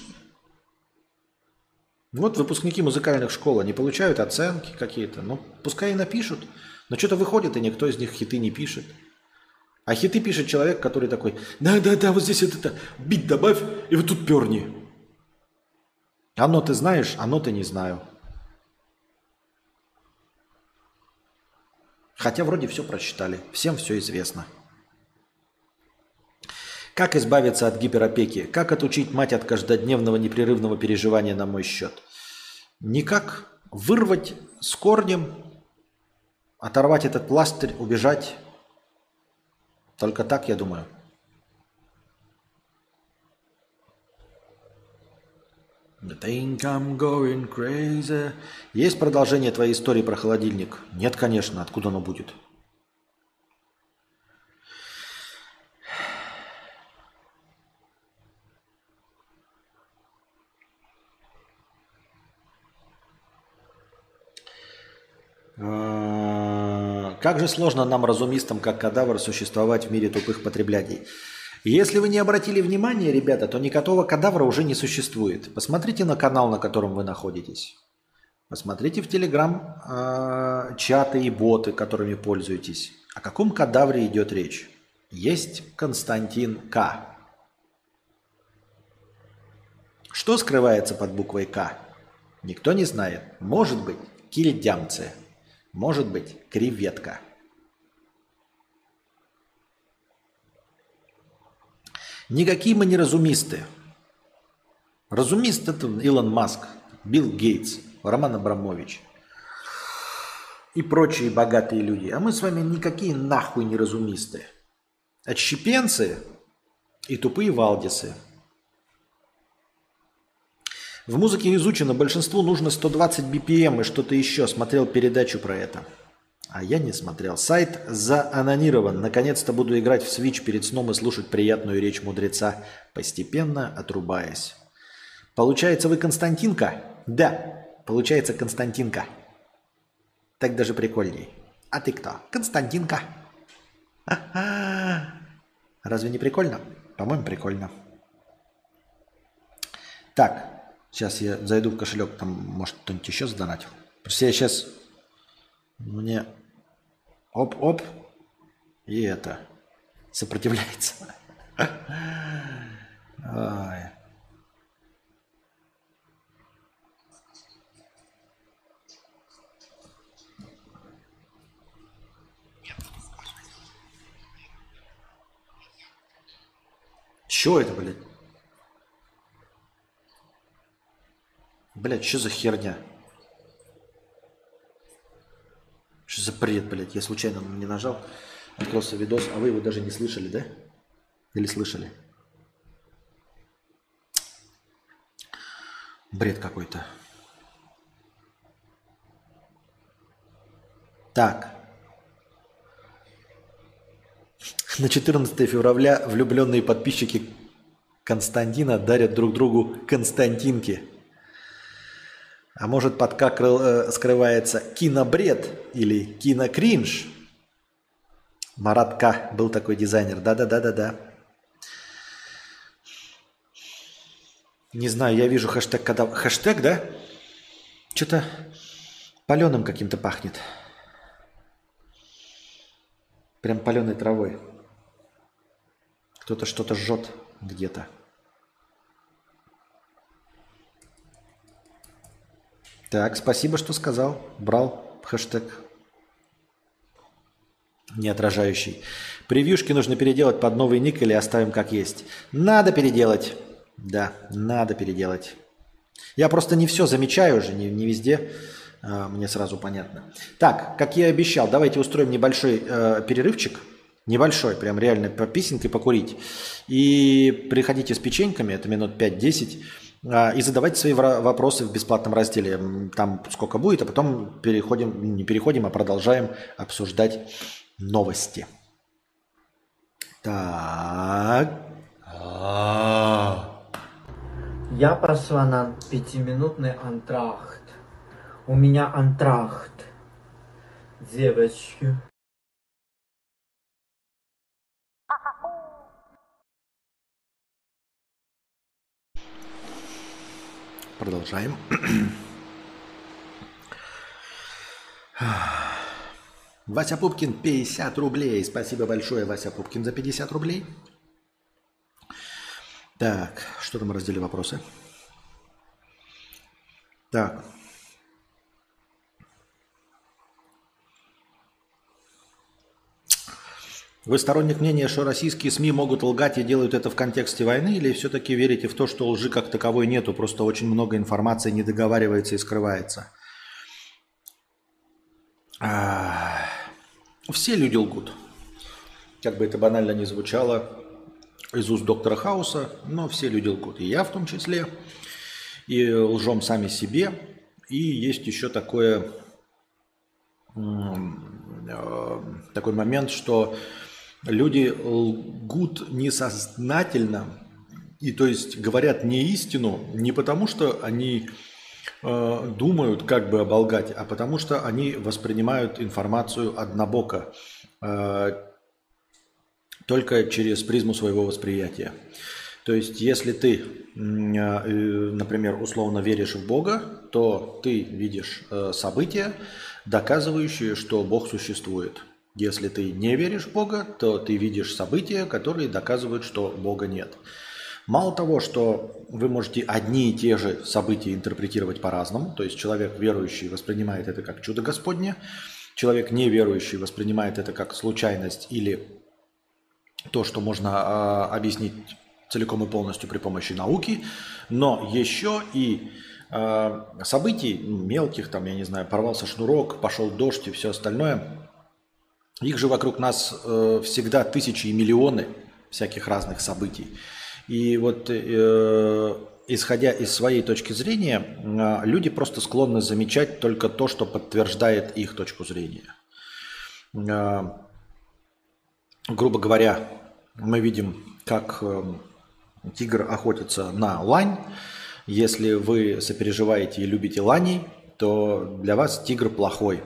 Вот выпускники музыкальных школ, они получают оценки какие-то. Ну пускай и напишут. Но что-то выходит, и никто из них хиты не пишет. А хиты пишет человек, который такой, да-да-да, вот здесь это, бит добавь, и вот тут перни. Оно ты знаешь, оно ты не знаю. Хотя вроде все прочитали, всем все известно. Как избавиться от гиперопеки? Как отучить мать от каждодневного непрерывного переживания на мой счет? Никак. Вырвать с корнем, оторвать этот пластырь, убежать. Только так, я думаю. I think I'm going crazy. Есть продолжение твоей истории про холодильник? Нет, конечно. Откуда оно будет? Как же сложно нам, разумистам, как кадавр, существовать в мире тупых потребляний. Если вы не обратили внимания, ребята, то никакого кадавра уже не существует. Посмотрите на канал, на котором вы находитесь. Посмотрите в Телеграм э, чаты и боты, которыми пользуетесь. О каком кадавре идет речь? Есть Константин К. Что скрывается под буквой К? Никто не знает. Может быть, кильдямцы. Может быть, креветка. Никакие мы не разумисты. Разумист – это Илон Маск, Билл Гейтс, Роман Абрамович и прочие богатые люди. А мы с вами никакие нахуй не разумисты. Отщепенцы и тупые валдисы. В музыке изучено, большинству нужно сто двадцать би пи эм и что-то еще. Смотрел передачу про это. А я не смотрел. Сайт заанонирован. Наконец-то буду играть в Switch перед сном и слушать приятную речь мудреца, постепенно отрубаясь. Получается, вы Константинка? Да, получается Константинка. Так даже прикольней. А ты кто? Константинка. А-а-а. Разве не прикольно? По-моему, прикольно. Так. Сейчас я зайду в кошелек, там, может, кто-нибудь еще сдонатил. Просто я сейчас... Мне... Оп-оп. И это... Сопротивляется. Ой. Чё это, блядь? Блядь, что за херня? Что за бред, блядь? Я случайно не нажал. Открылся видос, а вы его даже не слышали, да? Или слышали? Бред какой-то. Так. На четырнадцатое февраля влюбленные подписчики Константина дарят друг другу Константинки. А может, под «К» скрывается кинобред или кинокринж? Марат К. был такой дизайнер. Да-да-да-да-да. Не знаю, я вижу хэштег когда... Хэштег, да? Что-то паленым каким-то пахнет. Прям паленой травой. Кто-то что-то жжет где-то. Так, спасибо, что сказал. Брал хэштег не отражающий. Превьюшки нужно переделать под новый ник или оставим как есть? Надо переделать. Да, надо переделать. Я просто не все замечаю уже, не, не везде. А, мне сразу понятно. Так, как я и обещал, давайте устроим небольшой э, перерывчик. Небольшой, прям реально по песенкой покурить. И приходите с печеньками, это минут пять-десять. И задавайте свои вопросы в бесплатном разделе. Там сколько будет, а потом переходим, не переходим, а продолжаем обсуждать новости. Так. Я пошла на пятиминутный антрахт. У меня антрахт. Девочки. Продолжаем. Вася Пупкин, пятьдесят рублей. Спасибо большое, Вася Пупкин, за пятьдесят рублей. Так, что там в разделе вопросы? Так. Вы сторонник мнения, что российские СМИ могут лгать и делают это в контексте войны, или все-таки верите в то, что лжи как таковой нету, просто очень много информации не договаривается и скрывается? А, все люди лгут. Как бы это банально ни звучало из уст доктора Хауса, но все люди лгут. И я в том числе. и лжем сами себе. И есть еще такое, такой момент, что люди лгут несознательно, и то есть говорят не истину не потому, что они э, думают, как бы оболгать, а потому что они воспринимают информацию однобоко, э, только через призму своего восприятия. То есть, если ты, например, условно веришь в Бога, то ты видишь события, доказывающие, что Бог существует. Если ты не веришь в Бога, то ты видишь события, которые доказывают, что Бога нет. Мало того, что вы можете одни и те же события интерпретировать по-разному, то есть человек верующий воспринимает это как чудо Господне, человек неверующий воспринимает это как случайность или то, что можно э, объяснить целиком и полностью при помощи науки, но еще и э, событий мелких, там, я не знаю, порвался шнурок, пошел дождь и все остальное, их же вокруг нас э, всегда тысячи и миллионы всяких разных событий. И вот э, исходя из своей точки зрения, э, люди просто склонны замечать только то, что подтверждает их точку зрения. Э, грубо говоря, мы видим, как э, тигр охотится на лань. Если вы сопереживаете и любите ланей, то для вас тигр плохой.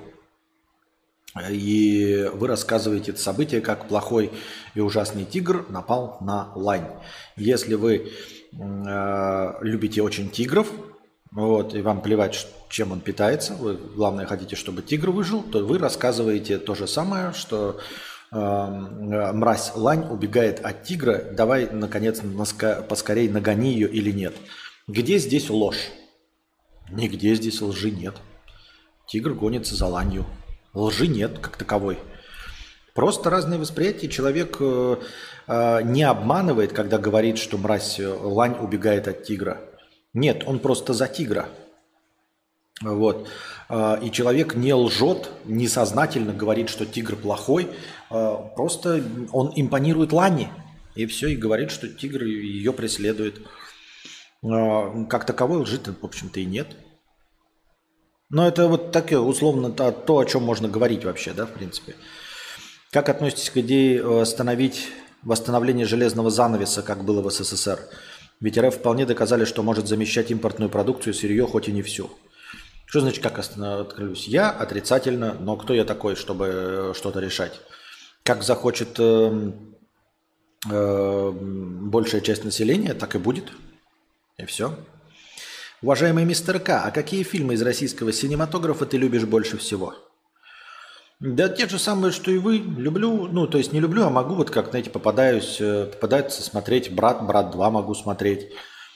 И вы рассказываете это событие, как плохой и ужасный тигр напал на лань. Если вы э, любите очень тигров, вот, и вам плевать, чем он питается, вы, главное, хотите, чтобы тигр выжил, то вы рассказываете то же самое, что э, мразь лань убегает от тигра, давай, наконец, наска- поскорей нагони ее или нет. Где здесь ложь? Нигде здесь лжи нет. Тигр гонится за ланью. Лжи нет как таковой. Просто разные восприятия. Человек э, э, не обманывает, когда говорит, что мразь лань убегает от тигра. Нет, он просто за тигра. Вот. Э, и человек не лжет, несознательно говорит, что тигр плохой. Э, просто он импонирует лани. И все, и говорит, что тигр ее преследует. Э, как таковой лжи-то, в общем-то, и нет. Но это вот такое, условно, то, то, о чем можно говорить вообще, да, в принципе. Как относитесь к идее восстановить восстановление железного занавеса, как было в СССР? Ведь РФ вполне доказали, что может замещать импортную продукцию, сырье, хоть и не всю. Что значит, как открылись? Я отрицательно, но кто я такой, чтобы что-то решать? Как захочет э, э, большая часть населения, так и будет. И все. Уважаемый мистер К, а какие фильмы из российского синематографа ты любишь больше всего? Да те же самые, что и вы. Люблю, ну, то есть не люблю, а могу, вот как, знаете, попадаюсь, попадаются смотреть «Брат», «Брат два» могу смотреть,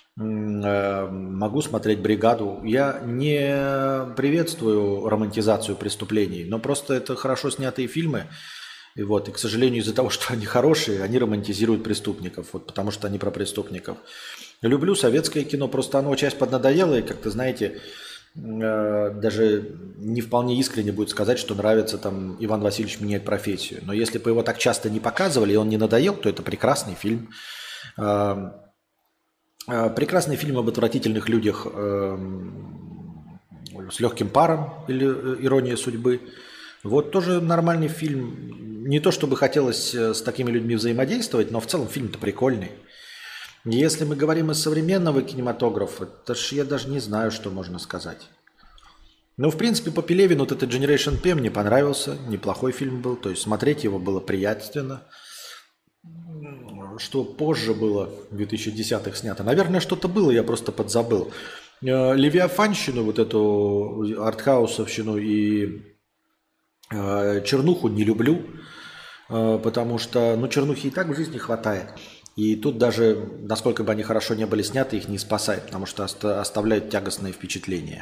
могу смотреть «Бригаду». Я не приветствую романтизацию преступлений, но просто это хорошо снятые фильмы. И вот, и, к сожалению, из-за того, что они хорошие, они романтизируют преступников, вот потому что они про преступников. Люблю советское кино, просто оно часть поднадоело, и как-то, знаете, э, даже не вполне искренне будет сказать, что нравится там «Иван Васильевич меняет профессию». Но если бы его так часто не показывали, и он не надоел, то это прекрасный фильм. Э, э, прекрасный фильм об отвратительных людях э, с легким паром или «Ирония судьбы». Вот тоже нормальный фильм. Не то чтобы хотелось с такими людьми взаимодействовать, но в целом фильм-то прикольный. Если мы говорим из современного кинематографа, то ж я даже не знаю, что можно сказать. Ну, в принципе, по Пелевину вот этот Generation P мне понравился. Неплохой фильм был. То есть смотреть его было приятственно. Что позже было, в две тысячи десятых снято. Наверное, что-то было, я просто подзабыл. Левиафанщину, вот эту артхаусовщину и чернуху не люблю. Потому что, ну, чернухи и так в жизни хватает. И тут даже, насколько бы они хорошо не были сняты, их не спасает, потому что оставляют тягостные впечатления.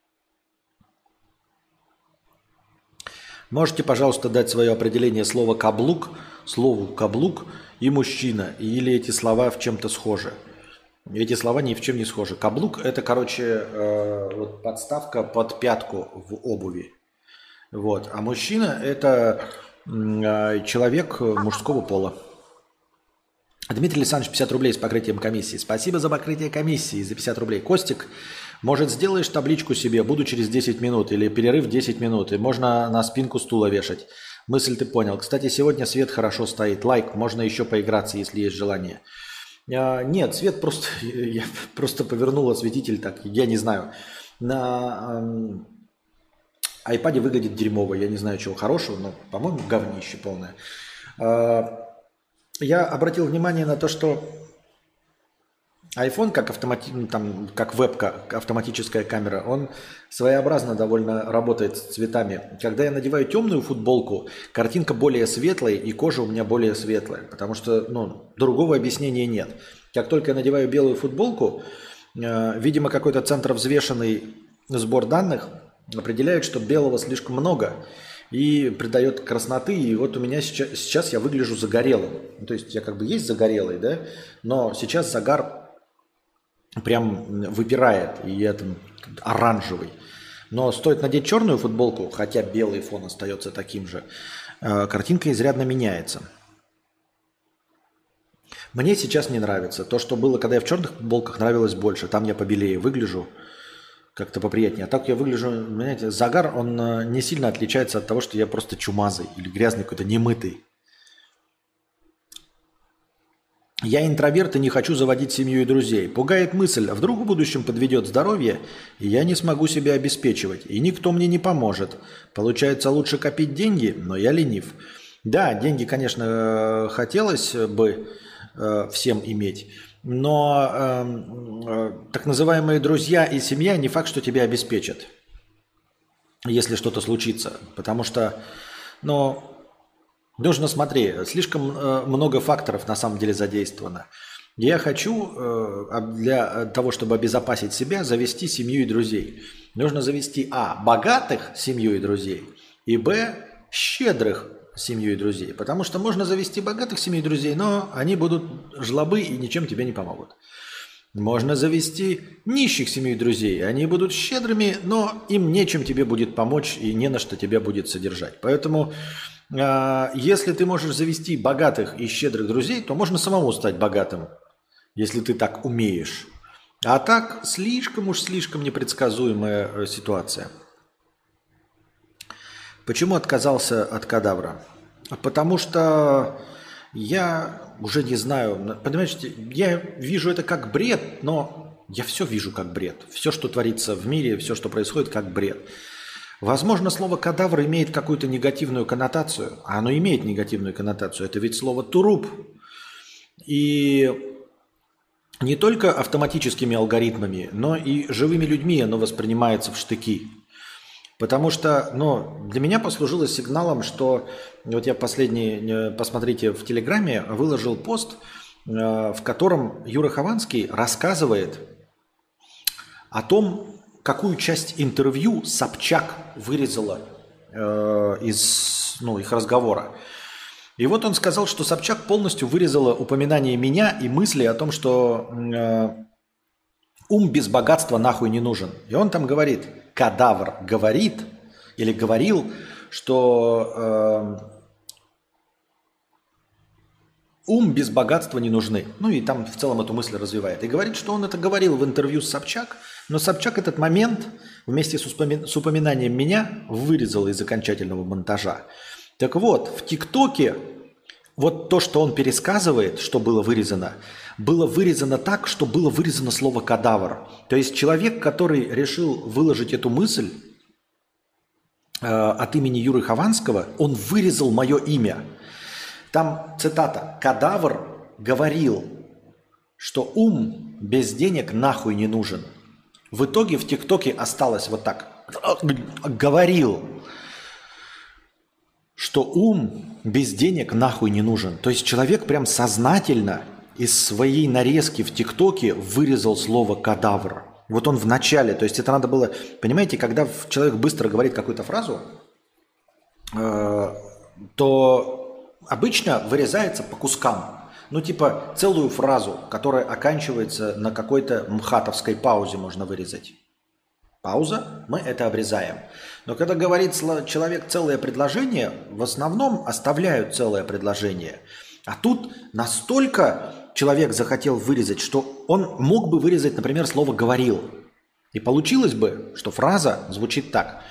Можете, пожалуйста, дать свое определение слова «каблук», слову «каблук» и «мужчина», или эти слова в чем-то схожи? Эти слова ни в чем не схожи. Каблук – это, короче, э, вот подставка под пятку в обуви. Вот. А мужчина – это э, человек мужского пола. Дмитрий Александрович, пятьдесят рублей с покрытием комиссии. Спасибо за покрытие комиссии за пятьдесят рублей. Костик, может, сделаешь табличку себе, буду через десять минут или перерыв десять минут, и можно на спинку стула вешать. Мысль ты понял. Кстати, сегодня свет хорошо стоит. Лайк, можно еще поиграться, если есть желание. А, нет, свет просто... Я просто повернул осветитель так, я не знаю. На эм, айпаде выглядит дерьмово. Я не знаю, чего хорошего, но, по-моему, говнище полное. А, я обратил внимание на то, что iPhone, как, автомати... там, как вебка, автоматическая камера, он своеобразно довольно работает с цветами. Когда я надеваю темную футболку, картинка более светлая и кожа у меня более светлая, потому что ну, другого объяснения нет. Как только я надеваю белую футболку, э, видимо, какой-то центровзвешенный сбор данных определяет, что белого слишком много и придает красноты. И вот у меня сейчас, сейчас я выгляжу загорелым. То есть я как бы есть загорелый, да, но сейчас загар прям выпирает, и я там оранжевый. Но стоит надеть черную футболку, хотя белый фон остается таким же, картинка изрядно меняется. Мне сейчас не нравится. То, что было, когда я в черных футболках, нравилось больше. Там я побелее выгляжу, как-то поприятнее. А так я выгляжу, понимаете, загар, он не сильно отличается от того, что я просто чумазый или грязный какой-то, немытый. Я интроверт и не хочу заводить семью и друзей. Пугает мысль, а вдруг в будущем подведет здоровье, и я не смогу себя обеспечивать, и никто мне не поможет. Получается, лучше копить деньги, но я ленив. Да, деньги, конечно, хотелось бы э, всем иметь, но э, э, так называемые друзья и семья не факт, что тебя обеспечат, если что-то случится. Потому что, ну... Нужно смотреть, слишком э, много факторов на самом деле задействовано. Я хочу э, для того, чтобы обезопасить себя, завести семью и друзей. Нужно завести а. богатых семью и друзей, и б. щедрых семью и друзей. Потому что можно завести богатых семью и друзей, но они будут жлобы и ничем тебе не помогут. Можно завести нищих семью и друзей, они будут щедрыми, но им нечем тебе будет помочь и не на что тебя будет содержать. Поэтому... Если ты можешь завести богатых и щедрых друзей, то можно самому стать богатым, если ты так умеешь. А так слишком уж слишком непредсказуемая ситуация. Почему отказался от кадавра? Потому что я уже не знаю, понимаете, я вижу это как бред, но я все вижу как бред. Все, что творится в мире, все, что происходит, как бред. Возможно, слово «кадавр» имеет какую-то негативную коннотацию. А оно имеет негативную коннотацию. Это ведь слово «туруп». И не только автоматическими алгоритмами, но и живыми людьми оно воспринимается в штыки. Потому что ну, для меня послужило сигналом, что... Вот я последний, посмотрите, в Телеграме выложил пост, в котором Юра Хованский рассказывает о том, какую часть интервью Собчак вырезала э, из ну, их разговора. И вот он сказал, что Собчак полностью вырезала упоминание меня и мысли о том, что э, ум без богатства нахуй не нужен. И он там говорит, кадавр говорит или говорил, что э, ум без богатства не нужны. Ну и там в целом эту мысль развивает. И говорит, что он это говорил в интервью с Собчак, но Собчак этот момент вместе с, успоми- с упоминанием меня вырезал из окончательного монтажа. Так вот, в ТикТоке вот то, что он пересказывает, что было вырезано, было вырезано так, что было вырезано слово «кадавр». То есть человек, который решил выложить эту мысль э, от имени Юры Хованского, он вырезал мое имя. Там цитата: «Кадавр говорил, что ум без денег нахуй не нужен». В итоге в ТикТоке осталось вот так. Говорил, что ум без денег нахуй не нужен. То есть человек прям сознательно из своей нарезки в ТикТоке вырезал слово «кадавр». Вот он в начале, то есть это надо было... Понимаете, когда человек быстро говорит какую-то фразу, э, то обычно вырезается по кускам. Ну, типа, целую фразу, которая оканчивается на какой-то мхатовской паузе, можно вырезать. Пауза, мы это обрезаем. Но когда говорит человек целое предложение, в основном оставляют целое предложение. А тут настолько человек захотел вырезать, что он мог бы вырезать, например, слово «говорил». И получилось бы, что фраза звучит так.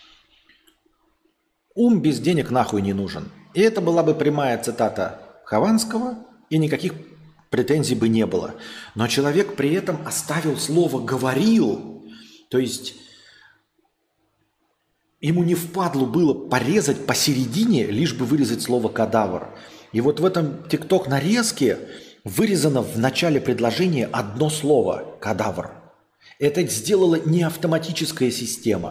«Ум без денег нахуй не нужен». И это была бы прямая цитата Хованского, и никаких претензий бы не было. Но человек при этом оставил слово «говорил», то есть ему не впадлу было порезать посередине, лишь бы вырезать слово «кадавр». И вот в этом тикток-нарезке вырезано в начале предложения одно слово «кадавр». Это сделала не автоматическая система.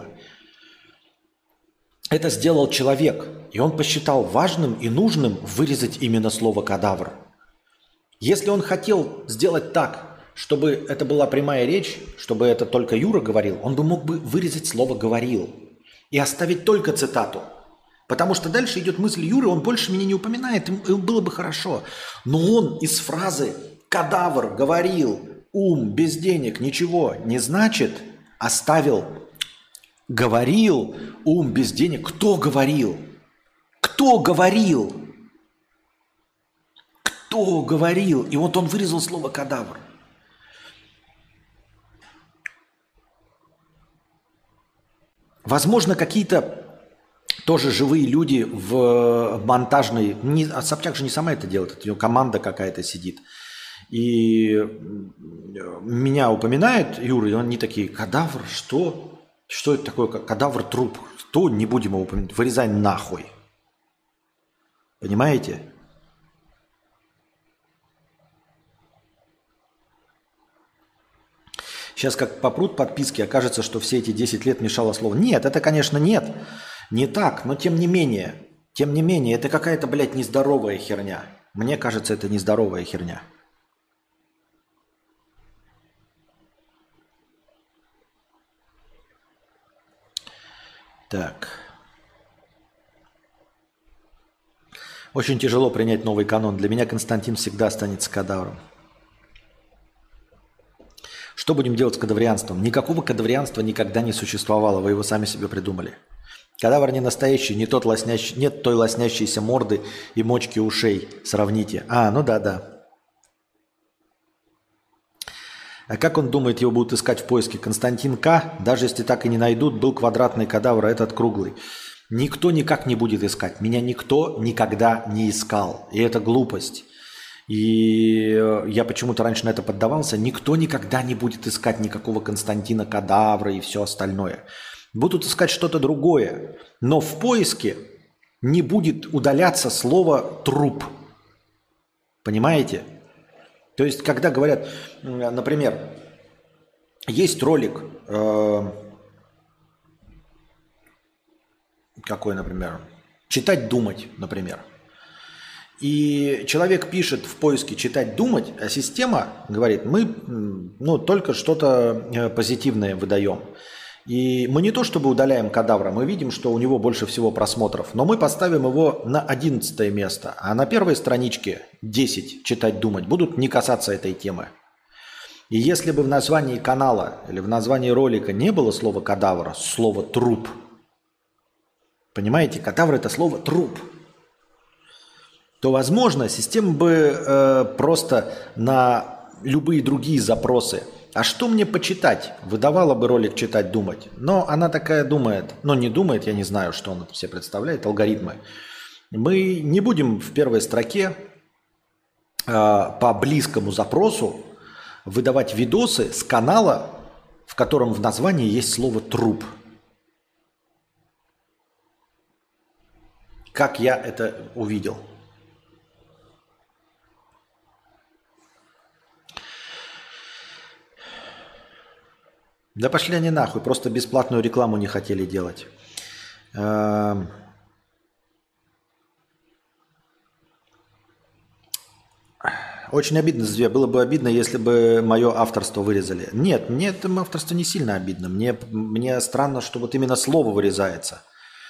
Это сделал человек, и он посчитал важным и нужным вырезать именно слово «кадавр». Если он хотел сделать так, чтобы это была прямая речь, чтобы это только Юра говорил, он бы мог бы вырезать слово «говорил» и оставить только цитату. Потому что дальше идет мысль Юры, он больше меня не упоминает, и было бы хорошо. Но он из фразы «кадавр», «говорил», «ум», «без денег», «ничего» не значит, оставил «говорил», «ум», «без денег». Кто говорил? Кто говорил? Кто говорил? И вот он вырезал слово «кадавр». Возможно, какие-то тоже живые люди в монтажной... Не, а Собчак же не сама это делает, это ее команда какая-то сидит. И меня упоминает Юра, и они такие: «Кадавр? Что? Что это такое? Кадавр, труп? Что? Не будем его упоминать. Вырезай нахуй». Понимаете? Сейчас как попрут подписки, окажется, что все эти десять лет мешало слово. Нет, это, конечно, нет. Не так, но тем не менее. Тем не менее, это какая-то, блядь, нездоровая херня. Мне кажется, это нездоровая херня. Так. Очень тяжело принять новый канон. Для меня Константин всегда останется кадавром. Что будем делать с кадаврианством? Никакого кадаврианства никогда не существовало. Вы его сами себе придумали. Кадавр не настоящий, не тот лоснящий, нет той лоснящейся морды и мочки ушей. Сравните. А, ну да-да. А как он думает, его будут искать в поиске? Константин К, даже если так и не найдут, был квадратный кадавр, а этот круглый. Никто никак не будет искать. Меня никто никогда не искал. И это глупость. И я почему-то раньше на это поддавался. Никто никогда не будет искать никакого Константина Кадавра и все остальное. Будут искать что-то другое. Но в поиске не будет удаляться слово «труп». Понимаете? То есть, когда говорят, например, есть ролик, э, какой, например, «Читать, думать», например. И человек пишет в поиске «читать, думать», а система говорит: мы ну, только что-то позитивное выдаем. И мы не то чтобы удаляем кадавра, мы видим, что у него больше всего просмотров, но мы поставим его на одиннадцатое место, а на первой страничке десять «читать, думать» будут не касаться этой темы. И если бы в названии канала или в названии ролика не было слова «кадавра», слова «труп», понимаете, кадавр – это слово «труп», то, возможно, система бы э, просто на любые другие запросы «а что мне почитать?» выдавала бы ролик «читать, думать». Но она такая думает, но не думает, я не знаю, что он себе представляет, алгоритмы. Мы не будем в первой строке э, по близкому запросу выдавать видосы с канала, в котором в названии есть слово «труп». Как я это увидел? Да пошли они нахуй, просто бесплатную рекламу не хотели делать. Очень обидно, Зве. Было бы обидно, если бы мое авторство вырезали. Нет, мне это авторство не сильно обидно. Мне, мне странно, что вот именно слово вырезается.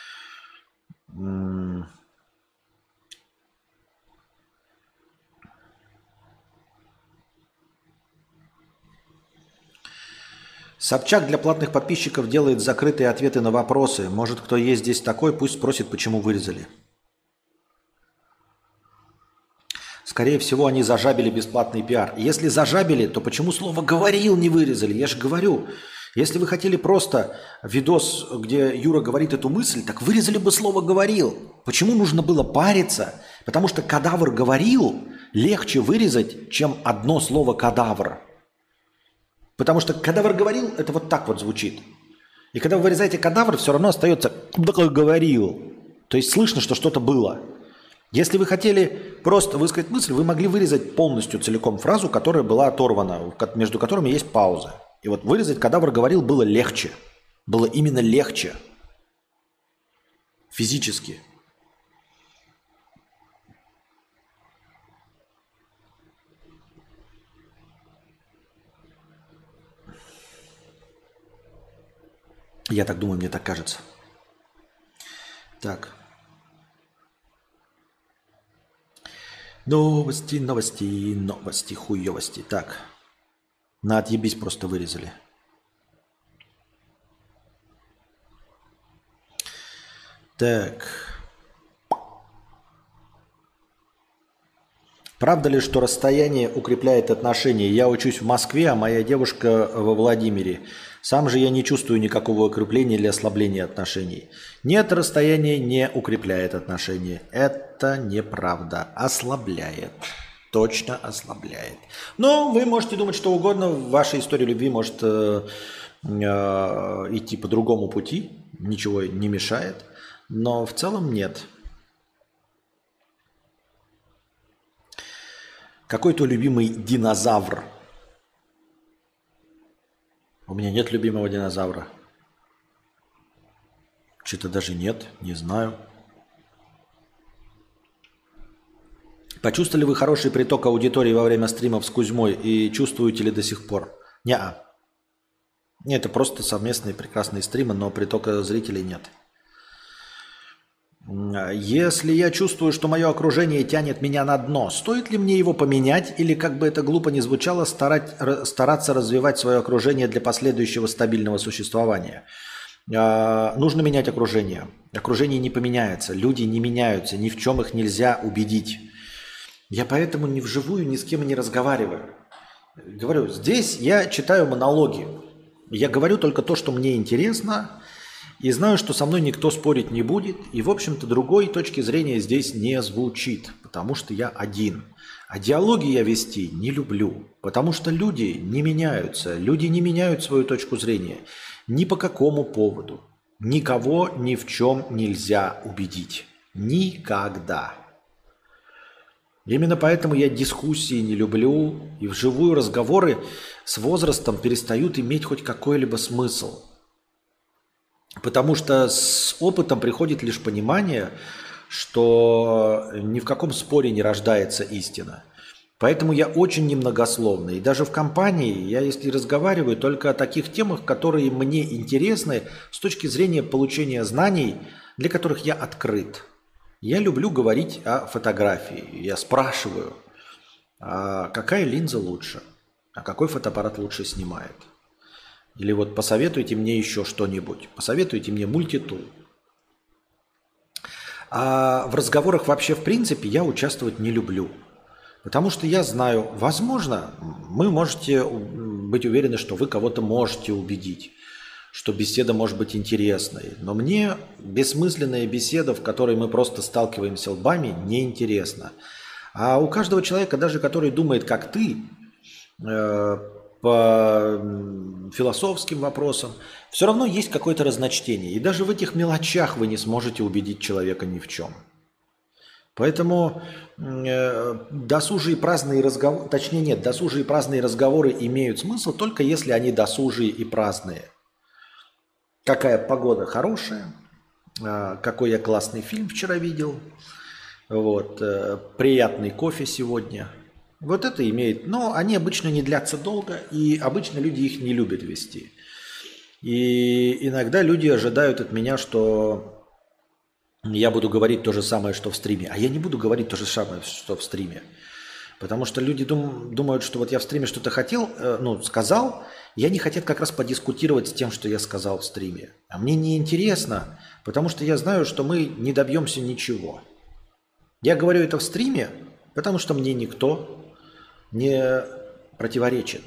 Собчак для платных подписчиков делает закрытые ответы на вопросы. Может, кто есть здесь такой, пусть спросит, почему вырезали. Скорее всего, они зажабили бесплатный пиар. Если зажабили, то почему слово «говорил» не вырезали? Я же говорю, если вы хотели просто видос, где Юра говорит эту мысль, так вырезали бы слово «говорил». Почему нужно было париться? Потому что «кадавр говорил» легче вырезать, чем одно слово «кадавр». Потому что «кадавр говорил» – это вот так вот звучит. И когда вы вырезаете «кадавр», все равно остается «говорил». То есть слышно, что что-то было. Если вы хотели просто высказать мысль, вы могли вырезать полностью целиком фразу, которая была оторвана, между которыми есть пауза. И вот вырезать «кадавр говорил» было легче. Было именно легче. Физически. Я так думаю, мне так кажется. Так. Новости, новости, новости, хуёвости. Так. На отъебись просто вырезали. Так. Правда ли, что расстояние укрепляет отношения? Я учусь в Москве, а моя девушка во Владимире. Сам же я не чувствую никакого укрепления или ослабления отношений. Нет, расстояние не укрепляет отношения. Это неправда. Ослабляет. Точно ослабляет. Но вы можете думать что угодно. Ваша история любви может э, э, идти по другому пути. Ничего не мешает. Но в целом нет. Какой твой любимый динозавр? У меня нет любимого динозавра. Что-то даже нет, не знаю. Почувствовали вы хороший приток аудитории во время стримов с Кузьмой и чувствуете ли до сих пор? Не-а. Нет, это просто совместные прекрасные стримы, но притока зрителей нет. Если я чувствую, что мое окружение тянет меня на дно, стоит ли мне его поменять или, как бы это глупо ни звучало, старать, стараться развивать свое окружение для последующего стабильного существования? А, нужно менять окружение. Окружение не поменяется, люди не меняются, ни в чем их нельзя убедить. Я поэтому ни вживую ни с кем не разговариваю. Говорю, здесь я читаю монологи. Я говорю только то, что мне интересно. И знаю, что со мной никто спорить не будет. И, в общем-то, другой точки зрения здесь не звучит. Потому что я один. А диалоги я вести не люблю. Потому что люди не меняются. Люди не меняют свою точку зрения. Ни по какому поводу. Никого ни в чем нельзя убедить. Никогда. Именно поэтому я дискуссии не люблю. И вживую разговоры с возрастом перестают иметь хоть какой-либо смысл. Потому что с опытом приходит лишь понимание, что ни в каком споре не рождается истина. Поэтому я очень немногословный. И даже в компании я, если разговариваю, только о таких темах, которые мне интересны с точки зрения получения знаний, для которых я открыт. Я люблю говорить о фотографии. Я спрашиваю, а какая линза лучше, а какой фотоаппарат лучше снимает. Или вот посоветуйте мне еще что-нибудь. Посоветуйте мне мультитул. А в разговорах вообще в принципе я участвовать не люблю. Потому что я знаю, возможно, вы можете быть уверены, что вы кого-то можете убедить, что беседа может быть интересной. Но мне бессмысленная беседа, в которой мы просто сталкиваемся лбами, неинтересна. А у каждого человека, даже который думает, как ты, э, по философским вопросам, все равно есть какое-то разночтение. И даже в этих мелочах вы не сможете убедить человека ни в чем. Поэтому э, досужие праздные разговоры, точнее нет, досужие праздные разговоры имеют смысл только если они досужие и праздные. Какая погода хорошая, э, какой я классный фильм вчера видел, вот, э, приятный кофе сегодня. Вот это имеет, но они обычно не длятся долго, и обычно люди их не любят вести. И иногда люди ожидают от меня, что я буду говорить то же самое, что в стриме. А я не буду говорить то же самое, что в стриме. Потому что люди дум, думают, что вот я в стриме что-то хотел, э, ну, сказал, и они хотят как раз подискутировать с тем, что я сказал в стриме. А мне не интересно, потому что я знаю, что мы не добьемся ничего. Я говорю это в стриме, Потому что мне никто не противоречит.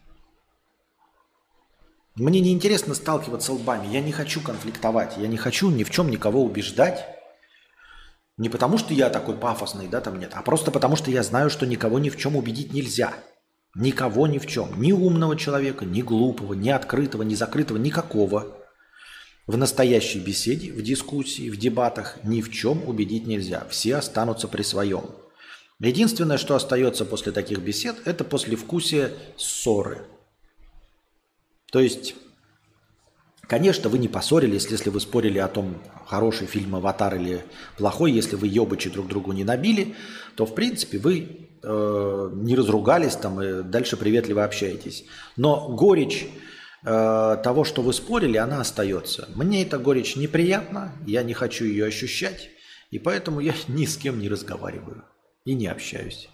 Мне не интересно сталкиваться лбами. Я не хочу конфликтовать. Я не хочу ни в чем никого убеждать. Не потому, что я такой пафосный, да, там нет, а просто потому, что я знаю, что никого ни в чем убедить нельзя. Никого ни в чем. Ни умного человека, ни глупого, ни открытого, ни закрытого, никакого. В настоящей беседе, в дискуссии, в дебатах ни в чем убедить нельзя. Все останутся при своем. Единственное, что остается после таких бесед, это послевкусие ссоры. То есть, конечно, вы не поссорились, если вы спорили о том, хороший фильм «Аватар» или плохой, если вы ебычи друг другу не набили, то, в принципе, вы э, не разругались там и дальше приветливо общаетесь. Но горечь э, того, что вы спорили, она остается. Мне эта горечь неприятна, я не хочу ее ощущать, и поэтому я ни с кем не разговариваю и не общаюсь.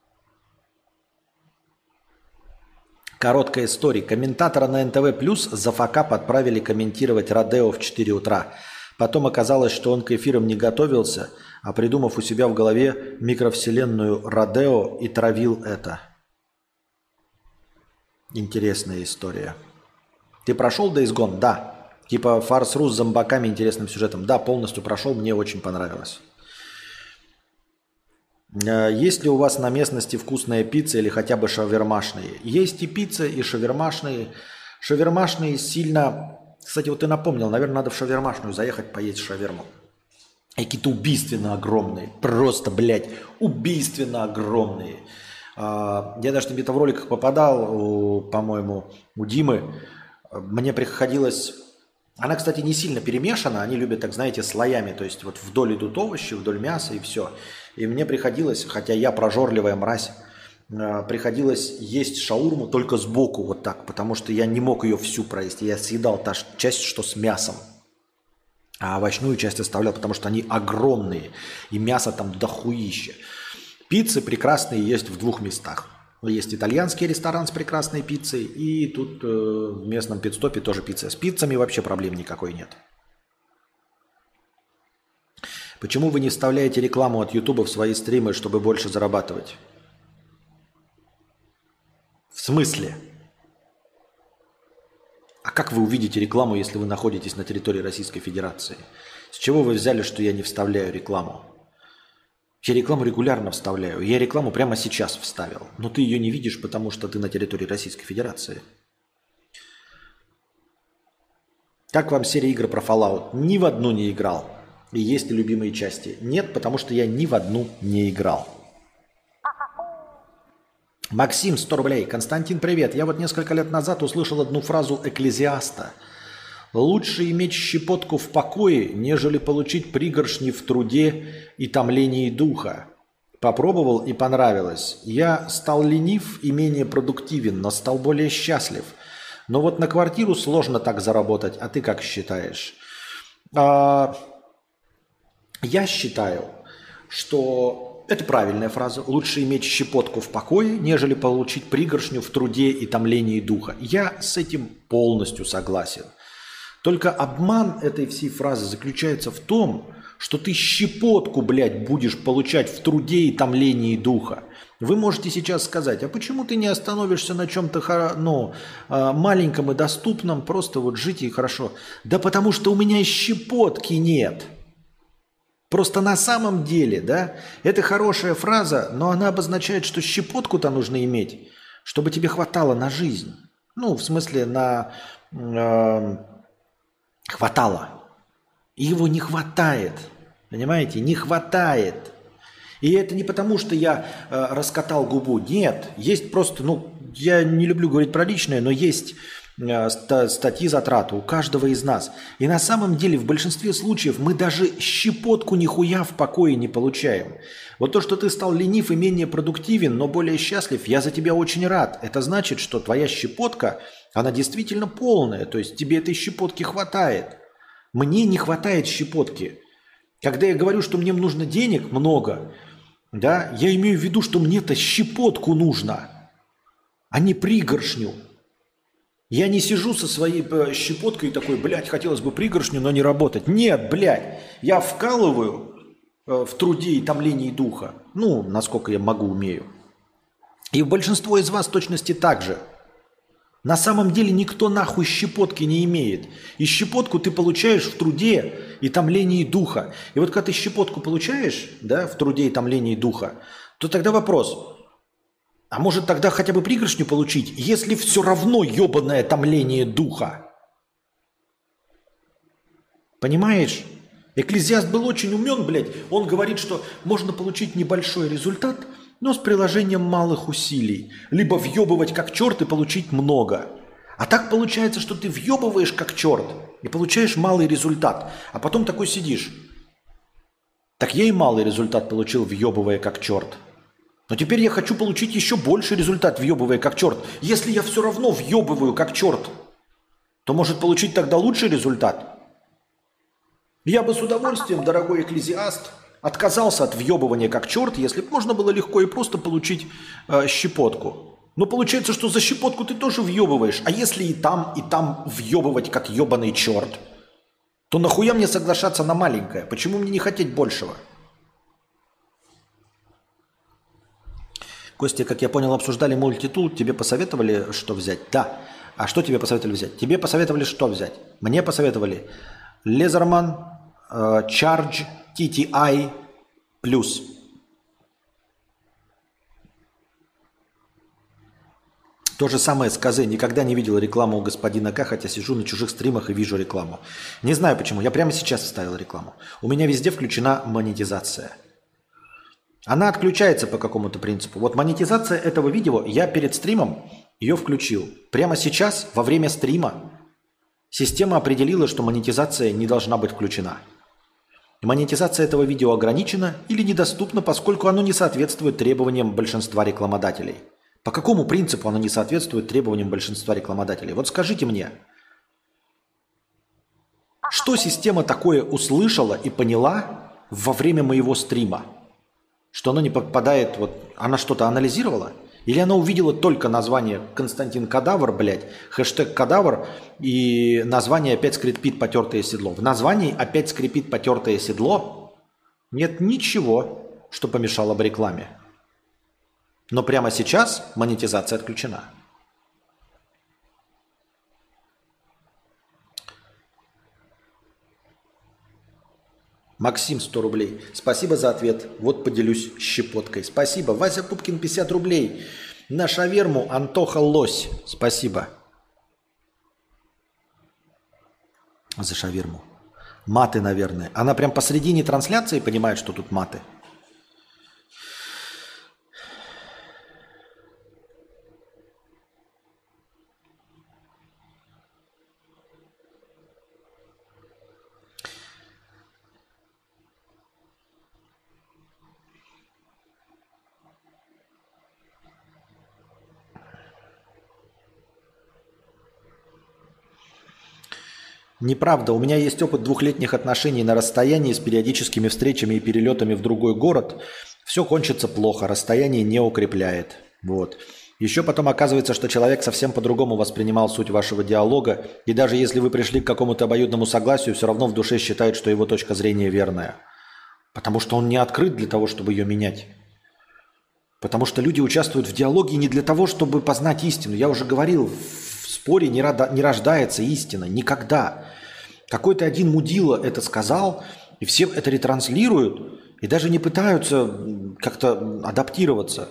Короткая история. Комментатора на эн тэ вэ плюс за факап отправили комментировать Родео в четыре утра. Потом оказалось, что он к эфирам не готовился, а придумав у себя в голове микровселенную Родео и травил это. Интересная история. Ты прошел Days Gone? Да. Типа фарс.ру с зомбаками, интересным сюжетом. Да, полностью прошел, мне очень понравилось. Есть ли у вас на местности вкусная пицца или хотя бы шавермашные? Есть и пицца, и шавермашные. Шавермашные сильно... Кстати, вот ты напомнил, наверное, надо в шавермашную заехать, поесть шаверму. Какие-то убийственно огромные. Просто, блядь, убийственно огромные. Я даже где-то в роликах попадал, по-моему, у Димы. Мне приходилось... Она, кстати, не сильно перемешана. Они любят, так знаете, слоями. То есть вот вдоль идут овощи, вдоль мяса и все. И мне приходилось, хотя я прожорливая мразь, приходилось есть шаурму только сбоку вот так, потому что я не мог ее всю проесть. Я съедал та часть, что с мясом, а овощную часть оставлял, потому что они огромные, и мясо там дохуище. Пиццы прекрасные есть в двух местах. Есть итальянский ресторан с прекрасной пиццей, и тут э, в местном пиццстопе тоже пицца. С пиццами вообще проблем никакой нет. Почему вы не вставляете рекламу от Ютуба в свои стримы, чтобы больше зарабатывать? В смысле? А как вы увидите рекламу, если вы находитесь на территории Российской Федерации? С чего вы взяли, что я не вставляю рекламу? Я рекламу регулярно вставляю. Я рекламу прямо сейчас вставил. Но ты ее не видишь, потому что ты на территории Российской Федерации. Как вам серия игр про Fallout? Ни в одну не играл. И есть ли любимые части? Нет, потому что я ни в одну не играл. Максим, сто рублей. Константин, привет. Я вот несколько лет назад услышал одну фразу Экклезиаста. Лучше иметь щепотку в покое, нежели получить пригоршни в труде и томлении духа. Попробовал и понравилось. Я стал ленив и менее продуктивен, но стал более счастлив. Но вот на квартиру сложно так заработать. А ты как считаешь? А... Я считаю, что это правильная фраза. Лучше иметь щепотку в покое, нежели получить пригоршню в труде и томлении духа. Я с этим полностью согласен. Только обман этой всей фразы заключается в том, что ты щепотку, блядь, будешь получать в труде и томлении духа. Вы можете сейчас сказать, а почему ты не остановишься на чем-то ну, маленьком и доступном, просто вот жить и хорошо? Да потому что у меня щепотки нет. Просто на самом деле, да, это хорошая фраза, но она обозначает, что щепотку-то нужно иметь, чтобы тебе хватало на жизнь. Ну, в смысле, на... Э, хватало. И его не хватает. Понимаете? Не хватает. И это не потому, что я э, раскатал губу. Нет. Есть просто, ну, я не люблю говорить про личное, но есть э, статьи затраты у каждого из нас. И на самом деле в большинстве случаев мы даже щепотку нихуя в покое не получаем. Вот то, что ты стал ленив и менее продуктивен, но более счастлив, я за тебя очень рад. Это значит, что твоя щепотка, она действительно полная. То есть тебе этой щепотки хватает. Мне не хватает щепотки. Когда я говорю, что мне нужно денег много, да, я имею в виду, что мне-то щепотку нужно, а не пригоршню. Я не сижу со своей щепоткой и такой, блядь, хотелось бы пригоршню, но не работать. Нет, блядь, я вкалываю э, в труде и томлении духа. Ну, насколько я могу, умею. И большинство из вас в точности так же. На самом деле никто нахуй щепотки не имеет. И щепотку ты получаешь в труде и томлении духа. И вот когда ты щепотку получаешь, да, в труде и томлении духа, то тогда вопрос, а может тогда хотя бы пригоршню получить, если все равно ебаное томление духа? Понимаешь? Экклезиаст был очень умен, блядь. Он говорит, что можно получить небольшой результат, но с приложением малых усилий. Либо въебывать как черт и получить много. А так получается, что ты въебываешь как черт и получаешь малый результат. А потом такой сидишь. Так я и малый результат получил, въебывая как черт. Но теперь я хочу получить еще больше результат, въебывая как черт. Если я все равно въебываю как черт, то может получить тогда лучший результат? Я бы с удовольствием, дорогой экклезиаст, отказался от въебывания как черт, если бы можно было легко и просто получить э, щепотку. Но получается, что за щепотку ты тоже въебываешь. А если и там, и там въебывать как ебаный черт, то нахуя мне соглашаться на маленькое? Почему мне не хотеть большего? Костя, как я понял, обсуждали мультитул. Тебе посоветовали, что взять? Да. А что тебе посоветовали взять? Тебе посоветовали, что взять? Мне посоветовали Leatherman э, Charge ти ти ай Plus. То же самое с КЗ. Никогда не видел рекламу у господина К, хотя сижу на чужих стримах и вижу рекламу. Не знаю почему. Я прямо сейчас вставил рекламу. У меня везде включена монетизация. Она отключается по какому-то принципу. Вот монетизация этого видео, я перед стримом ее включил. Прямо сейчас, во время стрима, система определила, что монетизация не должна быть включена. Монетизация этого видео ограничена или недоступна, поскольку оно не соответствует требованиям большинства рекламодателей. По какому принципу оно не соответствует требованиям большинства рекламодателей? Вот скажите мне, что система такое услышала и поняла во время моего стрима? Что оно не попадает, вот она что-то анализировала? Или она увидела только название Константин Кадавр, блядь, хэштег Кадавр и название опять скрипит потертое седло. В названии опять скрипит потертое седло нет ничего, что помешало бы рекламе. Но прямо сейчас монетизация отключена. Максим, сто рублей. Спасибо за ответ. Вот поделюсь щепоткой. Спасибо. Вася Пупкин, пятьдесят рублей. На шаверму Антоха Лось. Спасибо. За шаверму. Маты, наверное. Она прям посредине трансляции понимает, что тут маты. Неправда. У меня есть опыт двухлетних отношений на расстоянии с периодическими встречами и перелетами в другой город. Все кончится плохо, расстояние не укрепляет. Вот. Еще потом оказывается, что человек совсем по-другому воспринимал суть вашего диалога, и даже если вы пришли к какому-то обоюдному согласию, все равно в душе считает, что его точка зрения верная. Потому что он не открыт для того, чтобы ее менять. Потому что люди участвуют в диалоге не для того, чтобы познать истину. Я уже говорил, в споре не, рада, не рождается истина. Никогда. Какой-то один мудила это сказал, и все это ретранслируют, и даже не пытаются как-то адаптироваться.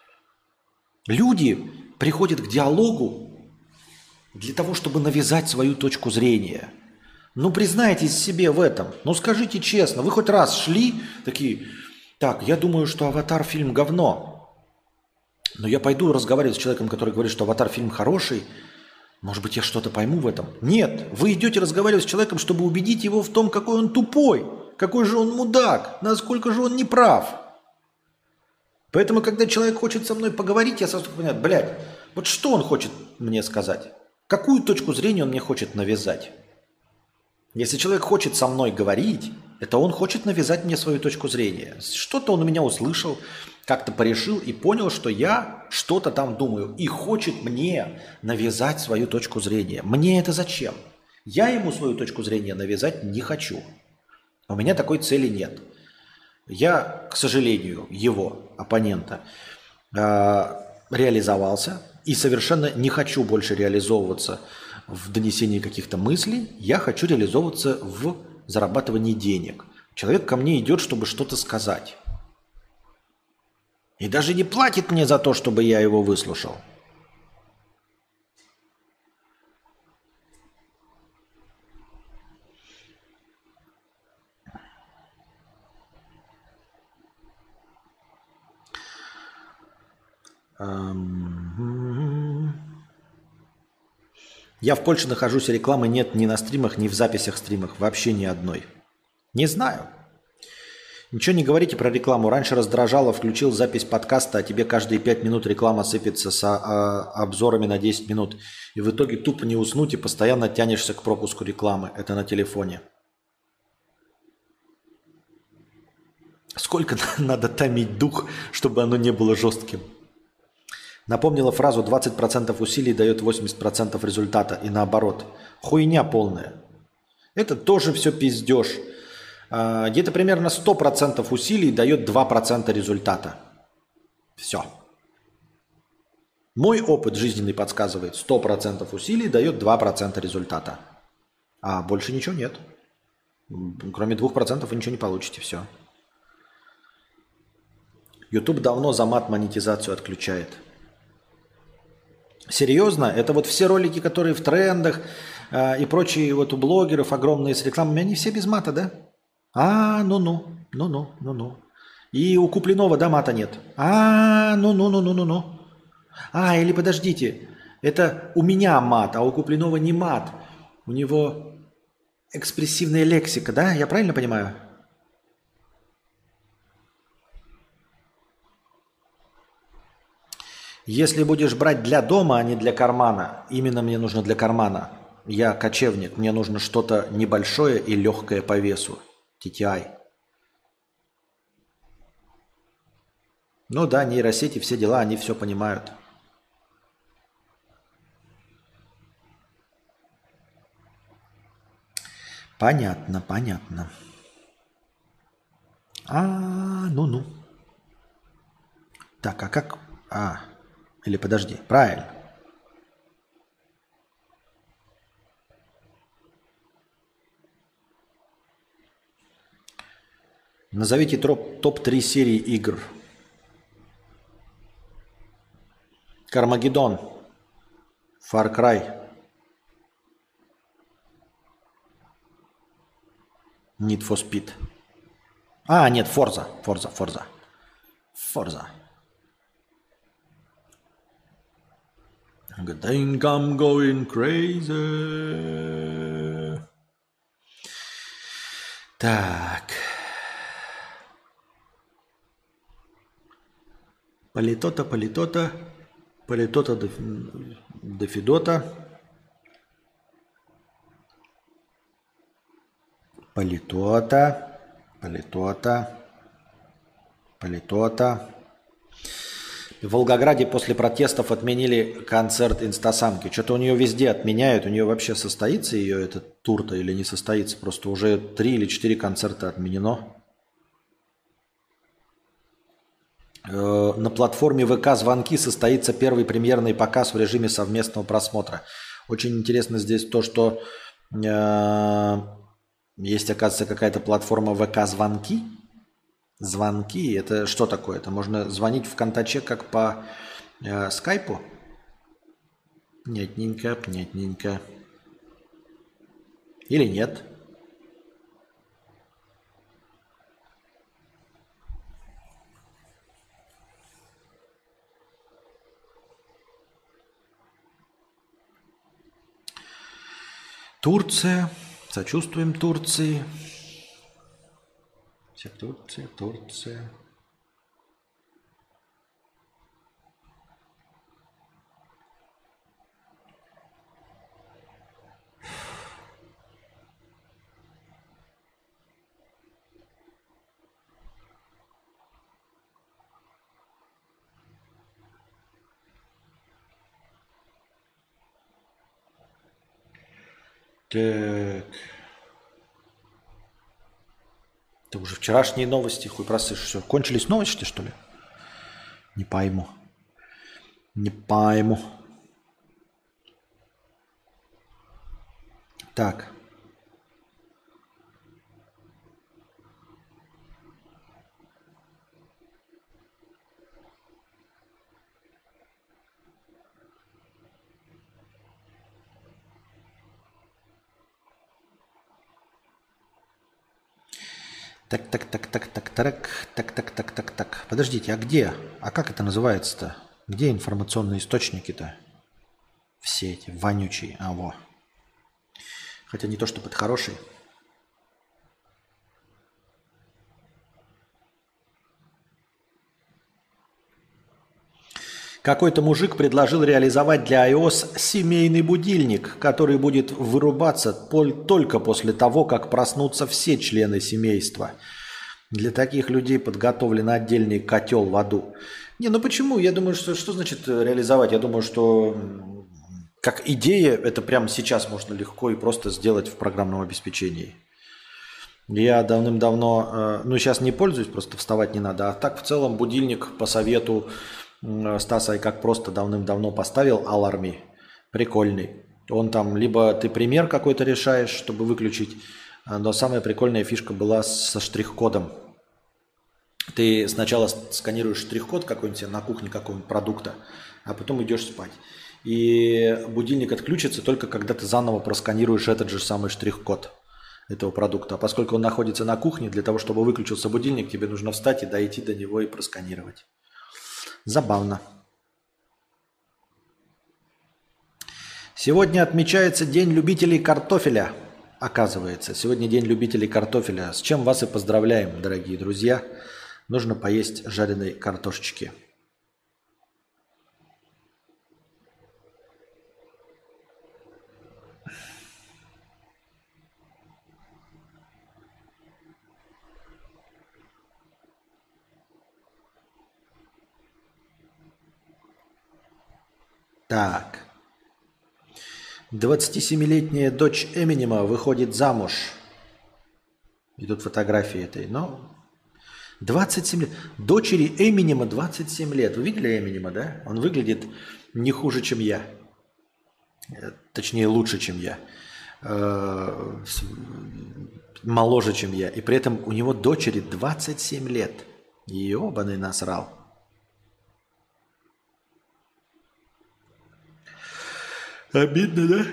Люди приходят к диалогу для того, чтобы навязать свою точку зрения. Ну, признайтесь себе в этом. Ну, скажите честно, вы хоть раз шли такие, так, я думаю, что «Аватар» фильм говно, но я пойду разговаривать с человеком, который говорит, что «Аватар» фильм хороший, может быть, я что-то пойму в этом. Нет, вы идете разговаривать с человеком, чтобы убедить его в том, какой он тупой, какой же он мудак, насколько же он неправ. Поэтому, когда человек хочет со мной поговорить, я сразу понимаю, блядь, вот что он хочет мне сказать? Какую точку зрения он мне хочет навязать? Если человек хочет со мной говорить, это он хочет навязать мне свою точку зрения. Что-то он у меня услышал, как-то порешил и понял, что я что-то там думаю и хочет мне навязать свою точку зрения. Мне это зачем? Я ему свою точку зрения навязать не хочу. У меня такой цели нет. Я, к сожалению, его оппонента э, реализовался и совершенно не хочу больше реализовываться в донесении каких-то мыслей. Я хочу реализовываться в зарабатывании денег. Человек ко мне идет, чтобы что-то сказать. И даже не платит мне за то, чтобы я его выслушал. Я в Польше нахожусь, рекламы нет ни на стримах, ни в записях стримах. Вообще ни одной. Не знаю. Ничего не говорите про рекламу. Раньше раздражало, включил запись подкаста, а тебе каждые пять минут реклама сыпется с а, обзорами на десять минут. И в итоге тупо не уснуть и постоянно тянешься к пропуску рекламы. Это на телефоне. Сколько надо томить дух, чтобы оно не было жестким? Напомнила фразу «двадцать процентов усилий дает восемьдесят процентов результата» и наоборот. Хуйня полная. Это тоже все пиздеж. Где-то примерно сто процентов усилий дает два процента результата. Все. Мой опыт жизненный подсказывает, сто процентов усилий дает два процента результата. А больше ничего нет. Кроме двух процентов вы ничего не получите. Все. YouTube давно за мат монетизацию отключает. Серьезно? Это вот все ролики, которые в трендах э, и прочие вот у блогеров огромные с рекламами, они все без мата, да? А, ну-ну, ну-ну, ну-ну. И у Куплинова, да, мата нет? А, ну-ну-ну-ну-ну-ну. А, или подождите, это у меня мат, а у Куплинова не мат. У него экспрессивная лексика, да? Я правильно понимаю? Если будешь брать для дома, а не для кармана, именно мне нужно для кармана. Я кочевник, мне нужно что-то небольшое и легкое по весу. ти ти ай. Ну да, нейросети, все дела, они все понимают. Понятно, понятно. А, ну-ну. Так, а как... А, или подожди, правильно. Назовите топ-три серии игр. Кармагеддон. Far Cry. Need for Speed. А, нет, Forza. Forza, Forza. Forza. I think I'm going crazy. Так. Политота, политота. Политота до, до Федота. Политота. Политота. Политота. В Волгограде после протестов отменили концерт инстасамки. Что-то у нее везде отменяют. У нее вообще состоится ее этот тур-то или не состоится? Просто уже три или четыре концерта отменено. На платформе ВК «Звонки» состоится первый премьерный показ в режиме совместного просмотра. Очень интересно здесь то, что э, есть, оказывается, какая-то платформа ВК «Звонки». Звонки – это что такое? Это можно звонить в контаче как по э, скайпу? Нетненько, нетненько. Или нет? Турция. Сочувствуем Турции. Вся Турция, Турция. Так. уже вчерашние новости, хуй просышь. Все, кончились новости, что ли? Не пойму. Не пойму. Так. Так, так, так, так, так, так, так, так, так, так, так. Подождите, а где? А как это называется-то? Где информационные источники-то? Все эти вонючие. А, во. Хотя не то, чтобы это хороший. Какой-то мужик предложил реализовать для iOS семейный будильник, который будет вырубаться только после того, как проснутся все члены семейства. Для таких людей подготовлен отдельный котел в аду. Не, ну почему? Я думаю, что что значит реализовать? Я думаю, что как идея это прямо сейчас можно легко и просто сделать в программном обеспечении. Я давным-давно, ну сейчас не пользуюсь, просто вставать не надо, а так в целом будильник по совету Стаса, как просто давным-давно поставил аларми, прикольный. Он там, либо ты пример какой-то решаешь, чтобы выключить, но самая прикольная фишка была со штрих-кодом. Ты сначала сканируешь штрих-код какой-нибудь на кухне какого-нибудь продукта, а потом идешь спать. И будильник отключится только когда ты заново просканируешь этот же самый штрих-код этого продукта. А поскольку он находится на кухне, для того, чтобы выключился будильник, тебе нужно встать и дойти до него и просканировать. Забавно. Сегодня отмечается День любителей картофеля. Оказывается, сегодня День любителей картофеля. С чем вас и поздравляем, дорогие друзья. Нужно поесть жареной картошечки. Так. двадцатисемилетняя дочь Эминема выходит замуж. И тут фотографии этой. Но двадцать семь лет. Дочери Эминема двадцать семь лет. Вы видели Эминема, да? Он выглядит не хуже, чем я. Точнее, лучше, чем я. Моложе, чем я. И при этом у него дочери двадцать семь лет. Ёбаный насрал. Обидно, да?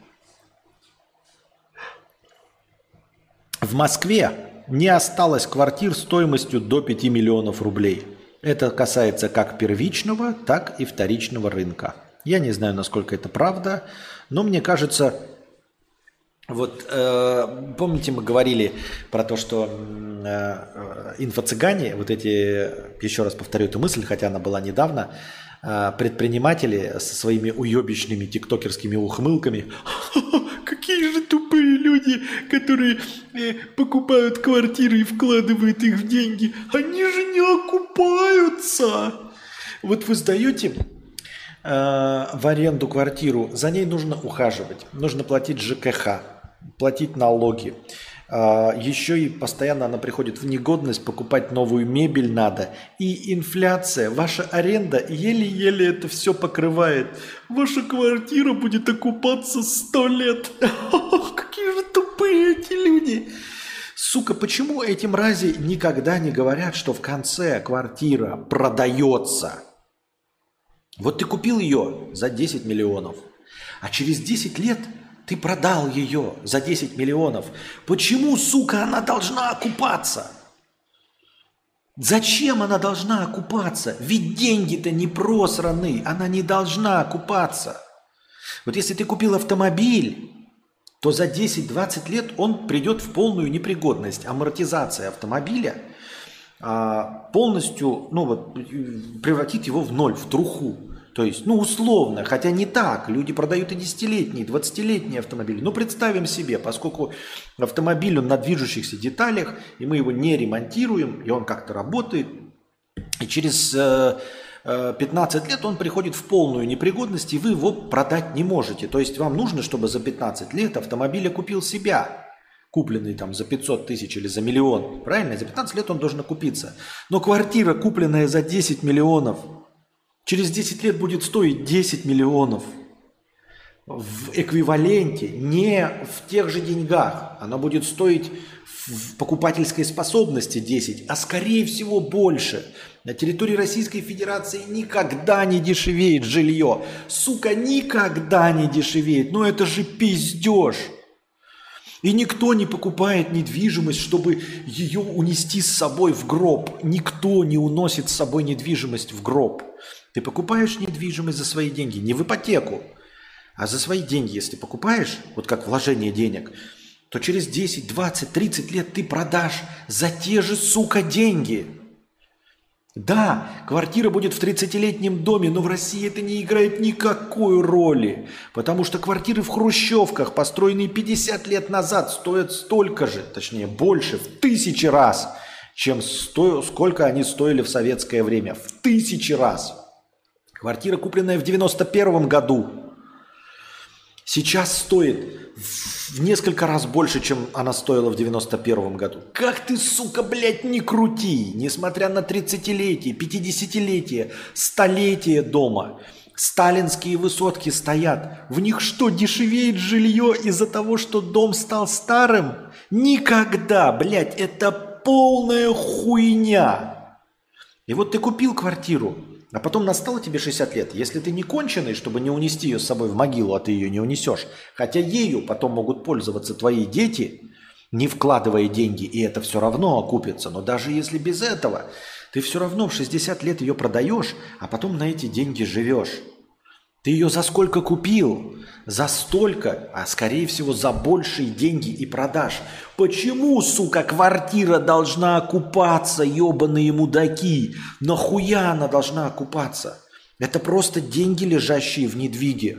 В Москве не осталось квартир стоимостью до пяти миллионов рублей. Это касается как первичного, так и вторичного рынка. Я не знаю, насколько это правда, но мне кажется, вот э, помните, мы говорили про то, что э, инфо-цыгане, вот эти, еще раз повторю эту мысль, хотя она была недавно, предприниматели со своими уебищными тиктокерскими ухмылками. Какие же тупые люди, которые э, покупают квартиры и вкладывают их в деньги. Они же не окупаются. Вот вы сдаете э, в аренду квартиру, за ней нужно ухаживать, нужно платить ЖКХ, платить налоги. Еще и постоянно она приходит в негодность, покупать новую мебель надо. И инфляция, ваша аренда еле-еле это все покрывает. Ваша квартира будет окупаться сто лет. Какие же тупые эти люди. Сука, почему эти мрази никогда не говорят, что в конце квартира продается? Вот ты купил ее за десять миллионов, а через десять лет... Ты продал ее за десять миллионов. Почему, сука, она должна окупаться? Зачем она должна окупаться? Ведь деньги-то не просраны. Она не должна окупаться. Вот если ты купил автомобиль, то за десять-двадцать лет он придет в полную непригодность. Амортизация автомобиля а, полностью ну, вот, превратит его в ноль, в труху. То есть, ну, условно, хотя не так. Люди продают и десятилетние, двадцатилетние автомобили. Но представим себе, поскольку автомобиль, он на движущихся деталях, и мы его не ремонтируем, и он как-то работает, и через э, э, пятнадцать лет он приходит в полную непригодность, и вы его продать не можете. То есть, вам нужно, чтобы за пятнадцать лет автомобиль окупил себя. купленный там за пятьсот тысяч или за миллион. Правильно? За пятнадцать лет он должен окупиться. Но квартира, купленная за десять миллионов, через десять лет будет стоить десять миллионов. В эквиваленте, не в тех же деньгах. Она будет стоить в покупательской способности десять, а скорее всего больше. На территории Российской Федерации никогда не дешевеет жилье. Сука, никогда не дешевеет. Ну это же пиздеж. И никто не покупает недвижимость, чтобы ее унести с собой в гроб. Никто не уносит с собой недвижимость в гроб. Ты покупаешь недвижимость за свои деньги, не в ипотеку, а за свои деньги. Если покупаешь, вот как вложение денег, то через десять, двадцать, тридцать лет ты продашь за те же, сука, деньги. Да, квартира будет в тридцатилетнем доме, но в России это не играет никакой роли, потому что квартиры в хрущевках, построенные пятьдесят лет назад, стоят столько же, точнее больше, в тысячи раз, чем сто... сколько они стоили в советское время. В тысячи раз. Квартира, купленная в девяносто первом году, сейчас стоит в несколько раз больше, чем она стоила в девяносто первом году. Как ты, сука, блядь, не крути, несмотря на тридцатилетие, пятидесятилетие, столетие дома, сталинские высотки стоят. В них что, дешевеет жилье из-за того, что дом стал старым? Никогда, блядь, это полная хуйня. И вот ты купил квартиру, а потом настало тебе шестьдесят лет. Если ты не конченый, чтобы не унести ее с собой в могилу, а ты ее не унесешь, хотя ею потом могут пользоваться твои дети, не вкладывая деньги, и это все равно окупится. Но даже если без этого, ты все равно в шестьдесят лет ее продаешь, а потом на эти деньги живешь. Ты ее за сколько купил? За столько, а скорее всего за большие деньги и продашь. Почему, сука, квартира должна окупаться, ебаные мудаки? Нахуя она должна окупаться? Это просто деньги, лежащие в недвиге.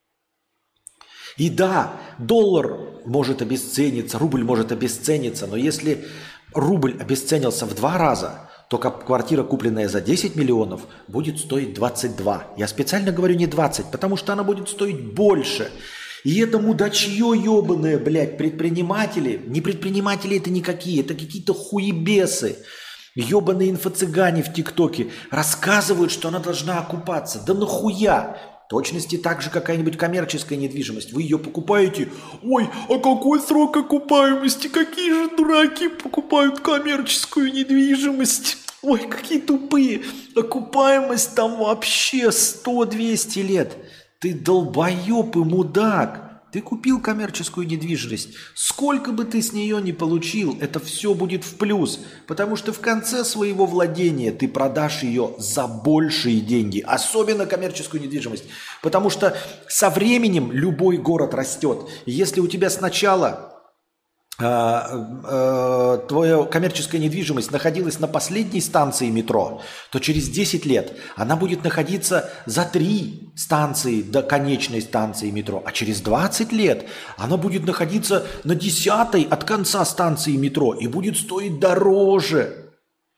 И да, доллар может обесцениться, рубль может обесцениться, но если рубль обесценился в два раза, то квартира, купленная за десять миллионов, будет стоить двадцать два. Я специально говорю не двадцать, потому что она будет стоить больше. И это мудачье ебаное, блядь, предприниматели. Не предприниматели это никакие, это какие-то хуебесы. Ебаные инфо-цыгане в ТикТоке рассказывают, что она должна окупаться. Да нахуя? В точности так же какая-нибудь коммерческая недвижимость. Вы ее покупаете. Ой, а какой срок окупаемости? Какие же дураки покупают коммерческую недвижимость? Ой, какие тупые. Окупаемость там вообще сто-двести лет. Ты долбоеб и мудак. Ты купил коммерческую недвижимость. Сколько бы ты с нее ни получил, это все будет в плюс. Потому что в конце своего владения ты продашь ее за большие деньги. Особенно коммерческую недвижимость. Потому что со временем любой город растет. И если у тебя сначала э, э, твоя коммерческая недвижимость находилась на последней станции метро, то через десять лет она будет находиться за три станции до конечной станции метро. А через двадцать лет она будет находиться на десятой от конца станции метро и будет стоить дороже.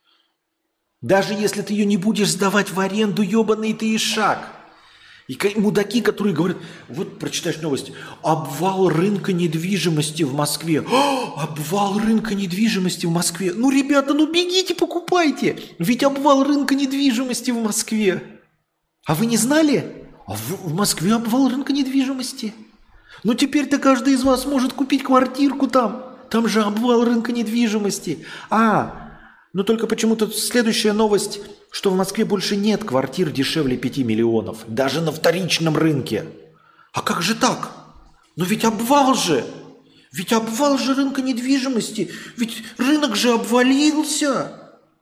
Даже если ты ее не будешь сдавать в аренду, ебаный ты ишак. И мудаки, которые говорят, вот прочитаешь новость, обвал рынка недвижимости в Москве. О, обвал рынка недвижимости в Москве. Ну, ребята, ну бегите, покупайте. Ведь обвал рынка недвижимости в Москве. А вы не знали? А в, в Москве обвал рынка недвижимости. Ну, теперь-то каждый из вас может купить квартирку там. Там же обвал рынка недвижимости. А, ну только почему-то следующая новость, что в Москве больше нет квартир дешевле пяти миллионов. Даже на вторичном рынке. А как же так? Ну ведь обвал же. Ведь обвал же рынка недвижимости. Ведь рынок же обвалился.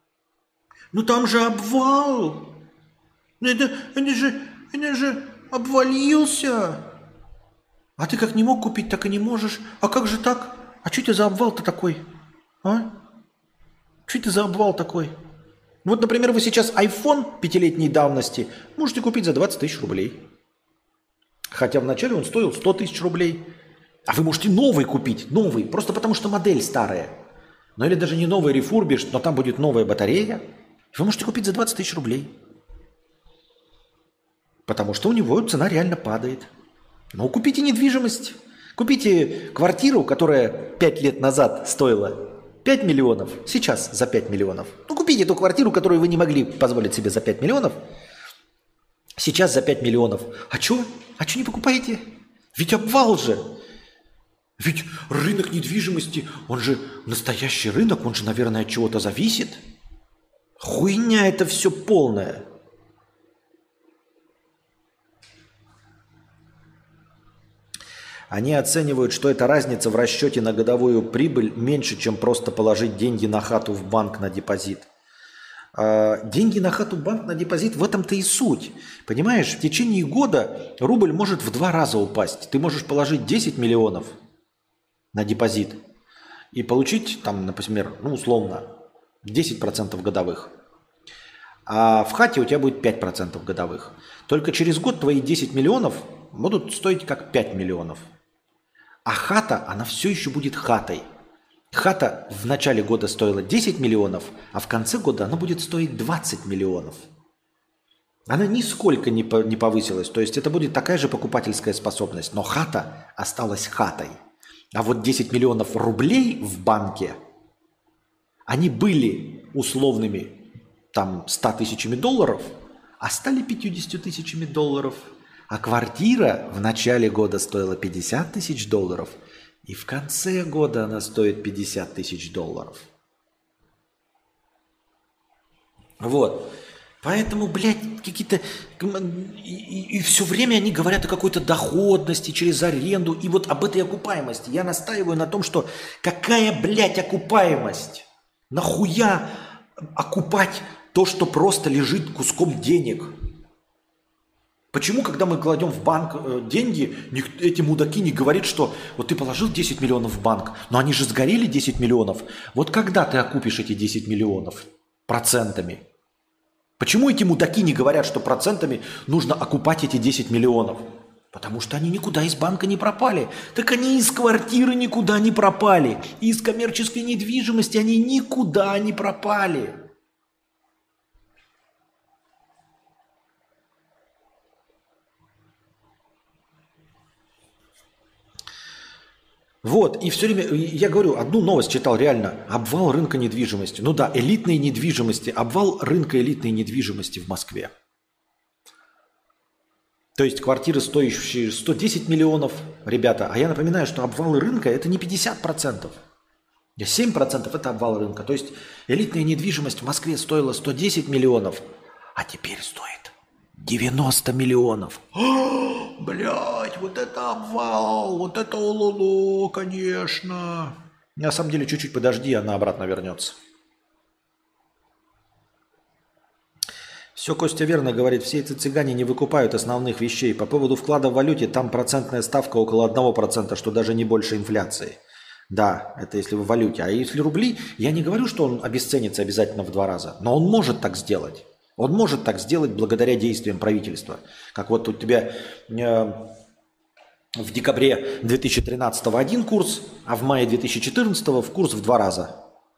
Ну там же обвал. Это, это же, это же обвалился. А ты как не мог купить, так и не можешь. А как же так? А что это за обвал-то такой? А? Что это за обвал такой? Вот, например, вы сейчас iPhone пятилетней давности можете купить за двадцать тысяч рублей. Хотя вначале он стоил сто тысяч рублей. А вы можете новый купить, новый, просто потому что модель старая. Ну или даже не новый рефурбиш, но там будет новая батарея. Вы можете купить за двадцать тысяч рублей. Потому что у него цена реально падает. Но купите недвижимость. Купите квартиру, которая пять лет назад стоила пять миллионов, сейчас за пять миллионов. Ну, купите эту квартиру, которую вы не могли позволить себе за пять миллионов, сейчас за пять миллионов. А что? А что не покупаете? Ведь обвал же. Ведь рынок недвижимости, он же настоящий рынок, он же, наверное, от чего-то зависит. Хуйня это все полная. Они оценивают, что эта разница в расчете на годовую прибыль меньше, чем просто положить деньги на хату в банк на депозит. А, деньги на хату в банк на депозит, в этом-то и суть. Понимаешь, в течение года рубль может в два раза упасть. Ты можешь положить десять миллионов на депозит и получить, там, например, ну, условно, десять процентов годовых. А в хате у тебя будет пять процентов годовых. Только через год твои десять миллионов будут стоить как пять миллионов. А хата, она все еще будет хатой. Хата в начале года стоила десять миллионов, а в конце года она будет стоить двадцать миллионов. Она нисколько не, по, не повысилась. То есть это будет такая же покупательская способность. Но хата осталась хатой. А вот десять миллионов рублей в банке, они были условными там ста тысячами долларов, а стали пятьюдесятью тысячами долларов. А квартира в начале года стоила пятьдесят тысяч долларов, и в конце года она стоит пятьдесят тысяч долларов. Вот. Поэтому, блядь, какие-то... И, и, и все время они говорят о какой-то доходности через аренду. И вот об этой окупаемости. Я настаиваю на том, что какая, блядь, окупаемость? Нахуя окупать то, что просто лежит куском денег? Почему, когда мы кладем в банк э, деньги, эти мудаки не говорят, что вот ты положил десять миллионов в банк, но они же сгорели десять миллионов. Вот когда ты окупишь эти десять миллионов процентами? Почему эти мудаки не говорят, что процентами нужно окупать эти десять миллионов? Потому что они никуда из банка не пропали. Так они из квартиры никуда не пропали. Из коммерческой недвижимости они никуда не пропали. Вот, и все время, я говорю, одну новость читал реально, обвал рынка недвижимости. Ну да, элитной недвижимости, обвал рынка элитной недвижимости в Москве. То есть квартиры, стоящие сто десять миллионов, ребята, а я напоминаю, что обвалы рынка это не пятьдесят процентов, семь процентов это обвал рынка. То есть элитная недвижимость в Москве стоила сто десять миллионов, а теперь стоит девяносто миллионов. Блять, вот это обвал, вот это ололо, конечно. На самом деле, чуть-чуть подожди, она обратно вернется. Все Костя верно говорит, все эти цыгане не выкупают основных вещей. По поводу вклада в валюте, там процентная ставка около одного процента, что даже не больше инфляции. Да, это если в валюте. А если рубли, я не говорю, что он обесценится обязательно в два раза, но он может так сделать. Он может так сделать благодаря действиям правительства. Как вот у тебя э, в декабре две тысячи тринадцатого один курс, а в мае две тысячи четырнадцатого в курс в два раза.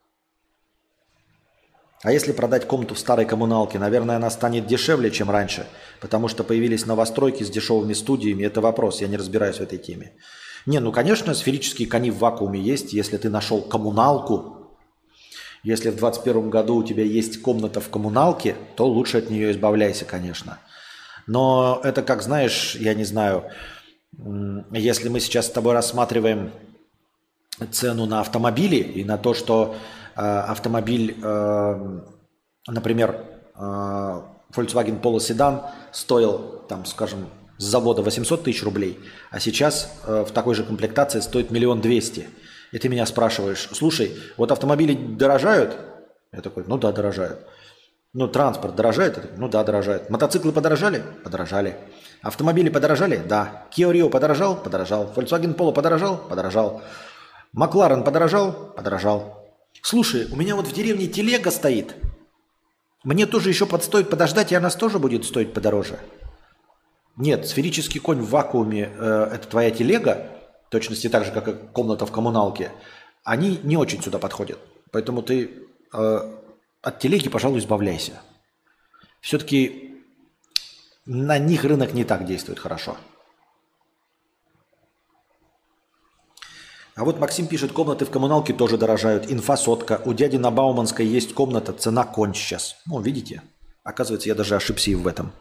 А если продать комнату в старой коммуналке, наверное, она станет дешевле, чем раньше, потому что появились новостройки с дешевыми студиями. Это вопрос, я не разбираюсь в этой теме. Не, ну, конечно, сферические кони в вакууме есть, если ты нашел коммуналку. Если в двадцать первом году у тебя есть комната в коммуналке, то лучше от нее избавляйся, конечно. Но это, как знаешь, я не знаю, если мы сейчас с тобой рассматриваем цену на автомобили и на то, что э, автомобиль, э, например, э, Volkswagen Polo Sedan стоил, там, скажем, с завода восемьсот тысяч рублей, а сейчас э, в такой же комплектации стоит миллион двести. И ты меня спрашиваешь, слушай, вот автомобили дорожают? Я такой, ну да, дорожают. Ну, транспорт дорожает? Я такой, ну да, дорожает. Мотоциклы подорожали? Подорожали. Автомобили подорожали? Да. Kia Rio подорожал? Подорожал. Volkswagen Polo подорожал? Подорожал. Макларен подорожал? Подорожал. Слушай, у меня вот в деревне телега стоит. Мне тоже еще подстоит подождать, и она тоже будет стоить подороже. Нет, сферический конь в вакууме э, – это твоя телега, в точности так же, как и комната в коммуналке, они не очень сюда подходят. Поэтому ты э, от телеги, пожалуй, избавляйся. Все-таки на них рынок не так действует хорошо. А вот Максим пишет, комнаты в коммуналке тоже дорожают. Инфа сотка. У дяди на Бауманской есть комната, цена конч сейчас. Ну, видите? Оказывается, я даже ошибся и в этом.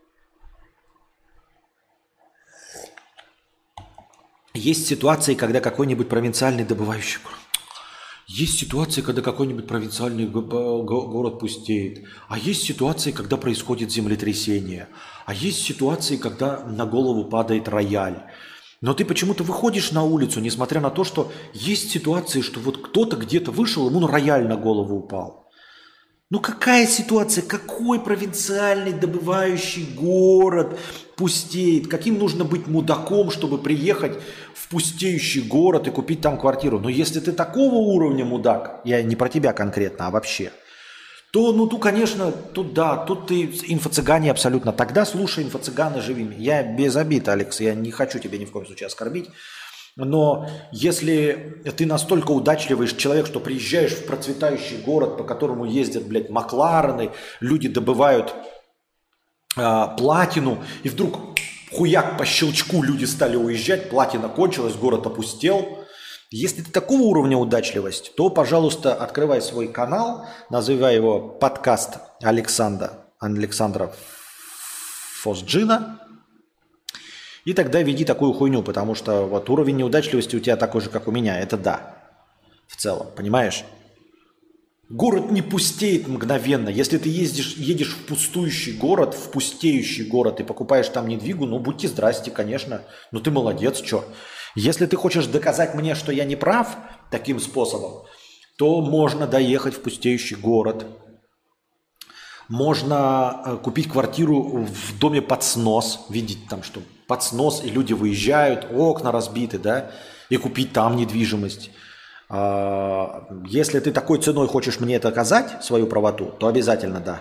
Есть ситуации, когда какой-нибудь провинциальный добывающий... Есть ситуации, когда какой-нибудь провинциальный город пустеет. А есть ситуации, когда происходит землетрясение. А есть ситуации, когда на голову падает рояль. Но ты почему-то выходишь на улицу, несмотря на то, что есть ситуации, что вот кто-то где-то вышел, ему рояль на голову упал. Ну какая ситуация? Какой провинциальный добывающий город пустеет? Каким нужно быть мудаком, чтобы приехать в пустеющий город и купить там квартиру? Но если ты такого уровня мудак, я не про тебя конкретно, а вообще, то, ну, тут, конечно, тут да, тут ты инфо-цыгане абсолютно. Тогда слушай инфо-цыганы, живи. Я без обид, Алекс, я не хочу тебя ни в коем случае оскорбить. Но если ты настолько удачливый человек, что приезжаешь в процветающий город, по которому ездят, блядь, Макларены, люди добывают э, платину, и вдруг хуяк по щелчку люди стали уезжать, платина кончилась, город опустел. Если ты такого уровня удачливости, то, пожалуйста, открывай свой канал, называй его подкаст Александра, Александра Фосджина. И тогда веди такую хуйню, потому что вот уровень неудачливости у тебя такой же, как у меня. Это да, в целом, понимаешь? Город не пустеет мгновенно. Если ты ездишь, едешь в пустующий город, в пустеющий город и покупаешь там недвигу, ну будьте здрасте, конечно. Ну ты молодец, чё. Если ты хочешь доказать мне, что я не прав таким способом, то можно доехать в пустеющий город. Можно купить квартиру в доме под снос, видеть там, что под снос, и люди выезжают, окна разбиты, да, и купить там недвижимость. Если ты такой ценой хочешь мне это доказать, свою правоту, то обязательно да.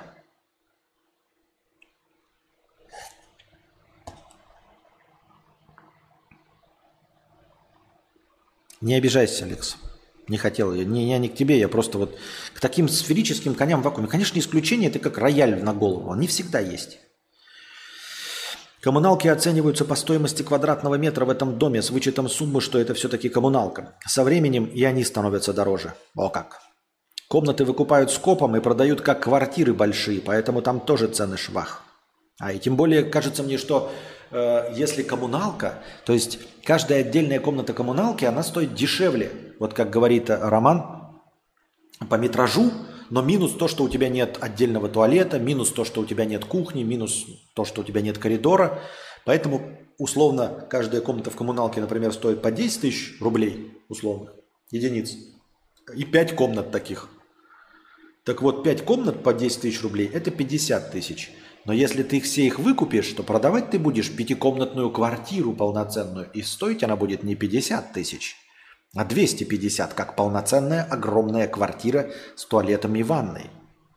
Не обижайся, Алекс. Не хотел я. Не, я не к тебе, я просто вот к таким сферическим коням в вакууме. Конечно, исключение это как рояль на голову. Они всегда есть. Коммуналки оцениваются по стоимости квадратного метра в этом доме с вычетом суммы, что это все-таки коммуналка. Со временем и они становятся дороже. О как. Комнаты выкупают скопом и продают как квартиры большие, поэтому там тоже цены швах. А и тем более кажется мне, что э, если коммуналка, то есть каждая отдельная комната коммуналки, она стоит дешевле. Вот как говорит Роман, по метражу, но минус то, что у тебя нет отдельного туалета, минус то, что у тебя нет кухни, минус то, что у тебя нет коридора. Поэтому условно каждая комната в коммуналке, например, стоит по десять тысяч рублей, условно, единиц. И пять комнат таких. Так вот, пять комнат по десять тысяч рублей – это пятьдесят тысяч. Но если ты их все их выкупишь, то продавать ты будешь пятикомнатную квартиру полноценную. И стоить она будет не пятьдесят тысяч, а двести пятьдесят, как полноценная огромная квартира с туалетом и ванной.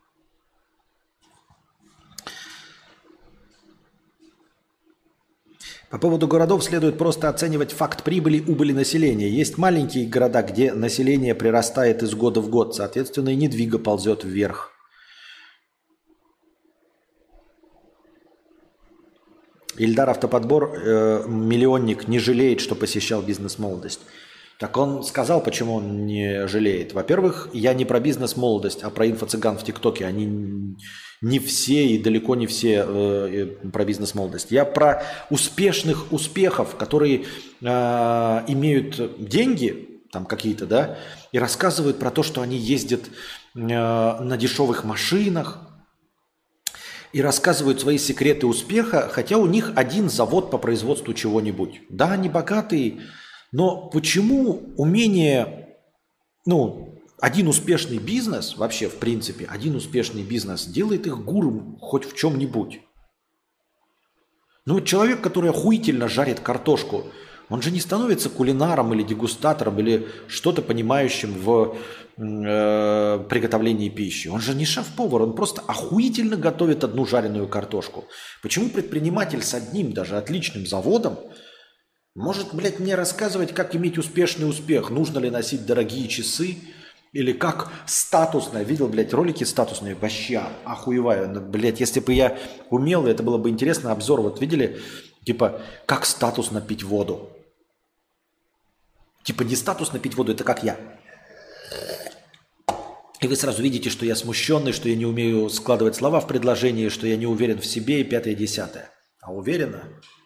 По поводу городов следует просто оценивать факт прибыли, убыли населения. Есть маленькие города, где население прирастает из года в год, соответственно, и недвига ползет вверх. Ильдар Автоподбор, э, миллионник, не жалеет, что посещал бизнес-молодость. Так он сказал, почему он не жалеет. Во-первых, я не про бизнес-молодость, а про инфо-цыган в ТикТоке. Они не все и далеко не все э, про бизнес-молодость. Я про успешных успехов, которые э, имеют деньги, там какие-то, да, и рассказывают про то, что они ездят э, на дешевых машинах, и рассказывают свои секреты успеха, хотя у них один завод по производству чего-нибудь. Да, они богатые, но почему умение, ну, один успешный бизнес, вообще в принципе, один успешный бизнес делает их гуру хоть в чем-нибудь? Ну, человек, который охуительно жарит картошку, он же не становится кулинаром или дегустатором или что-то понимающим в э, приготовлении пищи. Он же не шеф-повар, он просто охуительно готовит одну жареную картошку. Почему предприниматель с одним даже отличным заводом может, блядь, мне рассказывать, как иметь успешный успех? Нужно ли носить дорогие часы? Или как статусно? Видел, блядь, ролики статусные? Вообще охуеваю. Блядь, если бы я умел, это было бы интересно. Обзор, вот видели? Типа, как статусно пить воду? Типа не статусно пить воду, это как я. И вы сразу видите, что я смущенный, что я не умею складывать слова в предложении, что я не уверен в себе и пятое, десятое. А уверенно?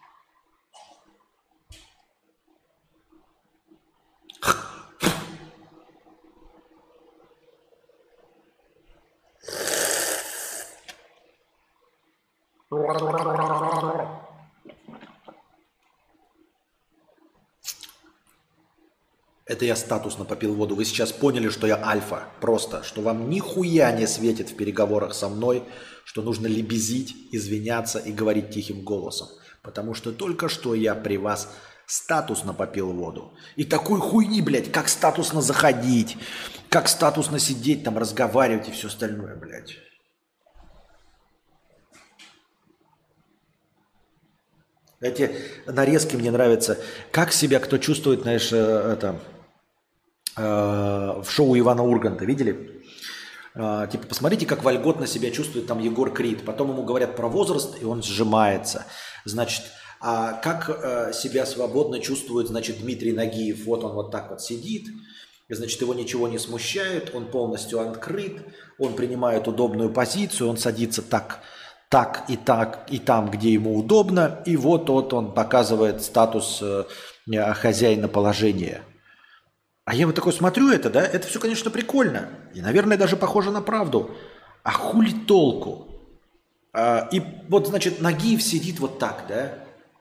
Это я статусно попил воду. Вы сейчас поняли, что я альфа. Просто, что вам нихуя не светит в переговорах со мной, что нужно лебезить, извиняться и говорить тихим голосом. Потому что только что я при вас статусно попил воду. И такой хуйни, блядь, как статусно заходить, как статусно сидеть там, разговаривать и все остальное, блядь. Эти нарезки мне нравятся. Как себя кто чувствует, знаешь, это, э, в шоу Ивана Урганта, видели? Э, типа, посмотрите, как вольготно себя чувствует там Егор Крид. Потом ему говорят про возраст, и он сжимается. Значит, а как э, себя свободно чувствует, значит, Дмитрий Нагиев? Вот он вот так вот сидит, и, значит, его ничего не смущает, он полностью открыт, он принимает удобную позицию, он садится так, так и так, и там, где ему удобно, и вот, вот он показывает статус э, хозяина положения. А я вот такой смотрю это, да, это все, конечно, прикольно, и, наверное, даже похоже на правду. А хули толку? А, и вот, значит, Нагиев сидит вот так, да,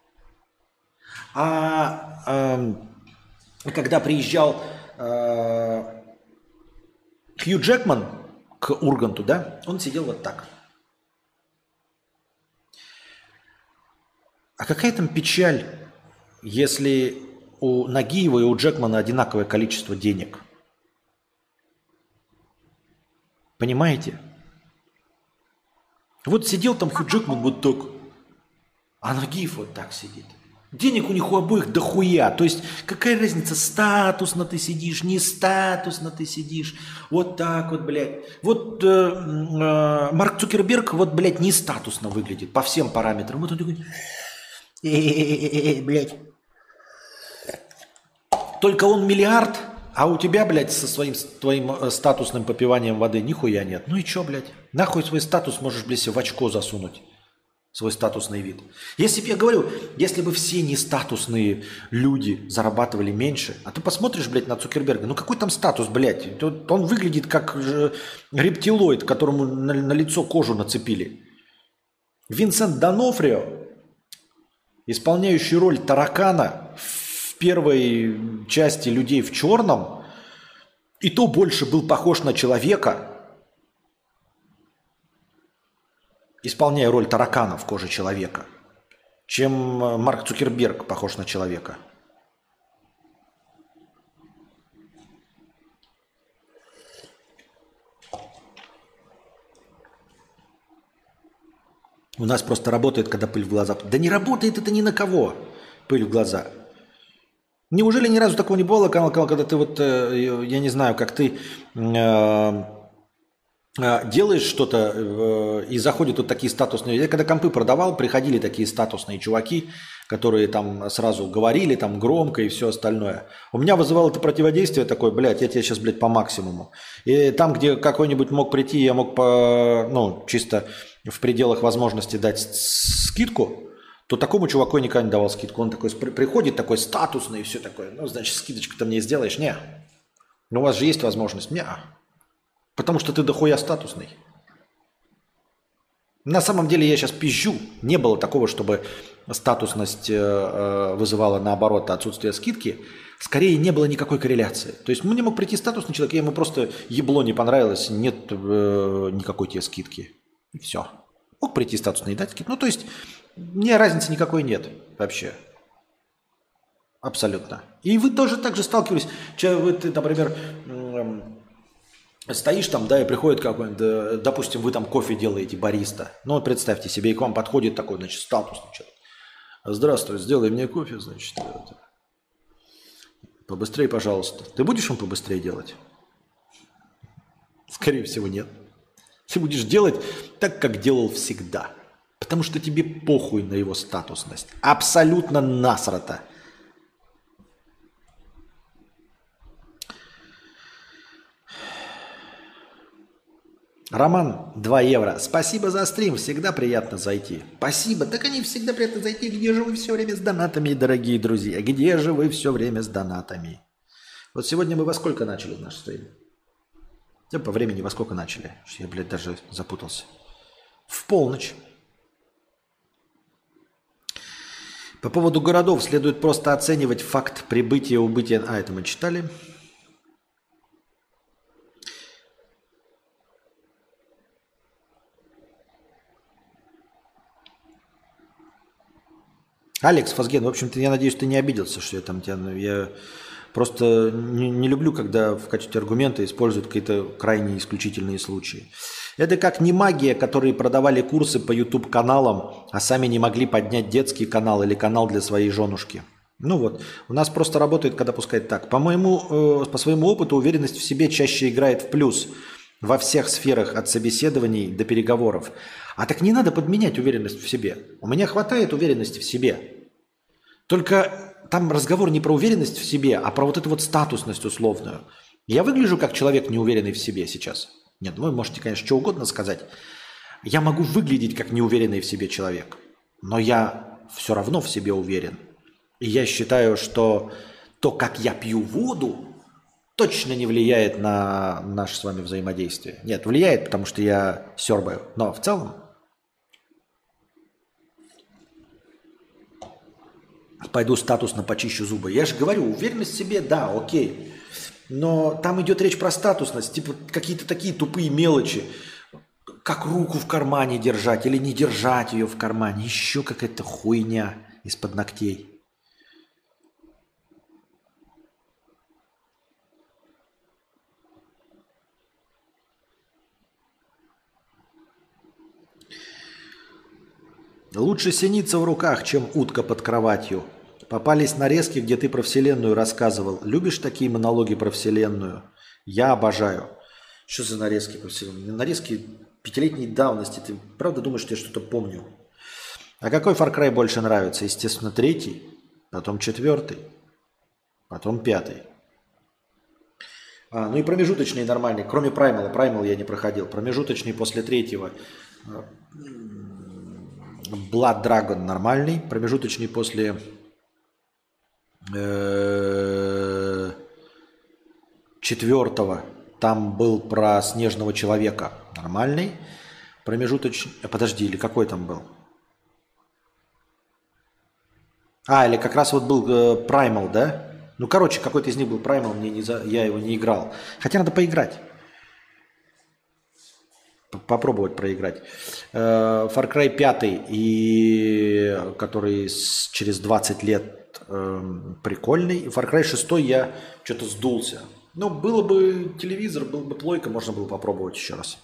а, а когда приезжал а, Хью Джекман к Урганту, да, он сидел вот так. А какая там печаль, если у Нагиева и у Джекмана одинаковое количество денег? Понимаете? Вот сидел там Хью Джекман вот так, а Нагиев вот так сидит. Денег у них у обоих дохуя. То есть какая разница, статусно ты сидишь, не статусно ты сидишь. Вот так вот, блядь. Вот э, э, Марк Цукерберг, вот, блядь, не статусно выглядит по всем параметрам. Вот он такой... Блядь. Только он миллиард, а у тебя, блядь, со своим твоим статусным попиванием воды нихуя нет. Ну и чё, блядь? Нахуй свой статус можешь, блядь, в очко засунуть. Свой статусный вид. Если бы, я говорю, если бы все нестатусные люди зарабатывали меньше, а ты посмотришь, блядь, на Цукерберга, ну какой там статус, блядь? Он выглядит как рептилоид, которому на, на лицо кожу нацепили. Винсент Донофрио, исполняющий роль таракана в первой части «Людей в черном», и то больше был похож на человека, исполняя роль таракана в коже человека, чем Марк Цукерберг похож на человека. У нас просто работает, когда пыль в глаза. Да не работает это ни на кого, пыль в глаза. Неужели ни разу такого не было, когда ты вот, я не знаю, как ты... делаешь что-то, и заходят вот такие статусные... Я когда компы продавал, приходили такие статусные чуваки, которые там сразу говорили там громко и все остальное. У меня вызывало это противодействие такое, блядь, я тебе сейчас, блядь, по максимуму. И там, где какой-нибудь мог прийти, я мог по, ну, чисто в пределах возможности дать скидку, то такому чуваку я никогда не давал скидку. Он такой приходит, такой статусный и все такое. Ну, значит, скидочку-то мне сделаешь? Не. Но у вас же есть возможность? Не. Потому что ты дохуя статусный. На самом деле я сейчас пизжу. Не было такого, чтобы статусность э, вызывала наоборот отсутствие скидки. Скорее не было никакой корреляции. То есть мне мог прийти статусный человек, ему просто ебло не понравилось, нет э, никакой тебе скидки. И все. Мог прийти статусный и дать скидку. Ну то есть мне разницы никакой нет вообще. Абсолютно. И вы тоже так же сталкивались. Вы, ты, например... Э, стоишь там, да, и приходит какой-нибудь, допустим, вы там кофе делаете, бариста. Ну, вот представьте себе, и к вам подходит такой, значит, статусный человек. Здравствуй, сделай мне кофе, значит. Это. Побыстрее, пожалуйста. Ты будешь им побыстрее делать? Скорее всего, нет. Ты будешь делать так, как делал всегда. Потому что тебе похуй на его статусность. Абсолютно насрато. Роман, два евро. Спасибо за стрим, всегда приятно зайти. Спасибо, так они всегда приятно зайти. Где же вы все время с донатами, дорогие друзья? Где же вы все время с донатами? Вот сегодня мы во сколько начали наш стрим? Да, по времени во сколько начали? Я, блядь, даже запутался. В полночь. По поводу городов следует просто оценивать факт прибытия и убытия. А, это мы читали. Алекс Фазген, в общем-то, я надеюсь, ты не обиделся, что я там тебя... Я просто не, не люблю, когда в качестве аргумента используют какие-то крайне исключительные случаи. Это как не магия, которые продавали курсы по YouTube-каналам, а сами не могли поднять детский канал или канал для своей женушки. Ну вот, у нас просто работает, когда пускать так. По моему, э, по своему опыту, уверенность в себе чаще играет в плюс во всех сферах, от собеседований до переговоров. А так не надо подменять уверенность в себе. У меня хватает уверенности в себе. Только там разговор не про уверенность в себе, а про вот эту вот статусность условную. Я выгляжу как человек, неуверенный в себе сейчас. Нет, вы можете, конечно, что угодно сказать. Я могу выглядеть как неуверенный в себе человек, но я все равно в себе уверен. И я считаю, что то, как я пью воду, точно не влияет на наше с вами взаимодействие. Нет, влияет, потому что я сёрбаю. Но в целом пойду статусно почищу зубы. Я же говорю, уверенность в себе, да, окей. Но там идет речь про статусность, типа какие-то такие тупые мелочи, как руку в кармане держать или не держать ее в кармане. Еще какая-то хуйня из-под ногтей. Лучше синица в руках, чем утка под кроватью. Попались нарезки, где ты про Вселенную рассказывал. Любишь такие монологи про Вселенную? Я обожаю. Что за нарезки про Вселенную? Нарезки пятилетней давности. Ты правда думаешь, что я что-то помню? А какой Far Cry больше нравится? Естественно, третий, потом четвертый, потом пятый. А, ну и промежуточный нормальный. Кроме Primal. Primal я не проходил. Промежуточный после третьего. Blood Dragon нормальный. Промежуточный после... четвертого там был про снежного человека нормальный, промежуточный, подожди, или какой там был? А, или как раз вот был э, Primal, да? Ну, короче, какой-то из них был Primal, мне не за... я его не играл. Хотя надо поиграть. Попробовать проиграть. Э, Far Cry пять, и... который с... через двадцать лет прикольный. Far Cry шесть я что-то сдулся. Но было бы телевизор, был бы плойка, можно было попробовать еще раз.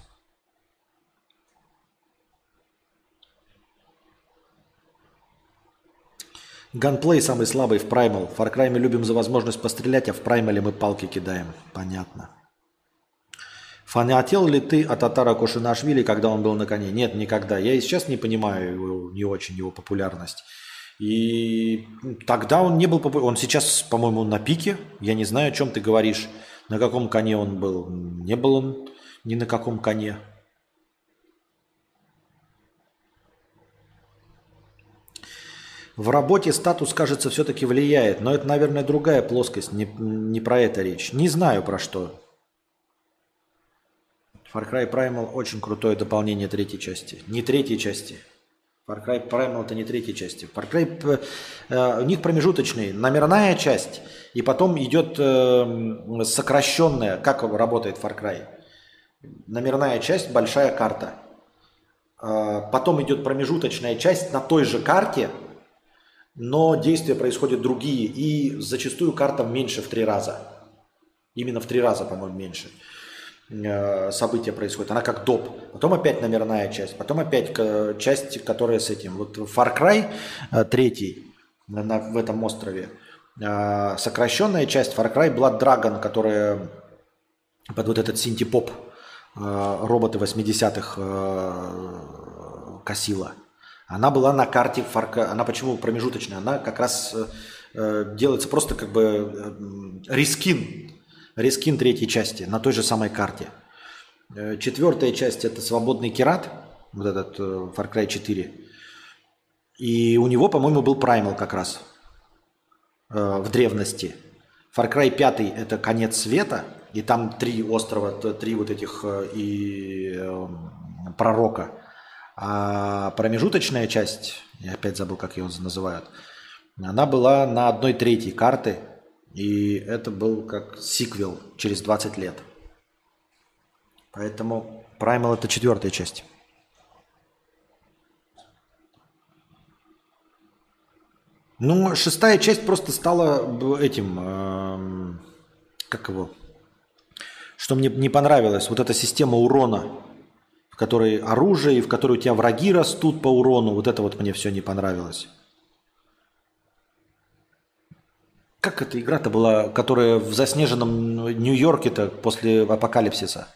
Ганплей самый слабый в Primal. В Far Cry мы любим за возможность пострелять, а в Primal мы палки кидаем. Понятно. Фанател ли ты от Атара Кошинашвили, когда он был на коне? Нет, никогда. Я и сейчас не понимаю его, не очень его популярность. И тогда он не был популярен. Он сейчас, по-моему, на пике. Я не знаю, о чем ты говоришь. На каком коне он был. Не был он ни на каком коне. В работе статус, кажется, все-таки влияет. Но это, наверное, другая плоскость. Не, не про это речь. Не знаю, про что. Far Cry Primal очень крутое дополнение третьей части. Не третьей части. Far Cry Primal это не третьей части. Far Cry, э, у них промежуточный, номерная часть, и потом идет э, сокращенная, как работает Far Cry. Номерная часть, большая карта. Э, потом идет промежуточная часть на той же карте, но действия происходят другие, и зачастую карта меньше в три раза. Именно в три раза, по-моему, меньше события происходят. Она как доп. Потом опять номерная часть. Потом опять часть, которая с этим. Вот Far Cry третий на, в этом острове. Сокращенная часть Far Cry Blood Dragon, которая под вот этот синти-поп роботы восьмидесятых косила. Она была на карте Far Cry. Она почему промежуточная? Она как раз делается просто как бы рескин. Рескин третьей части на той же самой карте. Э, Четвертая часть это свободный Кират, вот этот э, Far Cry четыре. И у него, по-моему, был Primal как раз э, в древности. Far Cry пять это конец света, и там три острова, т- три вот этих э, и э, пророка. А промежуточная часть, я опять забыл, как ее называют, она была на одной трети карты, и это был как сиквел через двадцать лет. Поэтому Primal это четвертая часть. Ну, шестая часть просто стала б- этим, эм, как его, что мне не понравилось, вот эта система урона, в которой оружие, и в которой у тебя враги растут по урону, вот это вот мне все не понравилось. Как эта игра-то была, которая в заснеженном Нью-Йорке-то после апокалипсиса?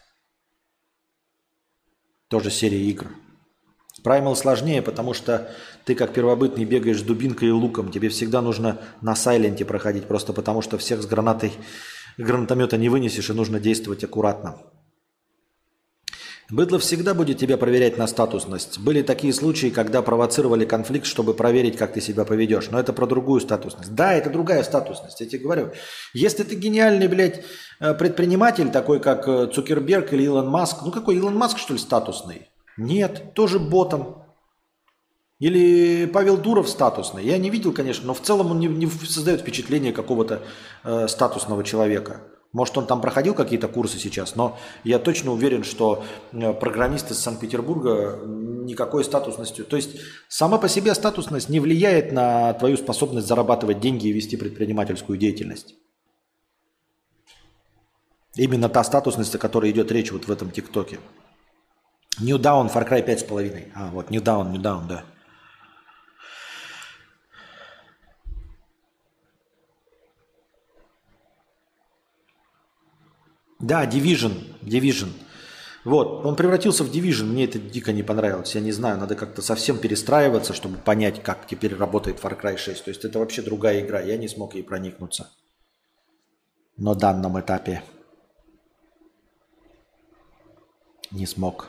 Тоже серия игр. Primal сложнее, потому что ты как первобытный бегаешь с дубинкой и луком. Тебе всегда нужно на сайленте проходить, просто потому что всех с гранатой гранатомета не вынесешь, и нужно действовать аккуратно. Быдло всегда будет тебя проверять на статусность. Были такие случаи, когда провоцировали конфликт, чтобы проверить, как ты себя поведешь. Но это про другую статусность. Да, это другая статусность, я тебе говорю. Если ты гениальный, блядь, э, предприниматель, такой как э, Цукерберг или Илон Маск, ну какой Илон Маск, что ли, статусный? Нет, тоже ботом. Или Павел Дуров статусный. Я не видел, конечно, но в целом он не, не создает впечатление какого-то э, статусного человека. Может, он там проходил какие-то курсы сейчас, но я точно уверен, что э, программист из Санкт-Петербурга никакой статусностью... То есть сама по себе статусность не влияет на твою способность зарабатывать деньги и вести предпринимательскую деятельность. Именно та статусность, о которой идет речь вот в этом ТикТоке. New Down, Far Cry пять с половиной. А, вот, New Down, New Down, да. Да, Division, Division. Вот, он превратился в Division, мне это дико не понравилось. Я не знаю, надо как-то совсем перестраиваться, чтобы понять, как теперь работает Far Cry шесть. То есть это вообще другая игра, я не смог ей проникнуться на данном этапе. Не смог.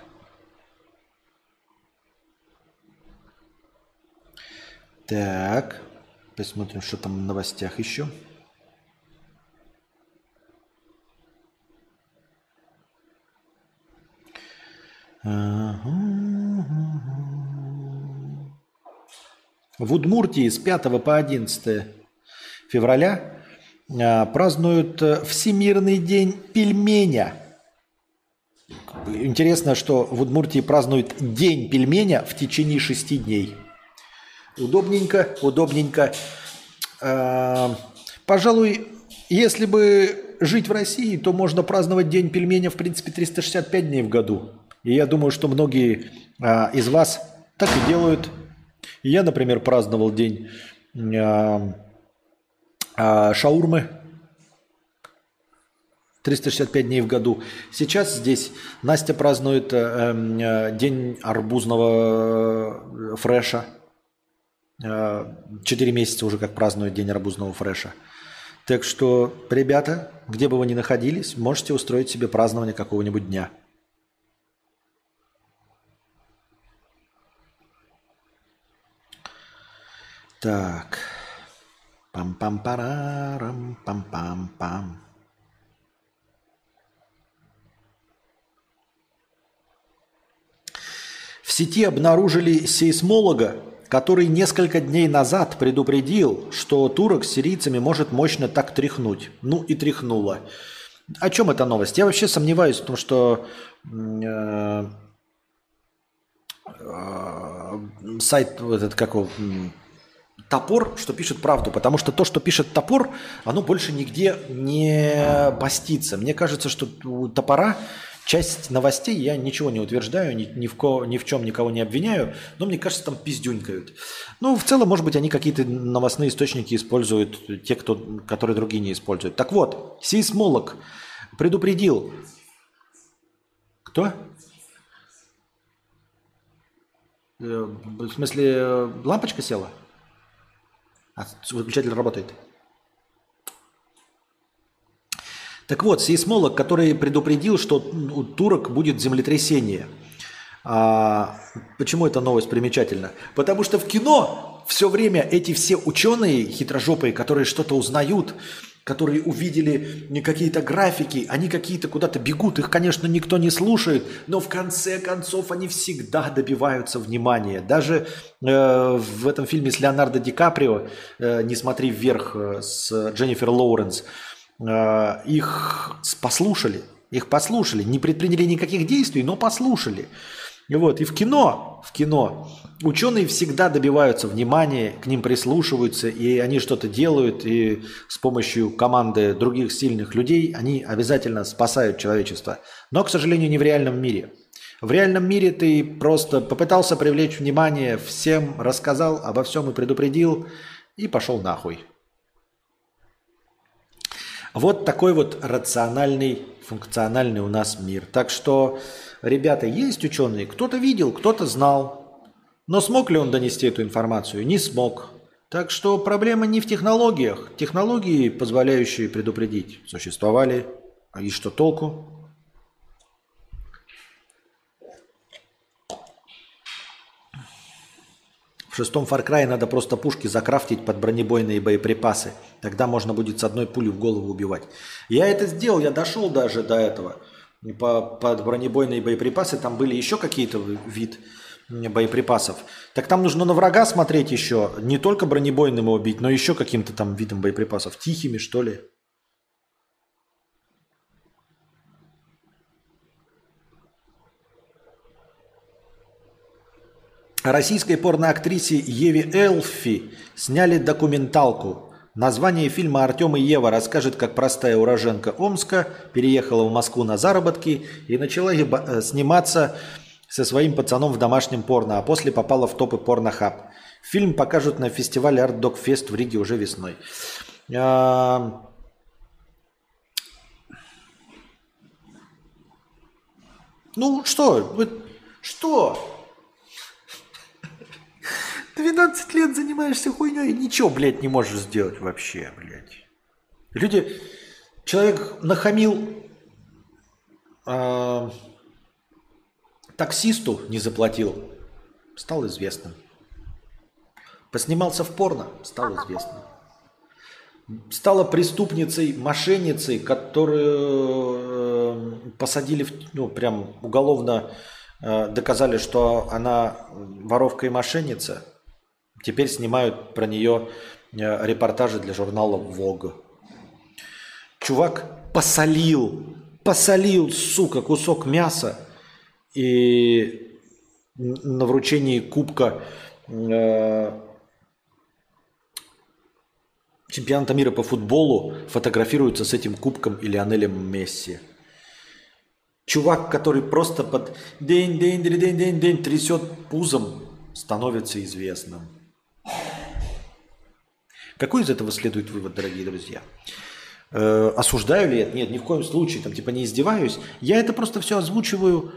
Так, посмотрим, что там в новостях еще. В Удмуртии с пятого по одиннадцатое февраля а, празднуют э, Всемирный день пельменя. Интересно, что в Удмуртии празднуют День пельменя в течение шести дней. Удобненько, удобненько. А, пожалуй, если бы жить в России, то можно праздновать День пельменя, в принципе, триста шестьдесят пять дней в году. И я думаю, что многие а, из вас так и делают. Я, например, праздновал день а, а, шаурмы триста шестьдесят пять дней в году. Сейчас здесь Настя празднует а, а, день арбузного фреша. Четыре месяца уже как празднуют день арбузного фреша. Так что, ребята, где бы вы ни находились, можете устроить себе празднование какого-нибудь дня. Так. Пам-пам-парарам, пам-пам-пам. В сети обнаружили сейсмолога, который несколько дней назад предупредил, что турок с сирийцами может мощно так тряхнуть. Ну и тряхнуло. О чем эта новость? Я вообще сомневаюсь в том, что э, э, сайт вот этот как его, Топор, что пишет правду, потому что то, что пишет Топор, оно больше нигде не постится. Мне кажется, что у Топора часть новостей, я ничего не утверждаю, ни, ни, в, ко, ни в чем никого не обвиняю, но мне кажется, там пиздюнькают. Ну, в целом, может быть, они какие-то новостные источники используют, те, кто, которые другие не используют. Так вот, сейсмолог предупредил. Кто? В смысле, лампочка села? А выключатель работает. Так вот, сейсмолог, который предупредил, что у турок будет землетрясение. А, почему эта новость примечательна? Потому что в кино все время эти все ученые хитрожопые, которые что-то узнают, которые увидели какие-то графики, они какие-то куда-то бегут, их, конечно, никто не слушает, но в конце концов они всегда добиваются внимания. Даже э, в этом фильме с Леонардо Ди Каприо э, «Не смотри вверх» э, с Дженнифер Лоуренс, э, их послушали, их послушали, не предприняли никаких действий, но послушали. Вот. И в кино, в кино ученые всегда добиваются внимания, к ним прислушиваются, и они что-то делают, и с помощью команды других сильных людей они обязательно спасают человечество. Но, к сожалению, не в реальном мире. В реальном мире ты просто попытался привлечь внимание, всем рассказал, обо всем и предупредил, и пошел нахуй. Вот такой вот рациональный, функциональный у нас мир. Так что, ребята, есть ученые, кто-то видел, кто-то знал. Но смог ли он донести эту информацию? Не смог. Так что проблема не в технологиях. Технологии, позволяющие предупредить, существовали. А и что толку? В шестом Far Cry надо просто пушки закрафтить под бронебойные боеприпасы. Тогда можно будет с одной пули в голову убивать. Я это сделал, я дошел даже до этого. По, под бронебойные боеприпасы там были еще какие-то вид боеприпасов. Так там нужно на врага смотреть еще. Не только бронебойным его убить, но еще каким-то там видом боеприпасов. Тихими, что ли. О российской порноактрисе Еве Элфи сняли документалку. Название фильма «Артем и Ева» расскажет, как простая уроженка Омска переехала в Москву на заработки и начала еба- сниматься со своим пацаном в домашнем порно, а после попала в топы порнохаб. Фильм покажут на фестивале Art Dog Fest в Риге уже весной. А... Ну что? Вы... Что? двенадцать лет занимаешься хуйней и ничего, блядь, не можешь сделать вообще, блядь. Люди... Человек нахамил э, таксисту, не заплатил, стал известным. Поснимался в порно, стал известным. Стала преступницей, мошенницей, которую э, посадили, в, ну, прям уголовно э, доказали, что она воровка и мошенница. Теперь снимают про нее э, репортажи для журнала Vogue. Чувак посолил, посолил, сука, кусок мяса и на вручении кубка э, чемпионата мира по футболу фотографируется с этим кубком и Лионелем Месси. Чувак, который просто под день-день-день-день-день трясет пузом, становится известным. Какой из этого следует вывод, дорогие друзья? Э, осуждаю ли это? Нет, ни в коем случае, там типа не издеваюсь. Я это просто все озвучиваю,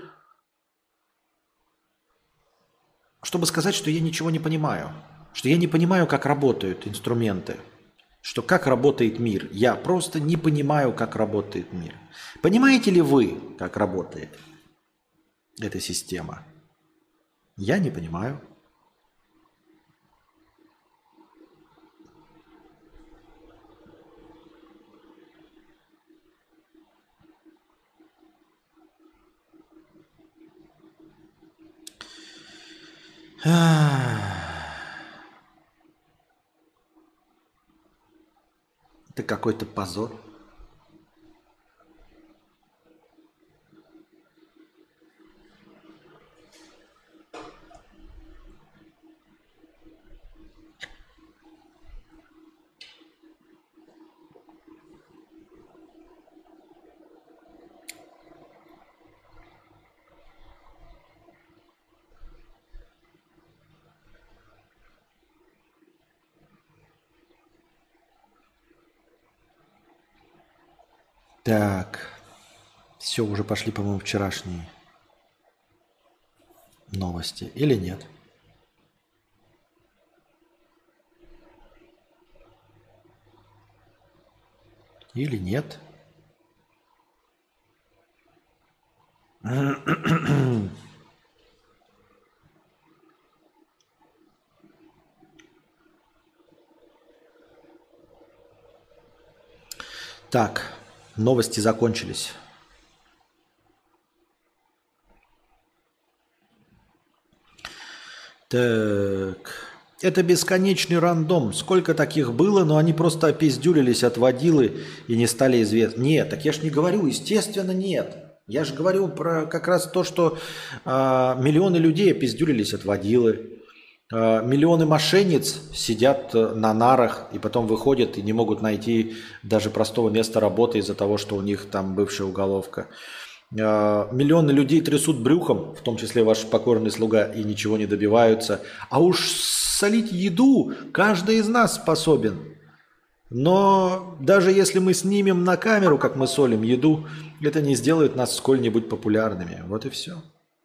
чтобы сказать, что я ничего не понимаю. Что я не понимаю, как работают инструменты. Что как работает мир. Я просто не понимаю, как работает мир. Понимаете ли вы, как работает эта система? Я не понимаю. Это какой-то позор. Так, все, уже пошли, по-моему, вчерашние новости. Или нет? Или нет? Так, новости закончились. Так, это бесконечный рандом. Сколько таких было, но они просто опиздюлились от водилы и не стали известны. Нет, так я ж не говорю, естественно, нет. Я же говорю про как раз то, что а, миллионы людей опиздюлились от водилы. А, миллионы мошенниц сидят на нарах и потом выходят и не могут найти даже простого места работы из-за того, что у них там бывшая уголовка. А, миллионы людей трясут брюхом, в том числе ваш покорный слуга, и ничего не добиваются. А уж солить еду каждый из нас способен. Но даже если мы снимем на камеру, как мы солим еду, это не сделает нас сколь-нибудь популярными. Вот и все.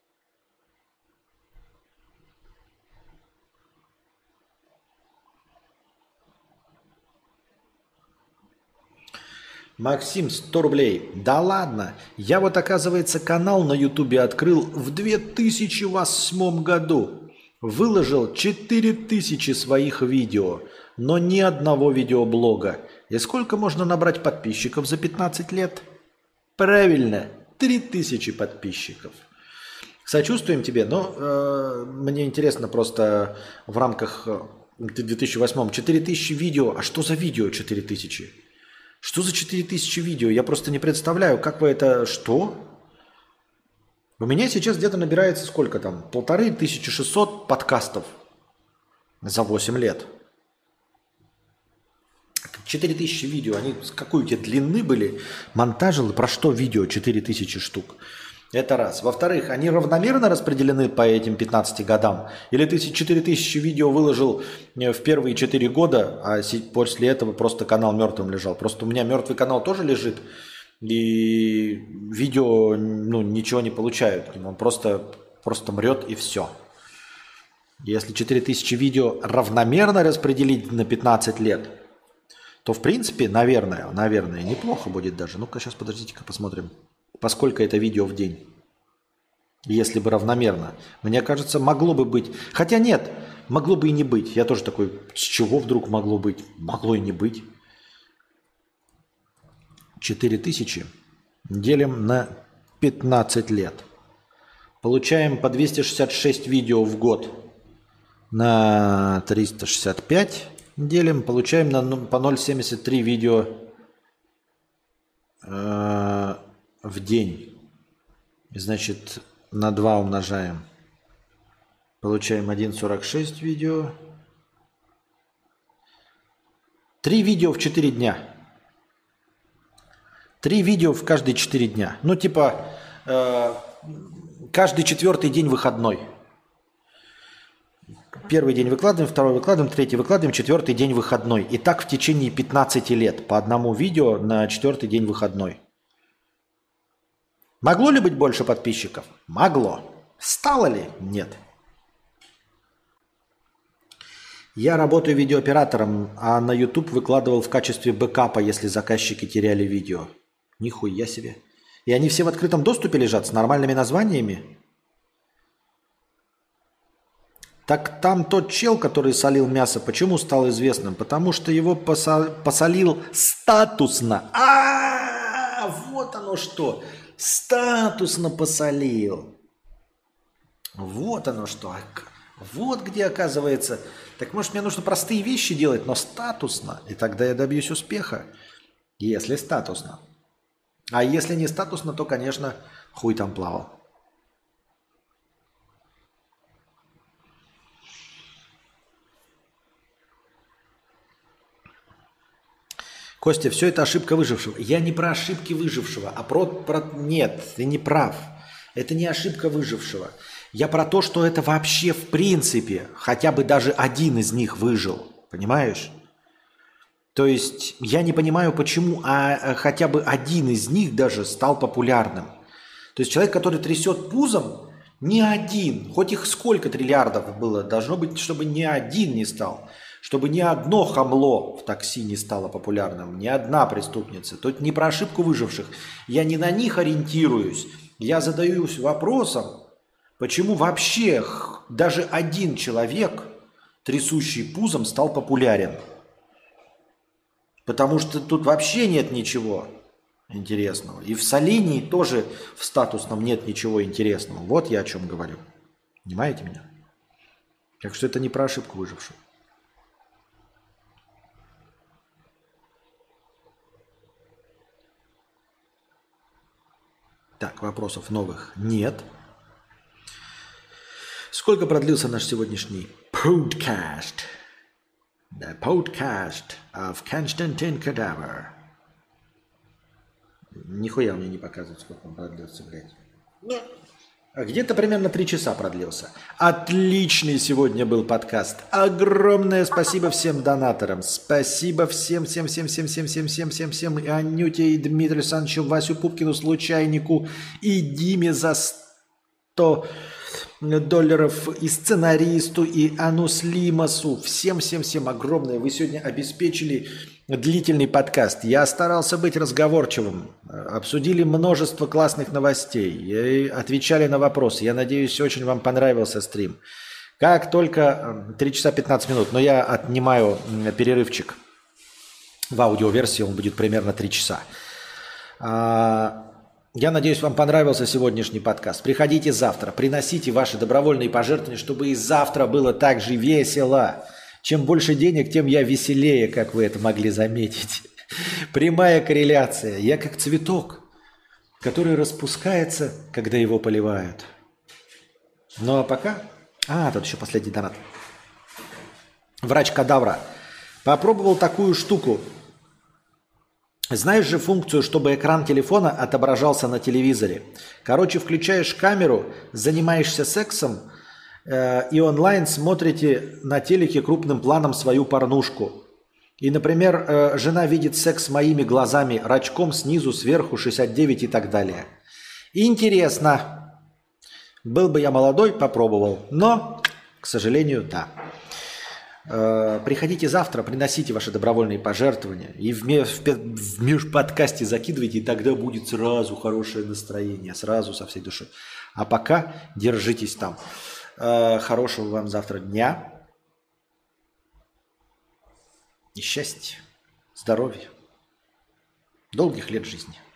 Максим, сто рублей. Да ладно, я вот, оказывается, канал на Ютубе открыл в две тысячи восьмом году. Выложил четыре тысячи своих видео, но ни одного видеоблога. И сколько можно набрать подписчиков за пятнадцать лет? Правильно, три тысячи подписчиков. Сочувствуем тебе, но э, мне интересно просто в рамках э, две тысячи восьмом четыре тысячи видео. А что за видео четыре тысячи? Что за четыре тысячи видео? Я просто не представляю, как вы это... Что? У меня сейчас где-то набирается сколько там? Полторы тысячи шестьсот подкастов за восемь лет. четыре тысячи видео. Они с какой у тебя длины были? Монтажил и про что видео? четыре тысячи штук. Это раз. Во-вторых, они равномерно распределены по этим пятнадцати годам? Или ты четыре тысячи видео выложил в первые четыре года, а после этого просто канал мертвым лежал? Просто у меня мертвый канал тоже лежит, и видео ну, ничего не получают. Он просто, просто мрет и все. Если четыре тысячи видео равномерно распределить на пятнадцать лет, то в принципе, наверное, наверное, неплохо будет даже. Ну-ка, сейчас подождите-ка посмотрим. Поскольку это видео в день. Если бы равномерно. Мне кажется, могло бы быть. Хотя нет, могло бы и не быть. Я тоже такой, с чего вдруг могло быть? Могло и не быть. четыре тысячи делим на пятнадцать лет. Получаем по двести шестьдесят шесть видео в год на триста шестьдесят пять. Делим, получаем на, по ноль целых семьдесят три видео э, в день. Значит, на два умножаем. Получаем один целых сорок шесть видео. Три видео в четыре дня. Три видео в каждые четыре дня. Ну, типа, э, каждый четвертый день выходной. Первый день выкладываем, второй выкладываем, третий выкладываем, четвертый день выходной. И так в течение пятнадцати лет. По одному видео на четвертый день выходной. Могло ли быть больше подписчиков? Могло. Стало ли? Нет. Я работаю видеооператором, а на YouTube выкладывал в качестве бэкапа, если заказчики теряли видео. Нихуя себе. И они все в открытом доступе лежат с нормальными названиями? Так там тот чел, который солил мясо, почему стал известным? Потому что его посолил статусно. А, вот оно что. Статусно посолил. Вот оно что. Вот где оказывается. Так может мне нужно простые вещи делать, но статусно. И тогда я добьюсь успеха. Если статусно. А если не статусно, то, конечно, хуй там плавал. Костя, все это ошибка выжившего. Я не про ошибки выжившего, а про, про... Нет, ты не прав. Это не ошибка выжившего. Я про то, что это вообще в принципе хотя бы даже один из них выжил. Понимаешь? То есть я не понимаю, почему а, хотя бы один из них даже стал популярным. То есть человек, который трясет пузом, ни один, хоть их сколько триллиардов было, должно быть, чтобы ни один не стал. Чтобы ни одно хамло в такси не стало популярным, ни одна преступница. Тут не про ошибку выживших. Я не на них ориентируюсь, Я задаюсь вопросом, почему вообще х- даже один человек, трясущий пузом, стал популярен. Потому что тут вообще нет ничего интересного. И в солении тоже в статусном нет ничего интересного. Вот я о чем говорю. Понимаете меня? Так что это не про ошибку выжившего. Так, вопросов новых нет. Сколько продлился наш сегодняшний подкаст? The podcast of Константин Кадавр. Нихуя мне не показывает, сколько он продлился, блядь. Нет. А где-то примерно три часа продлился. Отличный сегодня был подкаст. Огромное спасибо всем донаторам. Спасибо всем, всем, всем, всем, всем, всем, всем, всем, всем. И Анюте, и Дмитрию Александровичу, Васю Пупкину, Случайнику, и Диме за сто долларов, и сценаристу, и Анус Лимасу. Всем, всем, всем огромное. Вы сегодня обеспечили длительный подкаст. Я старался быть разговорчивым. Обсудили множество классных новостей. И отвечали на вопросы. Я надеюсь, очень вам понравился стрим. Как только три часа пятнадцать минут, но я отнимаю перерывчик в аудиоверсии, он будет примерно три часа. Я надеюсь, вам понравился сегодняшний подкаст. Приходите завтра, приносите ваши добровольные пожертвования, чтобы и завтра было так же весело. Чем больше денег, тем я веселее, как вы это могли заметить. Прямая корреляция. Я как цветок, который распускается, когда его поливают. Ну а пока... А, тут еще последний донат. Врач Кадавра. Попробовал такую штуку. Знаешь же функцию, чтобы экран телефона отображался на телевизоре? Короче, включаешь камеру, занимаешься сексом, и онлайн смотрите на телеке крупным планом свою порнушку. И, например, жена видит секс моими глазами, рачком снизу, сверху, шестьдесят девять и так далее. Интересно. Был бы я молодой, попробовал. Но, к сожалению, да. Приходите завтра, приносите ваши добровольные пожертвования. И в, в, в межподкасте закидывайте, и тогда будет сразу хорошее настроение. Сразу со всей души. А пока держитесь там. Хорошего вам завтра дня и счастья, здоровья, долгих лет жизни.